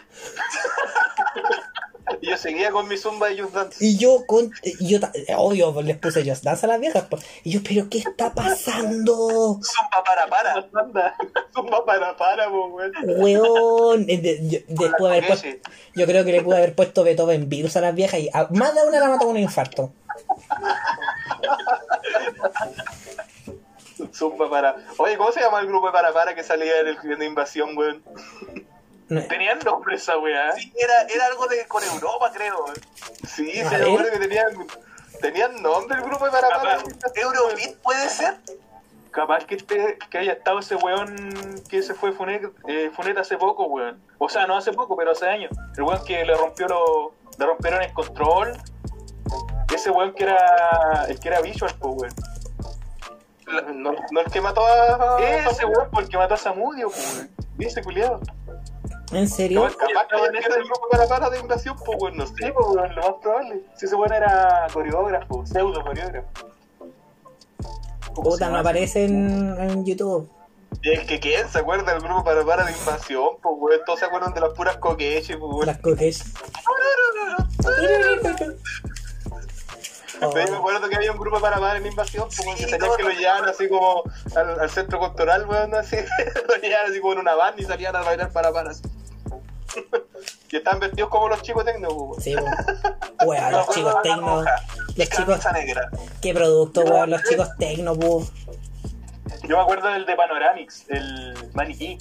Y yo seguía con mi zumba de Just Dance. Y yo, obvio, pues, les puse Just Dance a las viejas. Pues. Y yo, ¿pero qué está pasando? Zumba para. Zumba para, pues, weón. Weón. Después de haber puesto, Takeshi. yo creo que le pude haber puesto Beethoven Virus a las viejas y a más de una la mató con un infarto. Zumba para. Oye, ¿cómo se llama el grupo de para que salía en el de invasión, weón? No, Tenían nombre esa weá. Sí, era algo con Europa, creo. Sí, A se ver. me acuerdo que tenían nombre el grupo de para. Eurobeat puede ser. Capaz que haya estado ese weón que se fue Funeta hace poco, weón. O sea, no hace poco, pero hace años. El weón que le rompieron el control. Ese weón que era Visual, pues, weón. No el que mató a. Ese weón, porque mató a Samudio, pues, weón. Dice culiado. ¿En serio? Capaz que era el grupo para de invasión, pues, weón, no sé. Sí, pues, weón, lo más probable. Si ese weón era coreógrafo, pseudo coreógrafo. Puta, no aparece en YouTube. Y es que ¿quién se acuerda del grupo para de invasión? Pues, weón, todos se acuerdan de las puras coqueches, pues, weón. Las coques. Pero yo me acuerdo que había un grupo para en invasión, pues, weón, que salían que lo llevaban así como al centro cultural, weón, así. Lo llevaban así como en una van y salían a bailar para así. Y estaban vestidos como los chicos tecno, pues, weón. Sí, weón, los chicos tecno. Los chicos. Camisa negra. Qué producto, weón, los chicos tecno, weón. Yo me acuerdo del de Panoramix, el maniquí.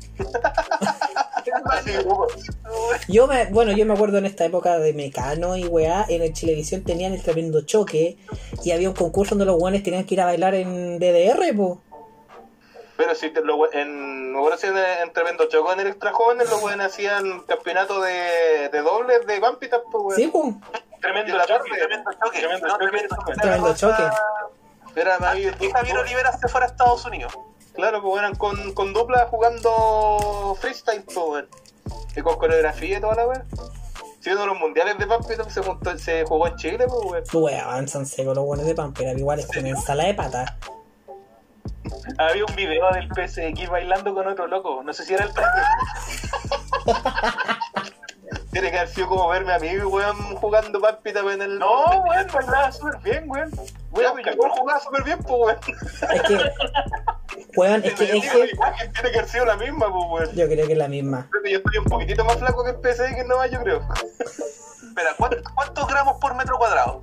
Así, weón. Yo me acuerdo en esta época de Mecano y weá, en el Chilevisión tenían el tremendo choque y había un concurso donde los weones tenían que ir a bailar en DDR, po. Pero si me acuerdo si en Tremendo Choco en el Extra Jóvenes los weones hacían campeonato de dobles de Vampitas, pues, weón. Sí, po. Tremendo Y la choque. tarde. Tremendo choque. Tremendo No, choque. Tremendo choque. Era más Y Javier Olivera se fuera a Estados Unidos. Claro, pues eran con dupla jugando freestyle, pues, weón. Y con coreografía y toda la weón. Siendo los mundiales de Vampitas se jugó en Chile, pues, weón. Weón, son secos los weones de Pampera, igual es con ensalada de pata. Había un video del PSX bailando con otro loco. No sé si era el Pampera. Tiene que haber sido como verme a mí, weón, jugando Vampitas en el. No, weón, bailaba súper bien, weón. Weón, que igual jugaba súper bien, pues, weón. Es que, weón, es La que imagen tiene que haber sido la misma, pues, weón. yo creo que es la misma. Creo que yo estoy un poquitito más flaco que el PSX nomás, yo creo. Espera, ¿cuántos gramos por metro cuadrado?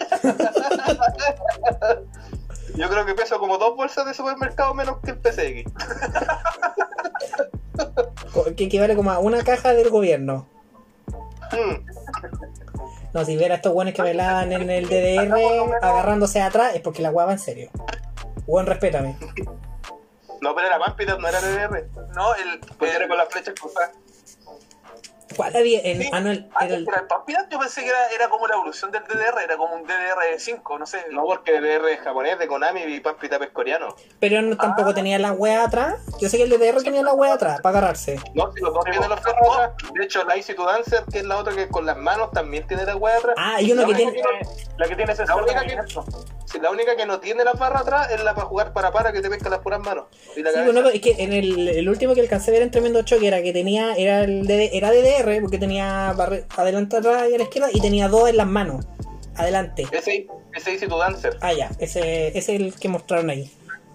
Yo creo que peso como 2 bolsas de supermercado menos que el PSX. Que equivale como a una caja del gobierno. Hmm. No, si ver a estos weones que bailaban en el DDR agarrándose atrás es porque la weá va en serio. Weón, respétame. No, pero era Vampitas, no era DDR. No, Pues era con las flechas cruzadas. ¿Cuál había? Sí, Anuel, antes era el Pampira, yo pensé que era como la evolución del DDR, era como un DDR5, no sé. No, porque DDR es japonés, de Konami y Pampita es coreano. pero no, tampoco tenía la weá atrás. Yo sé que el DDR tenía la weá atrás para agarrarse. No, si los dos tienen los ferros atrás. De hecho, Lazy to Dancer, que es la otra que con las manos también tiene la wea atrás. Ah, y uno que tiene. La que tiene ese La única si la única que no tiene la barra atrás es la para jugar para que te pesca las puras manos. Y la Sí, cabeza. bueno, es que en el último que alcancé a ver en Tremendo Choque era que tenía, era DDR, porque tenía adelante, atrás y a la izquierda, y tenía dos en las manos, adelante. Ese Lazy to Dancer. Ah, ya, ese es el que mostraron ahí.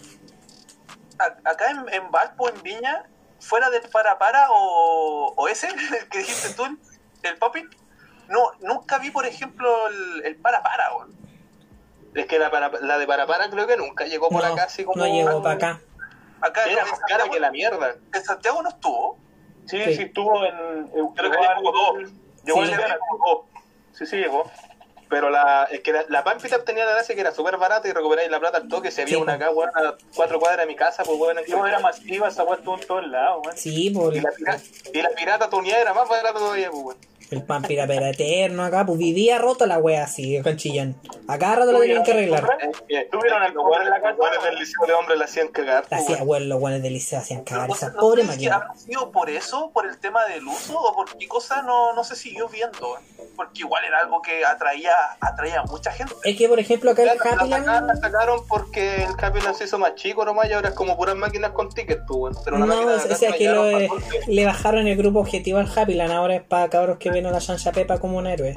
Acá en Valpo, en Viña, fuera del para o ese, el que dijiste tú, el Poppy, no, nunca vi, por ejemplo, el para, weón. Es que la de para creo que nunca llegó por No, acá así como. no llegó para acá. Acá Era en más cara que la mierda. En Santiago no estuvo. Sí, Sí. sí estuvo en. Creo que llegó como 2. Llegó Sí. en Ghana. Sí, llegó. Pero es que la Pampita tenía la gracia que era súper barata y recuperáis la plata al toque. Si había Sí, una po. acá, weón, a 4 cuadras de mi casa, pues weón. Sí, era masiva, esa weá estuvo en todos lados, weón. Sí, por Y la pirata tuneada era más barata todavía, pues weón. El Pampira era eterno acá, pues vivía roto la wea así, acá en Chillán. A cada rato lo tenían que arreglar. ¿Tuvieron alfombra en la casa? Los buenos del liceo de hombres la hacían cagar. Hacía, Pues, weón, los buenos del liceo hacían cagar No esa sé- no pobre sé si máquina. habrá sido por eso, por el tema del uso, o por qué cosa no se siguió viendo. Porque igual era algo que atraía a mucha gente. Es que, por ejemplo, acá el la Happyland... sacaron porque el Happyland se hizo más chico nomás y ahora es como puras máquinas con tickets, pues, weón. Pero la No, máquina de o acá sea, no que llegaron para el golpe. le bajaron el grupo objetivo al Happyland, ahora es para cabros que ven a la Sancha Pepa como un héroe.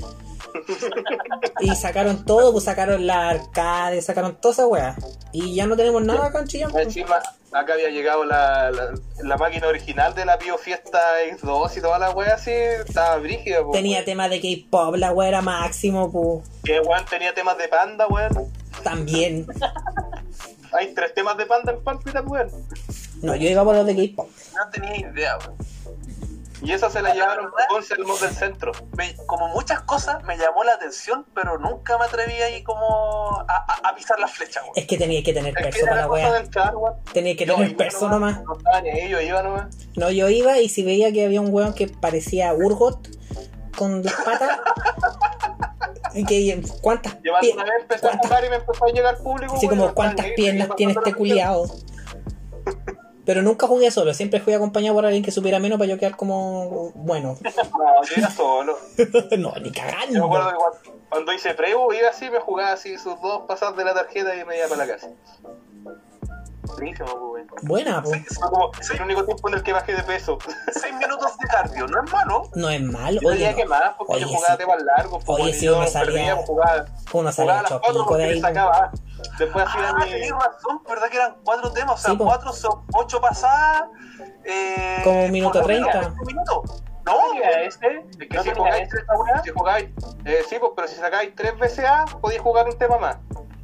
Y sacaron todo, pues sacaron la arcade, sacaron toda esa weá. Y ya no tenemos nada acá en Chillán. pues. Encima, acá había llegado la máquina original de la Pio Fiesta X2 y toda la wea así, estaba brígida, pues. Tenía temas de K-pop, la weá era máximo, pues. Que weón tenía temas de panda, weón. También. Hay 3 temas de panda en Pampita, weón. No, yo iba por los de K-pop. No tenía idea, weón. Y esa se la llevaron con Selmos del Centro. Como muchas cosas me llamó la atención, pero nunca me atreví ahí como a pisar la flecha, weón. Es que tenía que tener Es perso que era para la la cosa weá. de entrar, weón. Tenía que Yo tener iba perso nomás. No estaba ni ahí, yo iba nomás. No, yo iba y si veía que había un weón que parecía Urgot con las patas. Y que cuántas Llevando piernas. una vez empecé a jugar y me empezó a llegar público. Así weón, como no cuántas estaba ni ahí, piernas seguía tiene pasando este la culiao. Pero nunca jugué solo, siempre fui acompañado por alguien que supiera menos para yo quedar como bueno. cuestión. No, yo iba solo. No, ni Yo me cagando. acuerdo que cuando hice Prevo, iba así, me jugaba así sus 2 pasadas de la tarjeta y me iba para la casa. Buenísimo, pues, weón. Buena, pues. Fue como el único tiempo en el que bajé de peso. 6 minutos de cardio, no es malo. No es malo. Yo diría Oye, que más, porque oye, yo jugaba sí. temas largos. Pues, Oye, bueno, sí, yo uno salía- perdía, pues, jugaba uno salía a las hecho 4 pico de porque ahí. me sacaba. Después hacía mi... Tenés razón, ¿verdad que eran 4 temas? O sea, Sí, po. 4 son 8 pasadas. Como un minuto por lo menos 30. 20 minutos. ¿No No, tenía este? Es que ¿No si tenía jugáis, este esta weá? si jugáis, sí, pues, pero si sacáis 3 BCA, podéis jugar un tema más.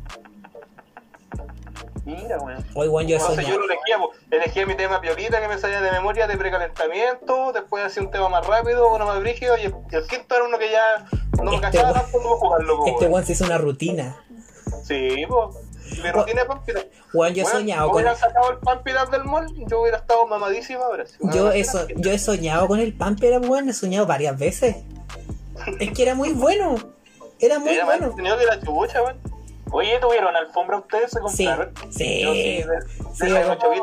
Mira, weón. Oye, weón, yo Entonces yo soñaba. lo elegía, pues, elegía mi tema piolita que me salía de memoria de precalentamiento, después hacía un tema más rápido, uno más brígido, y el quinto era uno que ya no me Este cachaba weón- tanto como jugarlo, pues, Este weón. weón se hizo una rutina. Sí, pues. Mi rutina de Pampita. Weón, yo he Weón, soñado si con. hubieran sacado el Pampita del mall, yo hubiera estado mamadísima ahora. Si Yo hubiera- he soñado con el Pampera, weón, he soñado varias veces. Es que era muy bueno. Era muy Era más bueno. entretenido que la chubucha, weón. Oye, ¿tuvieron alfombra ustedes? ¿Se Sí, compraron? sí. Yo sí, Sí, Esa de me, 8 bits,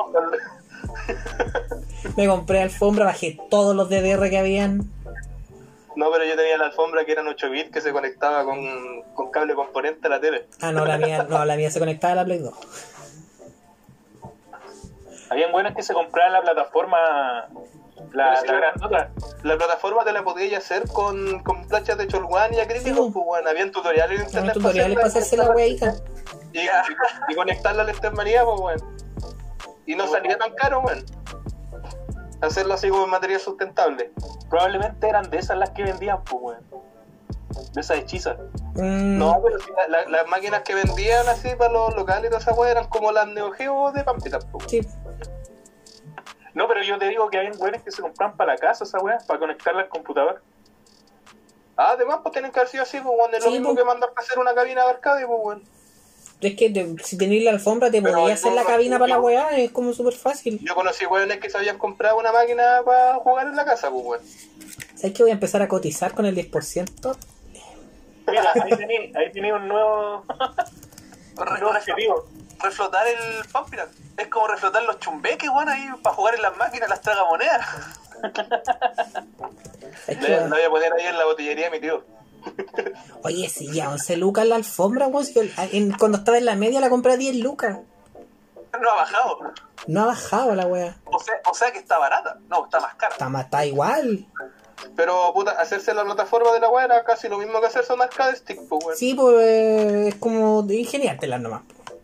me compré alfombra, bajé todos los DDR que habían. No, pero yo tenía la alfombra que eran 8 bits que se conectaba con cable componente a la tele. Ah, no, la mía se conectaba a la Play 2. Habían buenas que se compraban la plataforma, la sí, grandota. La plataforma te la podías hacer con planchas de Cholguán y acrílicos, Sí, pues bueno, habían tutoriales en Tengo internet tutoriales para hacerse la weita. y conectarla a la Ethermanía, pues bueno. Y no salía tan caro, weón. Hacerlo así como en material sustentable. Probablemente eran de esas las que vendían, pues, weón. De esas hechizas. No, pero sí, las máquinas que vendían así para los locales y toda esa weá eran como las Neo Geo de Pampita, pues. Sí. No, pero yo te digo que habían weones que se compraban para la casa, esa weá, para conectarla al computador. Ah, además, pues tienen que haber sido así, pues bueno, es lo Sí, mismo pues. que mandar para hacer una cabina de arcade, pues bueno. Es que si tenéis la alfombra te Pero podías hacer la no, cabina para la no. weá, es como súper fácil. Yo conocí weones que se habían comprado una máquina para jugar en la casa, pues bueno. ¿Sabes que voy a empezar a cotizar con el 10%? Mira, ahí tenía un nuevo objetivo. reflotar el Pampira. Es como reflotar los chumbeques, weón, ahí para jugar en las máquinas, las tragamonedas. ¿Sabes que La voy a poner ahí en la botillería de mi tío. Oye, sí, ya 11 lucas la alfombra, weón. Si cuando estaba en la media la compré a 10 lucas. No ha bajado. No ha bajado la weá. O sea que está barata. No, está más cara. Está igual. Pero, puta, hacerse la plataforma de la weá era casi lo mismo que hacerse una arcade stick, pues weón. Sí, pues es como de ingeniártela nomás.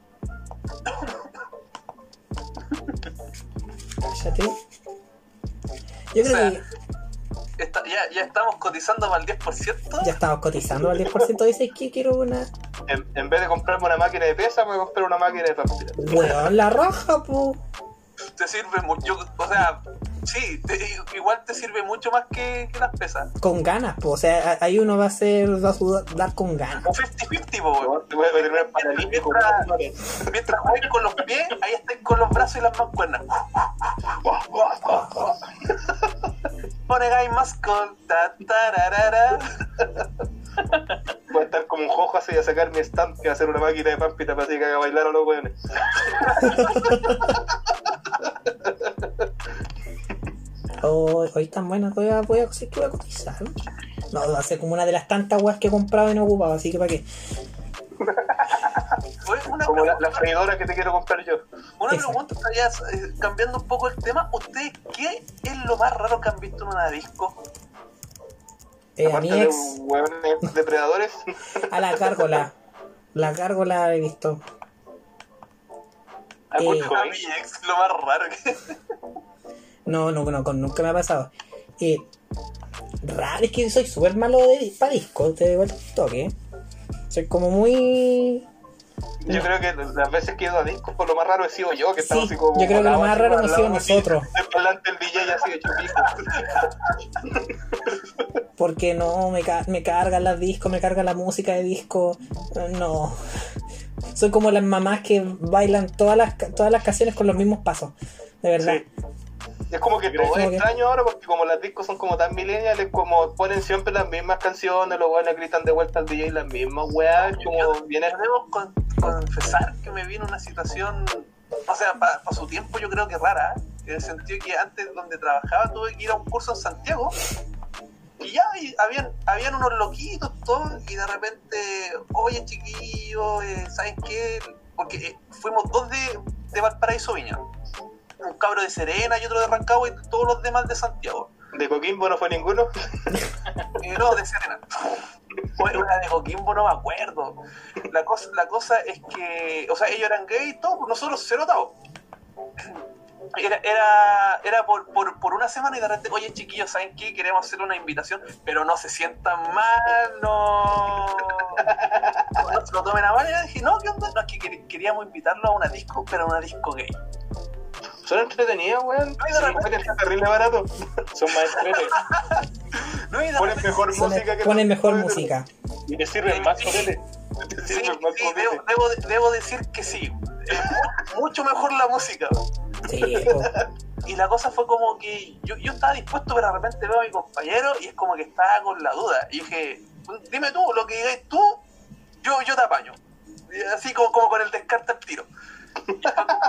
Cállate. Yo creo O sea, que ya estamos cotizando para el 10%. ya estamos cotizando al 10%. Dice que quiero una. En vez de comprarme una máquina de pesa, me voy a comprar una máquina de Pampita. Weón, la raja, po. Te sirve mucho. O sea, sí, igual te sirve mucho más que las pesas. Con ganas, po. O sea, ahí uno va a sudar con ganas. Un 50-50, po, weón. Te voy a meter un paralímpico. Mientras juegues con los pies, ahí estáis con los brazos y las mancuernas. Onegai Mascol, ta tararara. Voy a estar como un jojo así a sacar mi stand que va a hacer una máquina de pampita para así que haga bailar a los weones. Hoy tan buena, voy a cotizar. No, va a ser como una de las tantas weas que he comprado y no he ocupado, así que para qué. Oye, una Como la pregunta, freidora que te quiero comprar yo. una Exacto. pregunta ya, cambiando un poco el tema. ¿Ustedes qué es lo más raro que han visto en una disco? A Aparte mi de ex, hueones depredadores. a la gárgola. La gárgola he visto. A Kurt A Cobain. mi ex, lo más raro que... No, nunca me ha pasado. Raro, es que soy súper malo para disco, te doy el toque. Soy como muy... Yo creo que las veces que he ido a discos, por lo más raro he sido yo, que estaba Sí, así como. yo creo que lo más raro hemos sido nosotros. Delante el DJ así hecho pico. Porque no, me cargan las discos, me carga la música de disco. No. Soy como las mamás que bailan todas las canciones con los mismos pasos. De verdad. Sí. Es como que todo Como es que- extraño ahora porque como las discos son como tan millennials, como ponen siempre las mismas canciones, los weones gritan de vuelta al DJ las mismas weas, como viene. Debo confesar que me vino una situación, o sea, para su tiempo yo creo que rara, en el sentido que antes donde trabajaba tuve que ir a un curso en Santiago y ya habían unos loquitos todos y de repente, oye chiquillos, ¿saben qué? Porque fuimos dos de Valparaíso Viña, un cabro de Serena y otro de Rancagua y todos los demás de Santiago. De Coquimbo no fue ninguno. No, de Serena. Fue una de Coquimbo, no me acuerdo. La cosa es que, o sea, ellos eran gay y todo, nosotros cero tao. Era por una semana y de repente, oye chiquillos, ¿saben qué? Queremos hacer una invitación, pero no se sientan mal, no se lo tomen a mal. Y yo dije, no, ¿qué onda? No, es que queríamos invitarlo a una disco, pero a una disco gay. Son entretenidas, weón. Ay, de repente- Pueden ser terrible barato. Son más entretenidos. No, y de Ponen repente- mejor música que Ponen los- mejor música. Y te sirven más copete. Te Sí, sirven más sí, copete. debo decir que sí. Es mucho mejor la música. Sí, po. Y la cosa fue como que yo estaba dispuesto, pero de repente veo a mi compañero y es como que estaba con la duda. Y dije, dime tú, lo que digáis tú, yo te apaño. Y así como con el descarte al tiro. Y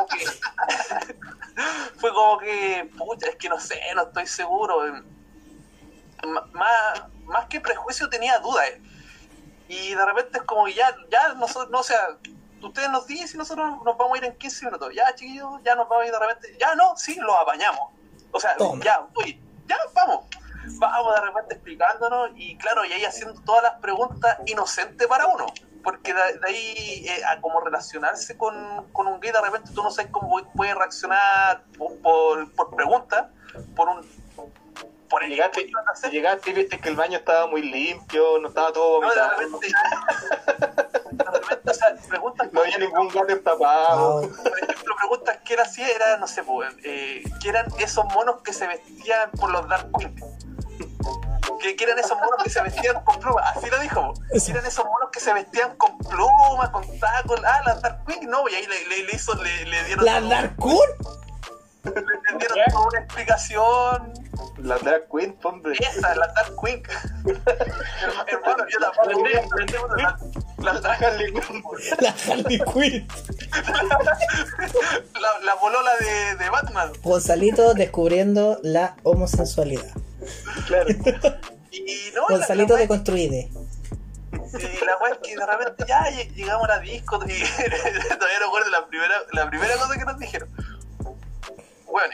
fue como que, pucha, es que no sé, no estoy seguro. Más que prejuicio tenía dudas. Y de repente es como que ya nosotros, no, o sea, ustedes nos dicen y nosotros nos vamos a ir en 15 minutos. Ya, chiquillos, ya nos vamos a ir de repente. Ya no, sí, los apañamos. O sea, Toma. ya, uy, ya, vamos. Vamos de repente explicándonos y claro, y ahí haciendo todas las preguntas inocentes para uno. Porque de ahí a como relacionarse con un gay, de repente tú no sabes cómo puede reaccionar por preguntas, por el Llegaste que ibas a hacer. y viste que el baño estaba muy limpio, no estaba todo No, de vomitado, repente, o sea, preguntas no había ningún gato empapado. No. por ejemplo, preguntas que él hacía era, no sé, pues, ¿qué eran esos monos que se vestían por los Dark Queen? ¿Qué eran esos monos que se vestían con plumas? Así lo dijo. ¿Qué eran esos monos que se vestían con plumas, con tacos? Ah, las Dark Queen, no, y ahí le dieron ¿La Dark Queen? le dieron toda una explicación. La drag queen, hombre. Esa, la Dark Queen. Hermano, yo tampoco la Dark Harley Quinn. La Harley Quinn. la polola de Batman. Gonzalito descubriendo la homosexualidad. Claro. Y no, Gonzalito la deconstruide. y la weá es que de repente ya llegamos a la disco y todavía no recuerdo la primera cosa que nos dijeron. Bueno,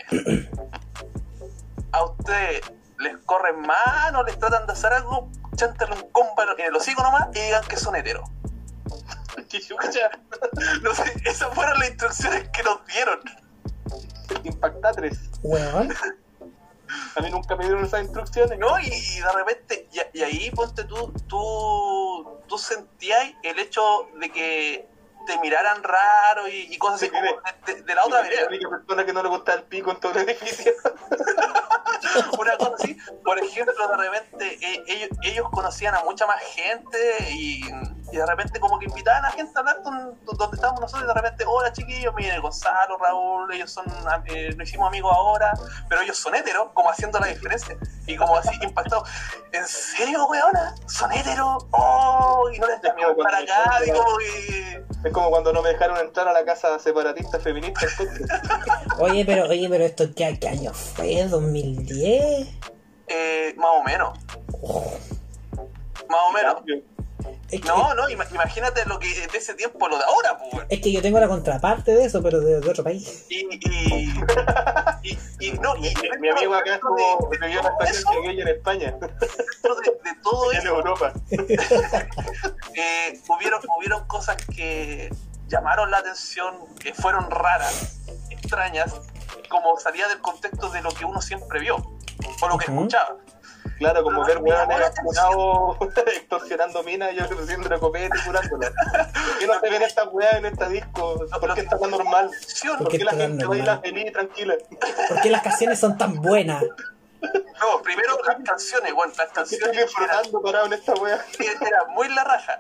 a ustedes les corren mano, les tratan de hacer algo, chántale un compa en el hocico nomás y digan que son heteros. Chichucha. No sé, esas fueron las instrucciones que nos dieron. Impactatres. Weón. A mí nunca me dieron esas instrucciones. ¿No? Y de repente, y ahí ponte tú sentías el hecho de que te miraran raro y cosas así Sí, como de la otra Y la vereda. única persona que no le gusta el pico en todo el edificio. Una cosa así, por ejemplo, de repente ellos conocían a mucha más gente y de repente como que invitaban a gente a hablar donde estábamos nosotros y de repente, hola chiquillos, miren, Gonzalo, Raúl, ellos son, nos hicimos amigos ahora, pero ellos son héteros, como haciendo la diferencia y como así impactados. ¿En serio, weona? ¿Son héteros? ¡Oh! Y no les da miedo para acá, y como que... Es como cuando no me dejaron entrar a la casa separatista feminista. Oye, pero esto ¿qué año fue? ¿2010? Más o menos. Más o menos. Es que, No, imagínate lo que de ese tiempo, lo de ahora, pues. es que yo tengo la contraparte de eso, pero de otro país. Mi amigo acá estuvo vivió una experiencia gay en España. Dentro de todo En eso, Europa. hubieron cosas que llamaron la atención, que fueron raras, extrañas, como salía del contexto de lo que uno siempre vio, o lo que escuchaba. Claro, como Pero ver me llamó weones la curados extorsionando minas y yo haciendo la copete y curándola. ¿Por qué no se ven estas weas en esta disco? ¿Por qué está tan normal? ¿Por qué la gente baila feliz y tranquila? ¿Por qué las canciones son tan buenas? No, primero las canciones, bueno, las ¿Por qué estoy canciones disfrutando parado en esta wea? era muy la raja.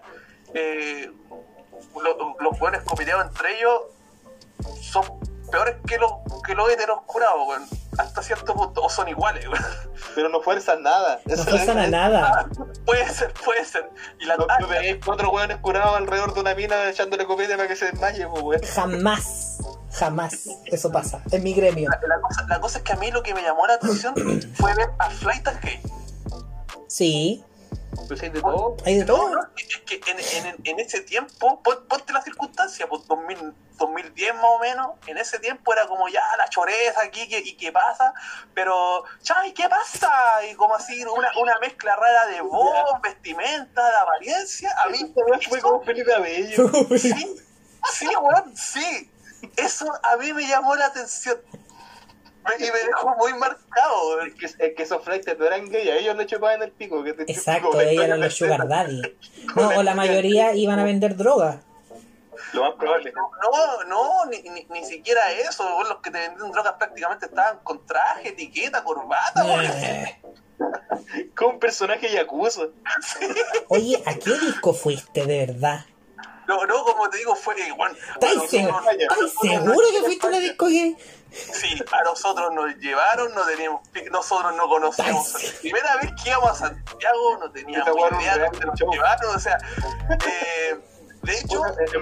Los buenos copiados entre ellos son peores que los heteros curados, weón. Hasta cierto punto, o son iguales, weón. Pero no fuerzan nada. No fuerzan a nada. Puede ser. Y la No veis 4 weones curados alrededor de una mina echándole copete para que se desmaye, pues weón. Jamás eso pasa en mi gremio. la cosa es que a mí lo que me llamó la atención fue ver a Flight as Gay. Sí, Pues hay de todo. hay de todo. No, es que en ese tiempo, ponte las circunstancias, pues 2010 más o menos, en ese tiempo era como ya la choreza aquí y qué pasa, pero ¿y qué pasa? Y como así una mezcla rara de voz, vestimenta, de apariencia. A mí Fue como Felipe Abello. sí, weón, sí. Eso a mí me llamó la atención. Y me dejó muy marcado. Es que esos flights no eran gay, a ellos le chupaban el pico. Que Exacto, ellos eran los sugar daddy. No, o la mayoría iban a vender droga. Lo más probable. No, ni siquiera eso. Bueno, los que te vendían drogas prácticamente estaban con traje, etiqueta, corbata. Con un personaje yakuza. Oye, ¿a qué disco fuiste de verdad? No, como te digo, fue igual. ¿Estás seguro que fuiste a una disco gay? Sí, a nosotros nos llevaron, nosotros no conocíamos. Ay, sí. La primera vez que íbamos a Santiago no teníamos idea de dónde nos llevaron, o sea, de hecho,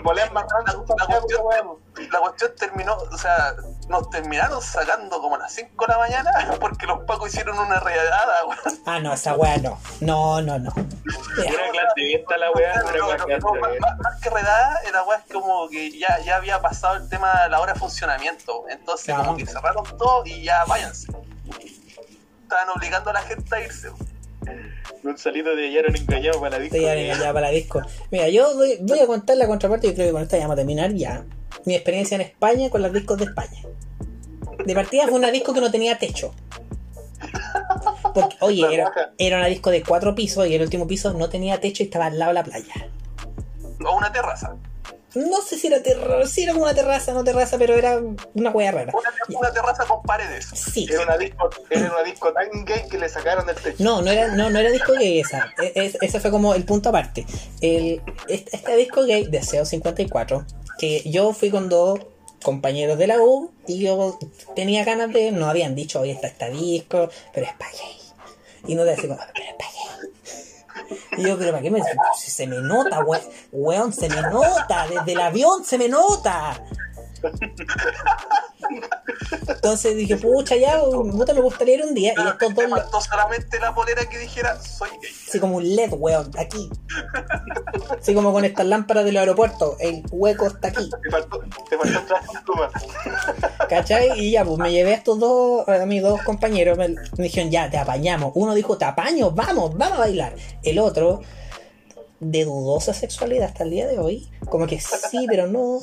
la cuestión terminó, o sea, nos terminaron sacando como a las 5 de la mañana porque los pacos hicieron una redada, weón. Ah, no, esa weá no. No. Una clandestina la weá. Más que redada, la weá es como que ya había pasado el tema de la hora de funcionamiento. Entonces, Claro. como que cerraron todo y ya váyanse. Estaban obligando a la gente a irse. Un salido de Yaron engañado para la disco. Estoy ya para la disco. Mira, yo voy a contar la contraparte y creo que con esta ya vamos a terminar ya. Mi experiencia en España con las discos de España. De partida fue una disco que no tenía techo. Porque, oye, era una disco de 4 pisos y el último piso no tenía techo y estaba al lado de la playa. O una terraza. No sé si era terraza, sí era como una terraza, no terraza, pero era una wea rara. Una terraza con paredes. Sí. Era una disco tan gay que le sacaron del techo. No era disco gay esa. Ese fue como el punto aparte. Este disco gay de SEO 54, que yo fui con 2 compañeros de la U y yo tenía ganas de, nos habían dicho, oye, está este disco, pero es pa' gay. Y no te decía, pero es pa' gay. Y yo, pero ¿para qué me decís? Si se me nota, weón, se me nota, desde el avión se me nota. Entonces dije, pucha, ya, puta, me gustaría ir un día. Y estos Te dos, faltó solamente la polera que dijera, soy gay. así como un LED, weón, aquí. Así como con estas lámparas del aeropuerto, el hueco está aquí. Te faltó un traje de pluma. ¿Cachai? Y ya, pues me llevé a mis 2 compañeros, me dijeron, ya, te apañamos. Uno dijo, te apaño, vamos a bailar. El otro, de dudosa sexualidad hasta el día de hoy, como que sí, pero no,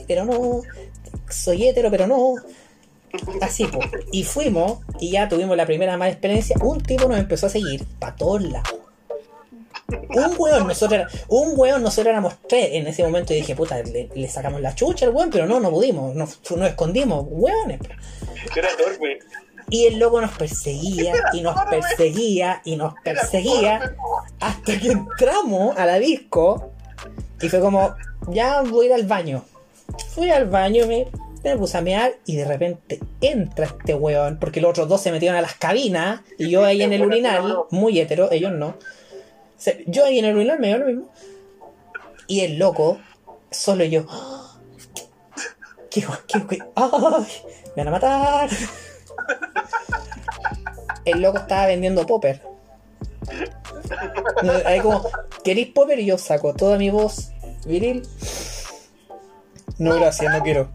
soy hétero, pero no. Así, pues. Y fuimos, y ya tuvimos la primera mala experiencia. Un tipo nos empezó a seguir para todos lados. Un weón, nosotros éramos 3 en ese momento y dije, puta, le sacamos la chucha al weón, pero no pudimos, nos escondimos, weones. Era torpe. Y el loco nos perseguía, y nos perseguía, y nos perseguía, hasta que entramos a la disco, y fue como, ya voy a ir al baño. Fui al baño, me puse a mear, y de repente entra este weón, porque los otros dos se metieron a las cabinas, y yo ahí en el urinal, muy hetero, ellos no. Yo ahí en el urinal me dio lo mismo. Y el loco, solo yo, ¿Qué? ¡Ay! Me van a matar. El loco estaba vendiendo popper. Ahí como, ¿queréis popper? Y yo saco toda mi voz viril. No, gracias, no quiero.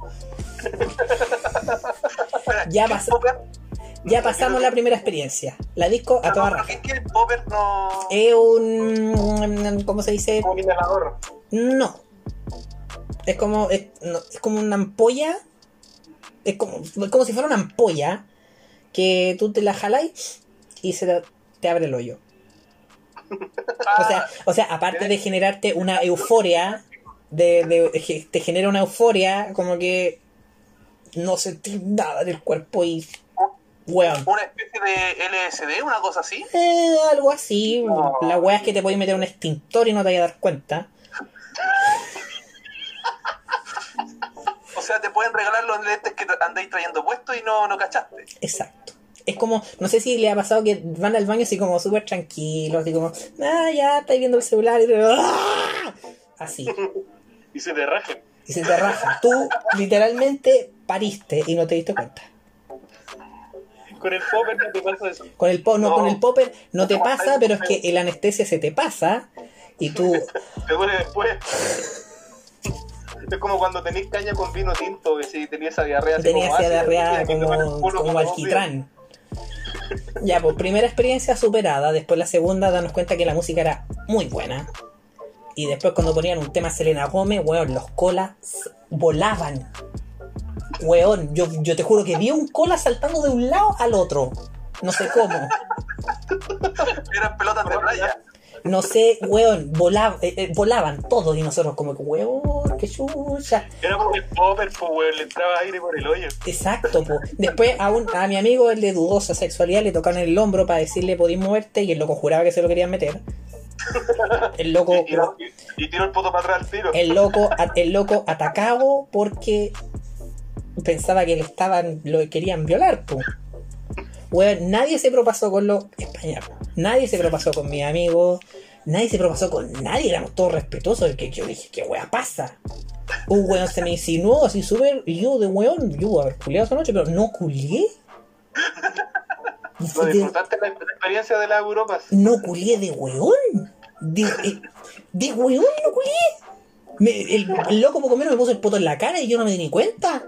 Ya pasamos la primera experiencia. La disco a toda raja. ¿Qué el popper no? Es un... ¿Cómo se dice? Como un inhalador. No. Es como una ampolla. Es como si fuera una ampolla que tú te la jaláis y te abre el hoyo. O sea, aparte de generarte una euforia, te genera una euforia como que no sentís nada del cuerpo y... Weón. ¿Una especie de LSD, una cosa así? Algo así. No. La wea es que te podés meter un extintor y no te vayas a dar cuenta. O sea, te pueden regalar los lentes que andáis trayendo puestos y no cachaste. Exacto. Es como, no sé si le ha pasado que van al baño así como súper tranquilos, así como, ya, estáis viendo el celular y así. Y se te rajan. Y se te rajan. Tú literalmente pariste y no te diste cuenta. Con el popper no te pasa eso. Con el popper no te pasa, pero es que la anestesia se te pasa y tú... Te duele después. Es como cuando tenés caña con vino tinto, que si tenías esa diarrea... Tenías esa diarrea como alquitrán. Ya, pues primera experiencia superada. Después la segunda, darnos cuenta que la música era muy buena. Y después cuando ponían un tema Selena Gómez, weón, los colas volaban. Weón, yo te juro que vi un cola saltando de un lado al otro. No sé cómo. Eran pelotas de playa. No sé, weón, volaban todos y nosotros como que, weón, qué chucha. Era como el popper, pues, weón, le entraba aire por el hoyo. Exacto, pues. Después a mi amigo, el de dudosa sexualidad, le tocaron el hombro para decirle podís moverte y el loco juraba que se lo querían meter. El loco... y tiró el poto para atrás al tiro. El loco atacado porque pensaba que lo querían violar, pues. Weón, nadie se propasó con los españoles, nadie se propasó con mis amigos, nadie se propasó con nadie, éramos todos respetuosos. Que yo dije, ¿qué weá pasa? Un weón se me insinuó así súper, y yo de weón, yo haber culiado esa noche, pero no culié. ¿No disfrutaste la experiencia de las Europas? No culié de weón. De weón no culié. El loco poco menos me puso el poto en la cara y yo no me di ni cuenta.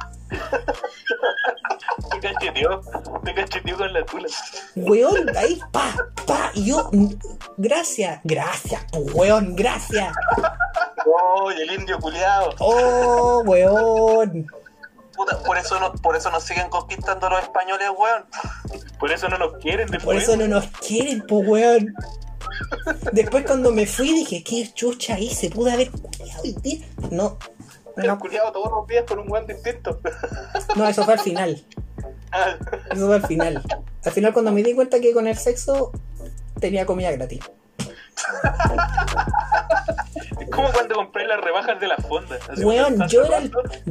Te cacheteó con la tula. Weón, ahí, y yo, gracias, pues weón, gracias. Oh, y el indio culiado. Oh, weón. Puta, por eso nos siguen conquistando los españoles, weón. Por eso no nos quieren después. Por eso no nos quieren, pues weón. Después cuando me fui dije, ¿qué chucha hice? Pude haber culiado hoy día. No. Culiado todos los días con un weón distinto. No, eso fue al final. Eso fue al final. Al final cuando me di cuenta que con el sexo tenía comida gratis. Es como cuando compré las rebajas de las fondas. Weón, yo era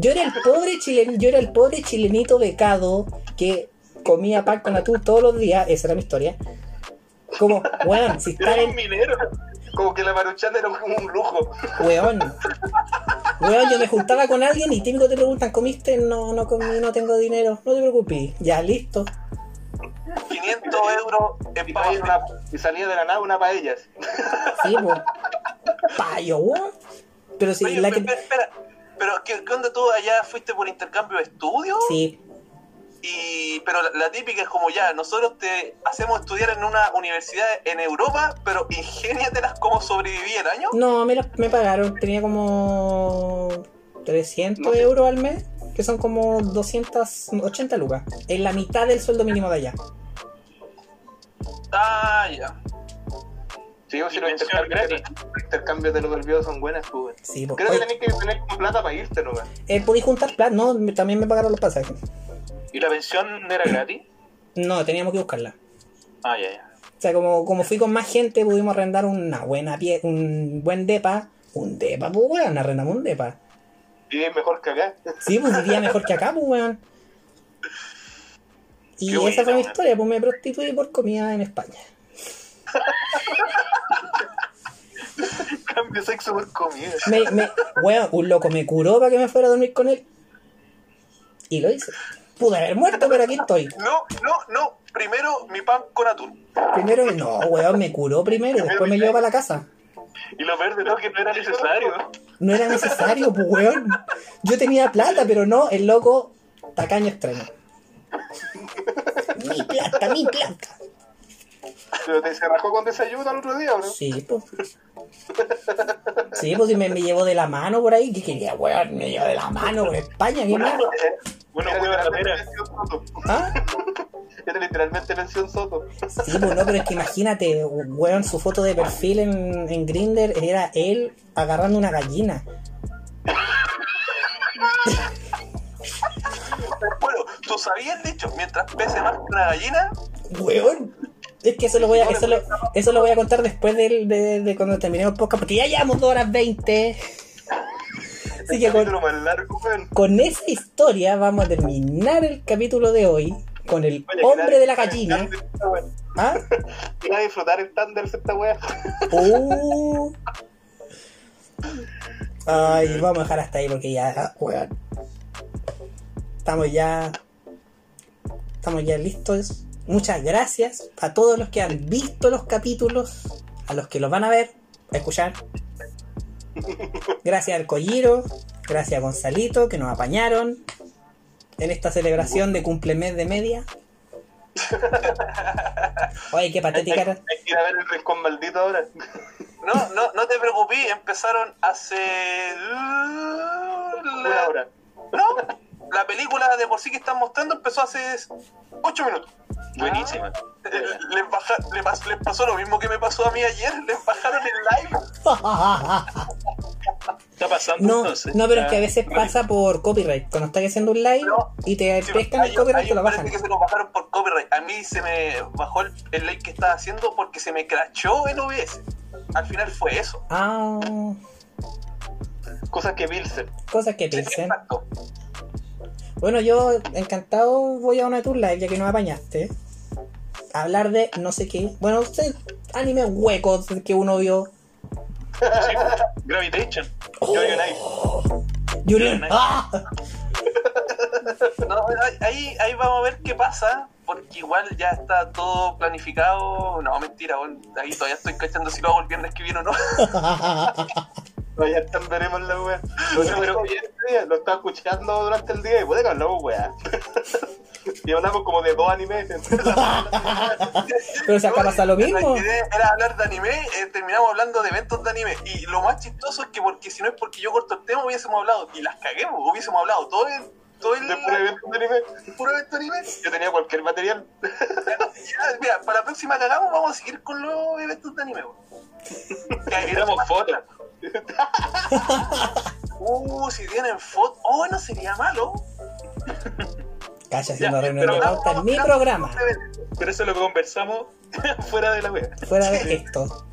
el pobre chilenito becado que comía pan con atún todos los días. Esa era mi historia. Como, weón, si está en minero. Como que la maruchana era como un lujo. Weón, yo me juntaba con alguien y típico te preguntan, ¿comiste? No comí, no tengo dinero. No te preocupes, ya, listo. 500 euros en paella. Y salía de la nada una paella. Sí, pues. Payo, weón. Pero si oye, espera. Pero, ¿qué onda tú allá fuiste por intercambio de estudios? Sí. Pero la típica es como ya, nosotros te hacemos estudiar en una universidad en Europa, pero ingéniatelas cómo sobreviví el año. No, me pagaron, tenía como 300 euros al mes, que son como 280 lucas, en la mitad del sueldo mínimo de allá. Ah, ya. Sí, o si los intercambios de los olvidados son buenas, pues. Sí, creo que tenés que tener como plata para irte, ¿no? Podí juntar plata, no, también me pagaron los pasajes. ¿Y la pensión era gratis? No, teníamos que buscarla. Ah, ya. O sea, como fui con más gente, pudimos arrendar un buen depa. Un depa, pues weón, arrendamos un depa. Y es mejor que acá. Sí, pues vivía mejor que acá, pues weón. Y Qué esa buena, fue mi weón. historia, pues me prostituí por comida en España. Cambio sexo por comida. Weón, un loco me curó para que me fuera a dormir con él. Y lo hice. Pude haber muerto, pero aquí estoy. No. Primero mi pan con atún. Primero, no, weón, me curó primero y después me llevó para la casa. Y lo peor de todo es que no era necesario. No era necesario, pues weón. Yo tenía plata, pero no, el loco, tacaño extremo. Mi plata. Pero te se rajó con desayuno al otro día, ¿o no? Sí, pues. Sí, pues si me llevó de la mano por ahí, ¿qué quería, weón? Me llevó de la mano por España, ¿qué más? Bueno, Era weón, la literalmente pera. mención Soto. ¿Ah? Era literalmente mención Soto. Sí, pues no, pero es que imagínate, weón, su foto de perfil en Grindr era él agarrando una gallina. Bueno, tú sabías, dicho, mientras pese más que una gallina, Weón. Es que eso lo voy a contar después de cuando terminemos el podcast, porque ya llevamos 2 horas 20. Así que Capítulo más largo, weón. con esa historia vamos a terminar el capítulo de hoy con el Oye, hombre de la gallina. ¿Ah? Ir a disfrutar el Thunders esta weá. Ay, vamos a dejar hasta ahí porque ya, weón. Estamos ya listos. Muchas gracias a todos los que han visto los capítulos, a los que los van a ver, a escuchar. Gracias al Colliro, gracias a Gonzalito que nos apañaron en esta celebración de cumplemes de media. Oye, qué patética era. Hay que ir a ver el rincón maldito ahora. no te preocupes, empezaron hace... Una hora. No, la película de por sí que están mostrando empezó hace 8 minutos. Buenísima. Les pasó lo mismo que me pasó a mí ayer, les bajaron el live. Está pasando No, entonces. no, pero es que a veces pasa por copyright. Cuando estás haciendo un live No. y te Sí, pescan el copyright, te lo parece bajan. que se lo bajaron por copyright. A mí se me bajó el like que estaba haciendo porque se me crashó el OBS. Al final fue eso. Ah, Cosas que Pilsen. cosas que piensen. Exacto. Bueno, yo encantado voy a una de tus live ya que nos apañaste. A hablar de no sé qué. Bueno, usted, animes huecos que uno vio. Sí, Gravitation. Yo-Yo Knife. Julian. Nice. ¡Ah! No, ahí vamos a ver qué pasa, porque igual ya está todo planificado. No, mentira, bueno, ahí todavía estoy cachando si lo hago el viernes que viene o no. Vaya, están veremos la weá. Lo estaba escuchando durante el día y puede que hablamos weá. Y hablamos como de 2 animes. Pero si acá pasa lo mismo. La idea era hablar de anime, terminamos hablando de eventos de anime. Y lo más chistoso es que porque si no es porque yo corto el tema, hubiésemos hablado, y las caguemos, hubiésemos hablado todo el De puro evento de anime. puro evento de anime. Yo tenía cualquier material. Ya, mira, para la próxima que hagamos vamos a seguir con los eventos de anime. Tiramos fotos. Si tienen fotos, no sería malo. Calla haciendo Ya, reunión de pero pauta en mi programa. Pero eso lo conversamos fuera de la wea. Fuera de esto.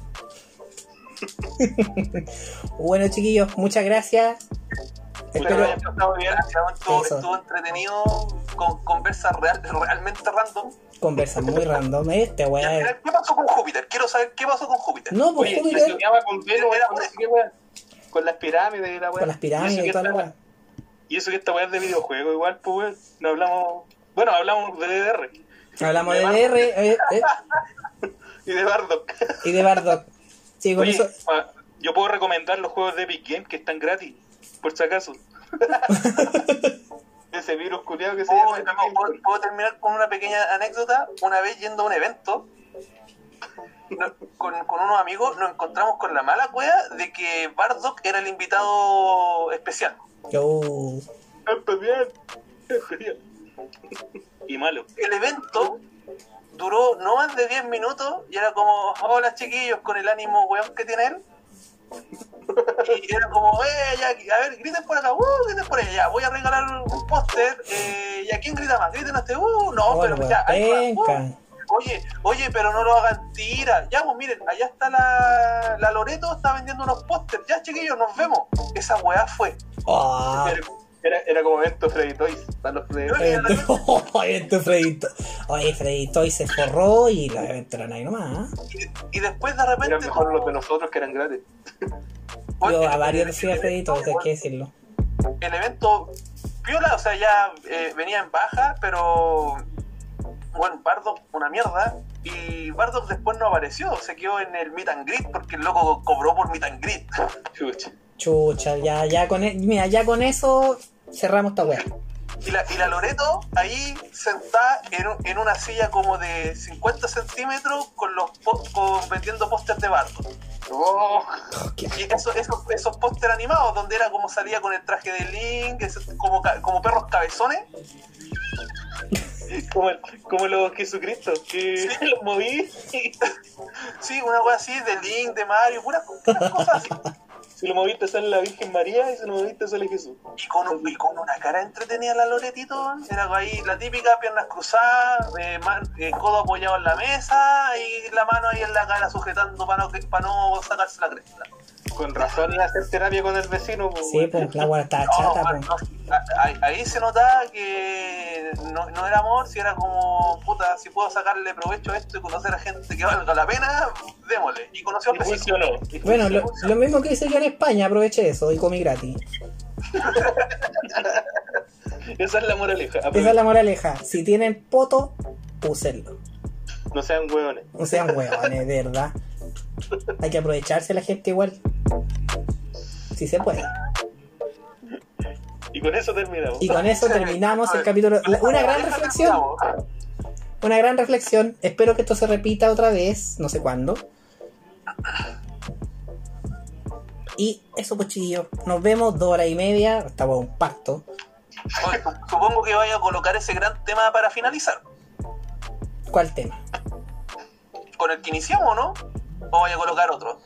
Bueno, chiquillos, muchas gracias. Espero. Espero que estado bien, Eso. estuvo entretenido, con conversas realmente random. Conversa muy random. Este Ya, weá. mira, ¿qué pasó con Júpiter? Quiero saber qué pasó con Júpiter. No, pues Oye, yo Júpiter. soñaba con Venus, Era con no sé qué weá. Con las pirámides y la weá. Con las pirámides y toda la weá. Y eso que esta weá es de videojuego igual, pues weón. No hablamos. Bueno, hablamos de DDR. Hablamos de DR Y de Bardock. y de Bardock. Sí, con Oye, eso. yo puedo recomendar los juegos de Epic Games que están gratis, por si acaso. Ese virus culiado que se llama. ¿Puedo terminar con una pequeña anécdota? Una vez yendo a un evento con unos amigos, nos encontramos con la mala cueva de que Bardock era el invitado especial. Yo. Especial. Especial. Y malo. El evento duró no más de 10 minutos y era como, hola chiquillos, con el ánimo weón que tiene él. Y era como, ya, a ver, griten por acá, griten por allá, ya, voy a regalar un póster, ¿y a quién grita más? Griten a este, no, pero ya, ahí va, Oye, pero no lo hagan tira. Ya, pues miren, allá está la Loreto, está vendiendo unos pósters. Ya, chiquillos, nos vemos. Esa weá fue. Era como evento Freddy Toys para los Freddy. Evento Freddy Toys. Oye, Freddy Toys se forró y los eventos eran ahí nomás. Y después de repente. Eran mejor los de nosotros que eran gratis. Yo a varios les fui a Freddy Toys, hay que decirlo. El evento piola, o sea, ya venía en baja, pero. Bueno, Bardock, una mierda. Y Bardock después no apareció, se quedó en el meet and greet porque el loco cobró por meet and greet. Chucha, ya con eso cerramos esta weá. Y la Loreto ahí sentada en una silla como de 50 centímetros con vendiendo pósters de Bardock. Y esos pósters animados donde era como salía con el traje de Link, como perros cabezones. Como los Jesucristo, que sí. Los moví. Sí, una wea así de Link, de Mario, puras cosas así. Si lo moviste sale la Virgen María y si lo moviste sale Jesús. Y con una cara entretenida la Loretito, era ahí la típica, piernas cruzadas, codo apoyado en la mesa y la mano ahí en la cara sujetando para no sacarse la cresta. Con razón iba a hacer terapia con el vecino. Sí, pues la weá estaba chata. Ahí se notaba que no era amor, si era como, puta, si puedo sacarle provecho a esto y conocer a gente que valga la pena, démosle. Y conoció al vecino. Bueno, lo mismo que hice yo en España, aproveché eso y comí gratis. Esa es la moraleja. Esa es la moraleja. Si tienen poto, úsenlo. No sean hueones. No sean hueones, de verdad. Hay que aprovecharse la gente igual. Si se puede. Y con eso terminamos. Y con eso terminamos el capítulo. Una gran reflexión. Una gran reflexión. Espero que esto se repita otra vez. No sé cuándo. Y eso, pues, chiquillos. Nos vemos 2 horas y media. Estamos en un pacto. Oye, supongo que vaya a colocar ese gran tema para finalizar. ¿Cuál tema? ¿Con el que iniciamos, no? ¿O vaya a colocar otro?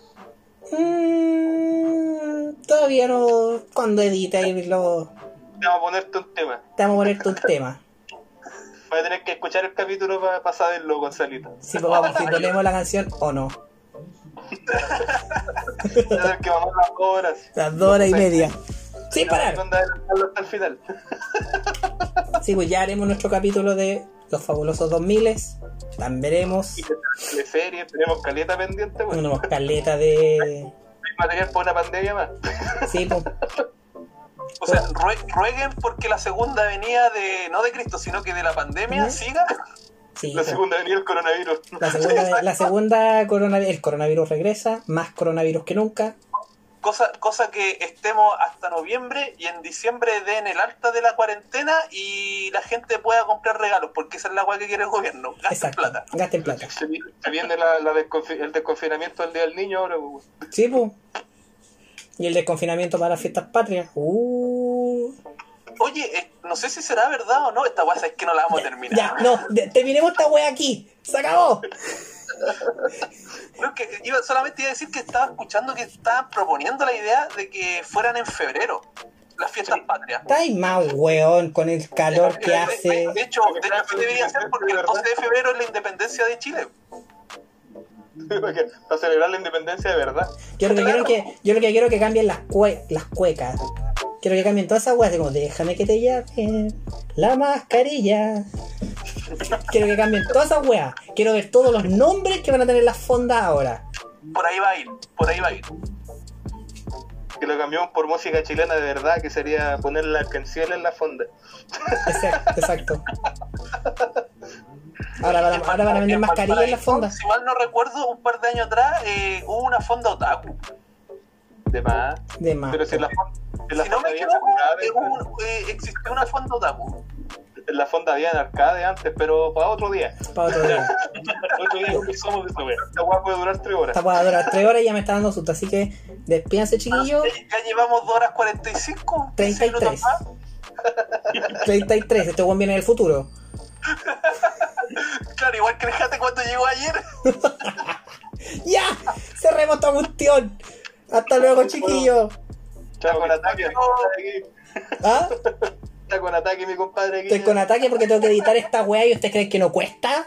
Todavía no. Cuando edite y lo. Te vamos a ponerte un tema. Te vamos a ponerte un tema. Vas a tener que escuchar el capítulo para saberlo, Gonzalito. Si ponemos la canción o no. Tener que vamos las horas. Las 2 horas y media. Sin parar. Hasta el final. Sí, pues ya haremos nuestro capítulo de Los Fabulosos 2000. También veremos. De series, tenemos caleta pendiente, bueno. Tenemos caleta de. Hay material para una pandemia más. Sí, pues. O sea, rueguen porque la segunda venida no de Cristo, sino que de la pandemia siga. Sí, la segunda venida del coronavirus. La segunda el coronavirus regresa, más coronavirus que nunca. Cosa que estemos hasta noviembre y en diciembre den el alta de la cuarentena y la gente pueda comprar regalos, porque esa es la agua que quiere el gobierno. Gasten plata. Gasten plata. Se viene el desconfinamiento del Día del Niño ahora. Sí, pues. Y el desconfinamiento para las fiestas patrias. Oye, no sé si será verdad o no, esta weá es que no la vamos a terminar. Ya, no, terminemos esta weá aquí. ¡Se acabó! Creo que solamente iba a decir que estaba escuchando que estaban proponiendo la idea de que fueran en febrero las fiestas patrias. Está ahí más weón con el calor que hace. De hecho debería ser porque el 12 de febrero es la independencia de Chile. Para celebrar la independencia de verdad. Yo lo que quiero que cambien las cuecas. Quiero que cambien todas esas weas, como déjame que te llamen la mascarilla. Quiero que cambien todas esas weas. Quiero ver todos los nombres que van a tener las fondas ahora. Por ahí va a ir. Que lo cambiamos por música chilena de verdad, que sería poner la canción en la fonda. Exacto. Ahora van a vender mascarillas en las fondas. Si mal no recuerdo, un par de años atrás hubo una fonda otaku. De más. Pero si no me equivoco, existió una fonda otaku. En la fonda había en arcade antes, pero para otro día. Otro día conversamos de esta wea. Esta wea puede durar 3 horas. Esta puede durar 3 horas y ya me está dando susto. Así que despídanse, chiquillos. Ya llevamos 2 horas 45. 33. 33. Este buen viene del futuro. Claro, igual que el Jate cuando llegó ayer. ¡Ya! ¡Cerremos esta cuestión! Hasta luego, chiquillos. Está con ataque, mi compadre ¿Ah? aquí. Está con ataque, mi compadre aquí. Estoy con ataque porque tengo que editar esta weá y ustedes creen que no cuesta.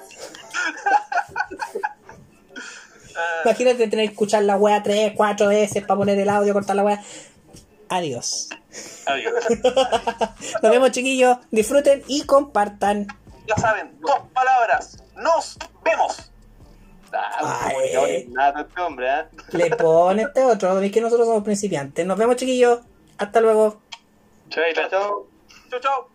Imagínate tener que escuchar la weá 3, 4 veces para poner el audio, cortar la weá. Adiós. Adiós. Nos vemos, chiquillos. Disfruten y compartan. Ya saben, 2 palabras. Nos vemos. Ay. Nada, este hombre, ¿eh? Le pone este otro. Veis que nosotros somos principiantes. Nos vemos, chiquillos. Hasta luego. Chao, chao. Chau, chau.